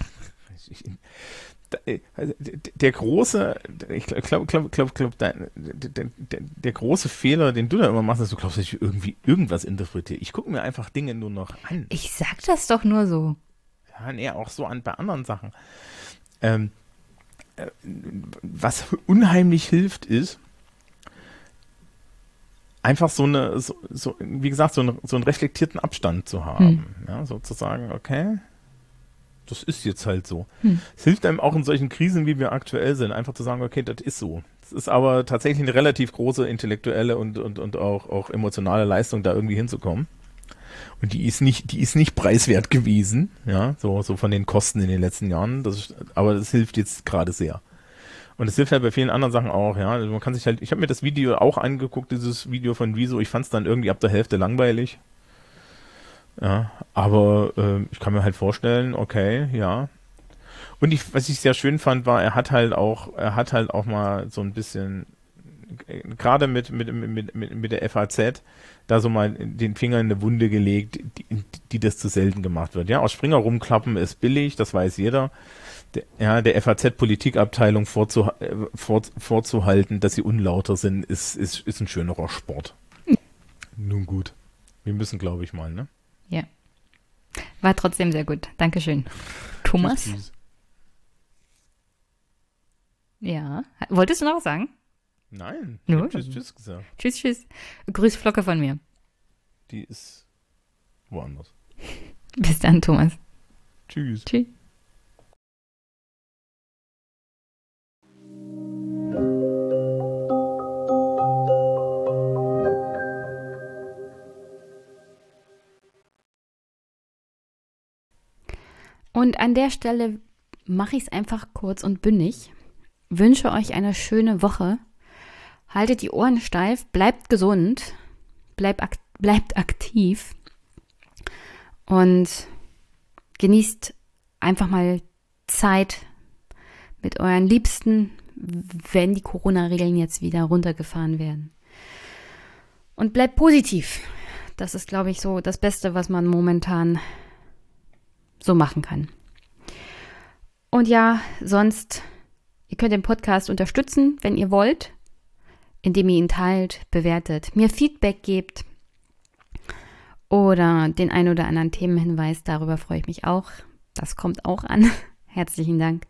Der große, ich glaube, glaube, glaube, glaube, der, der, der große Fehler, den du da immer machst, ist, du glaubst, dass ich irgendwie irgendwas interpretiere. Ich gucke mir einfach Dinge nur noch an. Ich sag das doch nur so. Ja, nee, auch so an bei anderen Sachen. Ähm, äh, was unheimlich hilft, ist, einfach so eine, so, so, wie gesagt, so, eine, so einen reflektierten Abstand zu haben. Hm. Ja, sozusagen, okay, das ist jetzt halt so. Hm. Es hilft einem auch in solchen Krisen, wie wir aktuell sind, einfach zu sagen, okay, das ist so. Es ist aber tatsächlich eine relativ große intellektuelle und, und, und auch, auch emotionale Leistung, da irgendwie hinzukommen. Und die ist nicht, die ist nicht preiswert gewesen, ja, so, so von den Kosten in den letzten Jahren. Das ist, aber das hilft jetzt gerade sehr. Und es hilft halt bei vielen anderen Sachen auch, ja. Also man kann sich halt, ich habe mir das Video auch angeguckt, dieses Video von Wieso. Ich fand es dann irgendwie ab der Hälfte langweilig. Ja, aber äh, ich kann mir halt vorstellen, okay, ja. Und ich, was ich sehr schön fand, war, er hat halt auch, er hat halt auch mal so ein bisschen, gerade mit, mit, mit, mit, mit der F A Z, da so mal den Finger in eine Wunde gelegt, die, die das zu selten gemacht wird. Ja, aus Springer rumklappen ist billig, das weiß jeder. Der, ja, der F A Z-Politikabteilung vorzu, äh, vor, vorzuhalten, dass sie unlauter sind, ist, ist, ist ein schönerer Sport. Mhm. Nun gut. Wir müssen, glaube ich, mal, ne? Ja. War trotzdem sehr gut. Dankeschön. Thomas? Tschüss, tschüss. Ja. Wolltest du noch was sagen? Nein. Ich hab tschüss, tschüss gesagt. Tschüss, tschüss. Grüß Flocke von mir. Die ist woanders. Bis dann, Thomas. Tschüss. Tschüss. Und an der Stelle mache ich es einfach kurz und bündig. Wünsche euch eine schöne Woche. Haltet die Ohren steif, bleibt gesund, bleibt, ak- bleibt aktiv und genießt einfach mal Zeit mit euren Liebsten, wenn die Corona-Regeln jetzt wieder runtergefahren werden. Und bleibt positiv. Das ist, glaube ich, so das Beste, was man momentan so machen kann. Und ja, sonst, ihr könnt den Podcast unterstützen, wenn ihr wollt, indem ihr ihn teilt, bewertet, mir Feedback gebt oder den ein oder anderen Themenhinweis. Darüber freue ich mich auch. Das kommt auch an. Herzlichen Dank.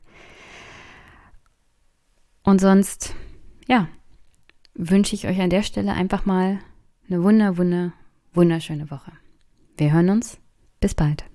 Und sonst, ja, wünsche ich euch an der Stelle einfach mal eine wunder, wunder, wunderschöne Woche. Wir hören uns. Bis bald.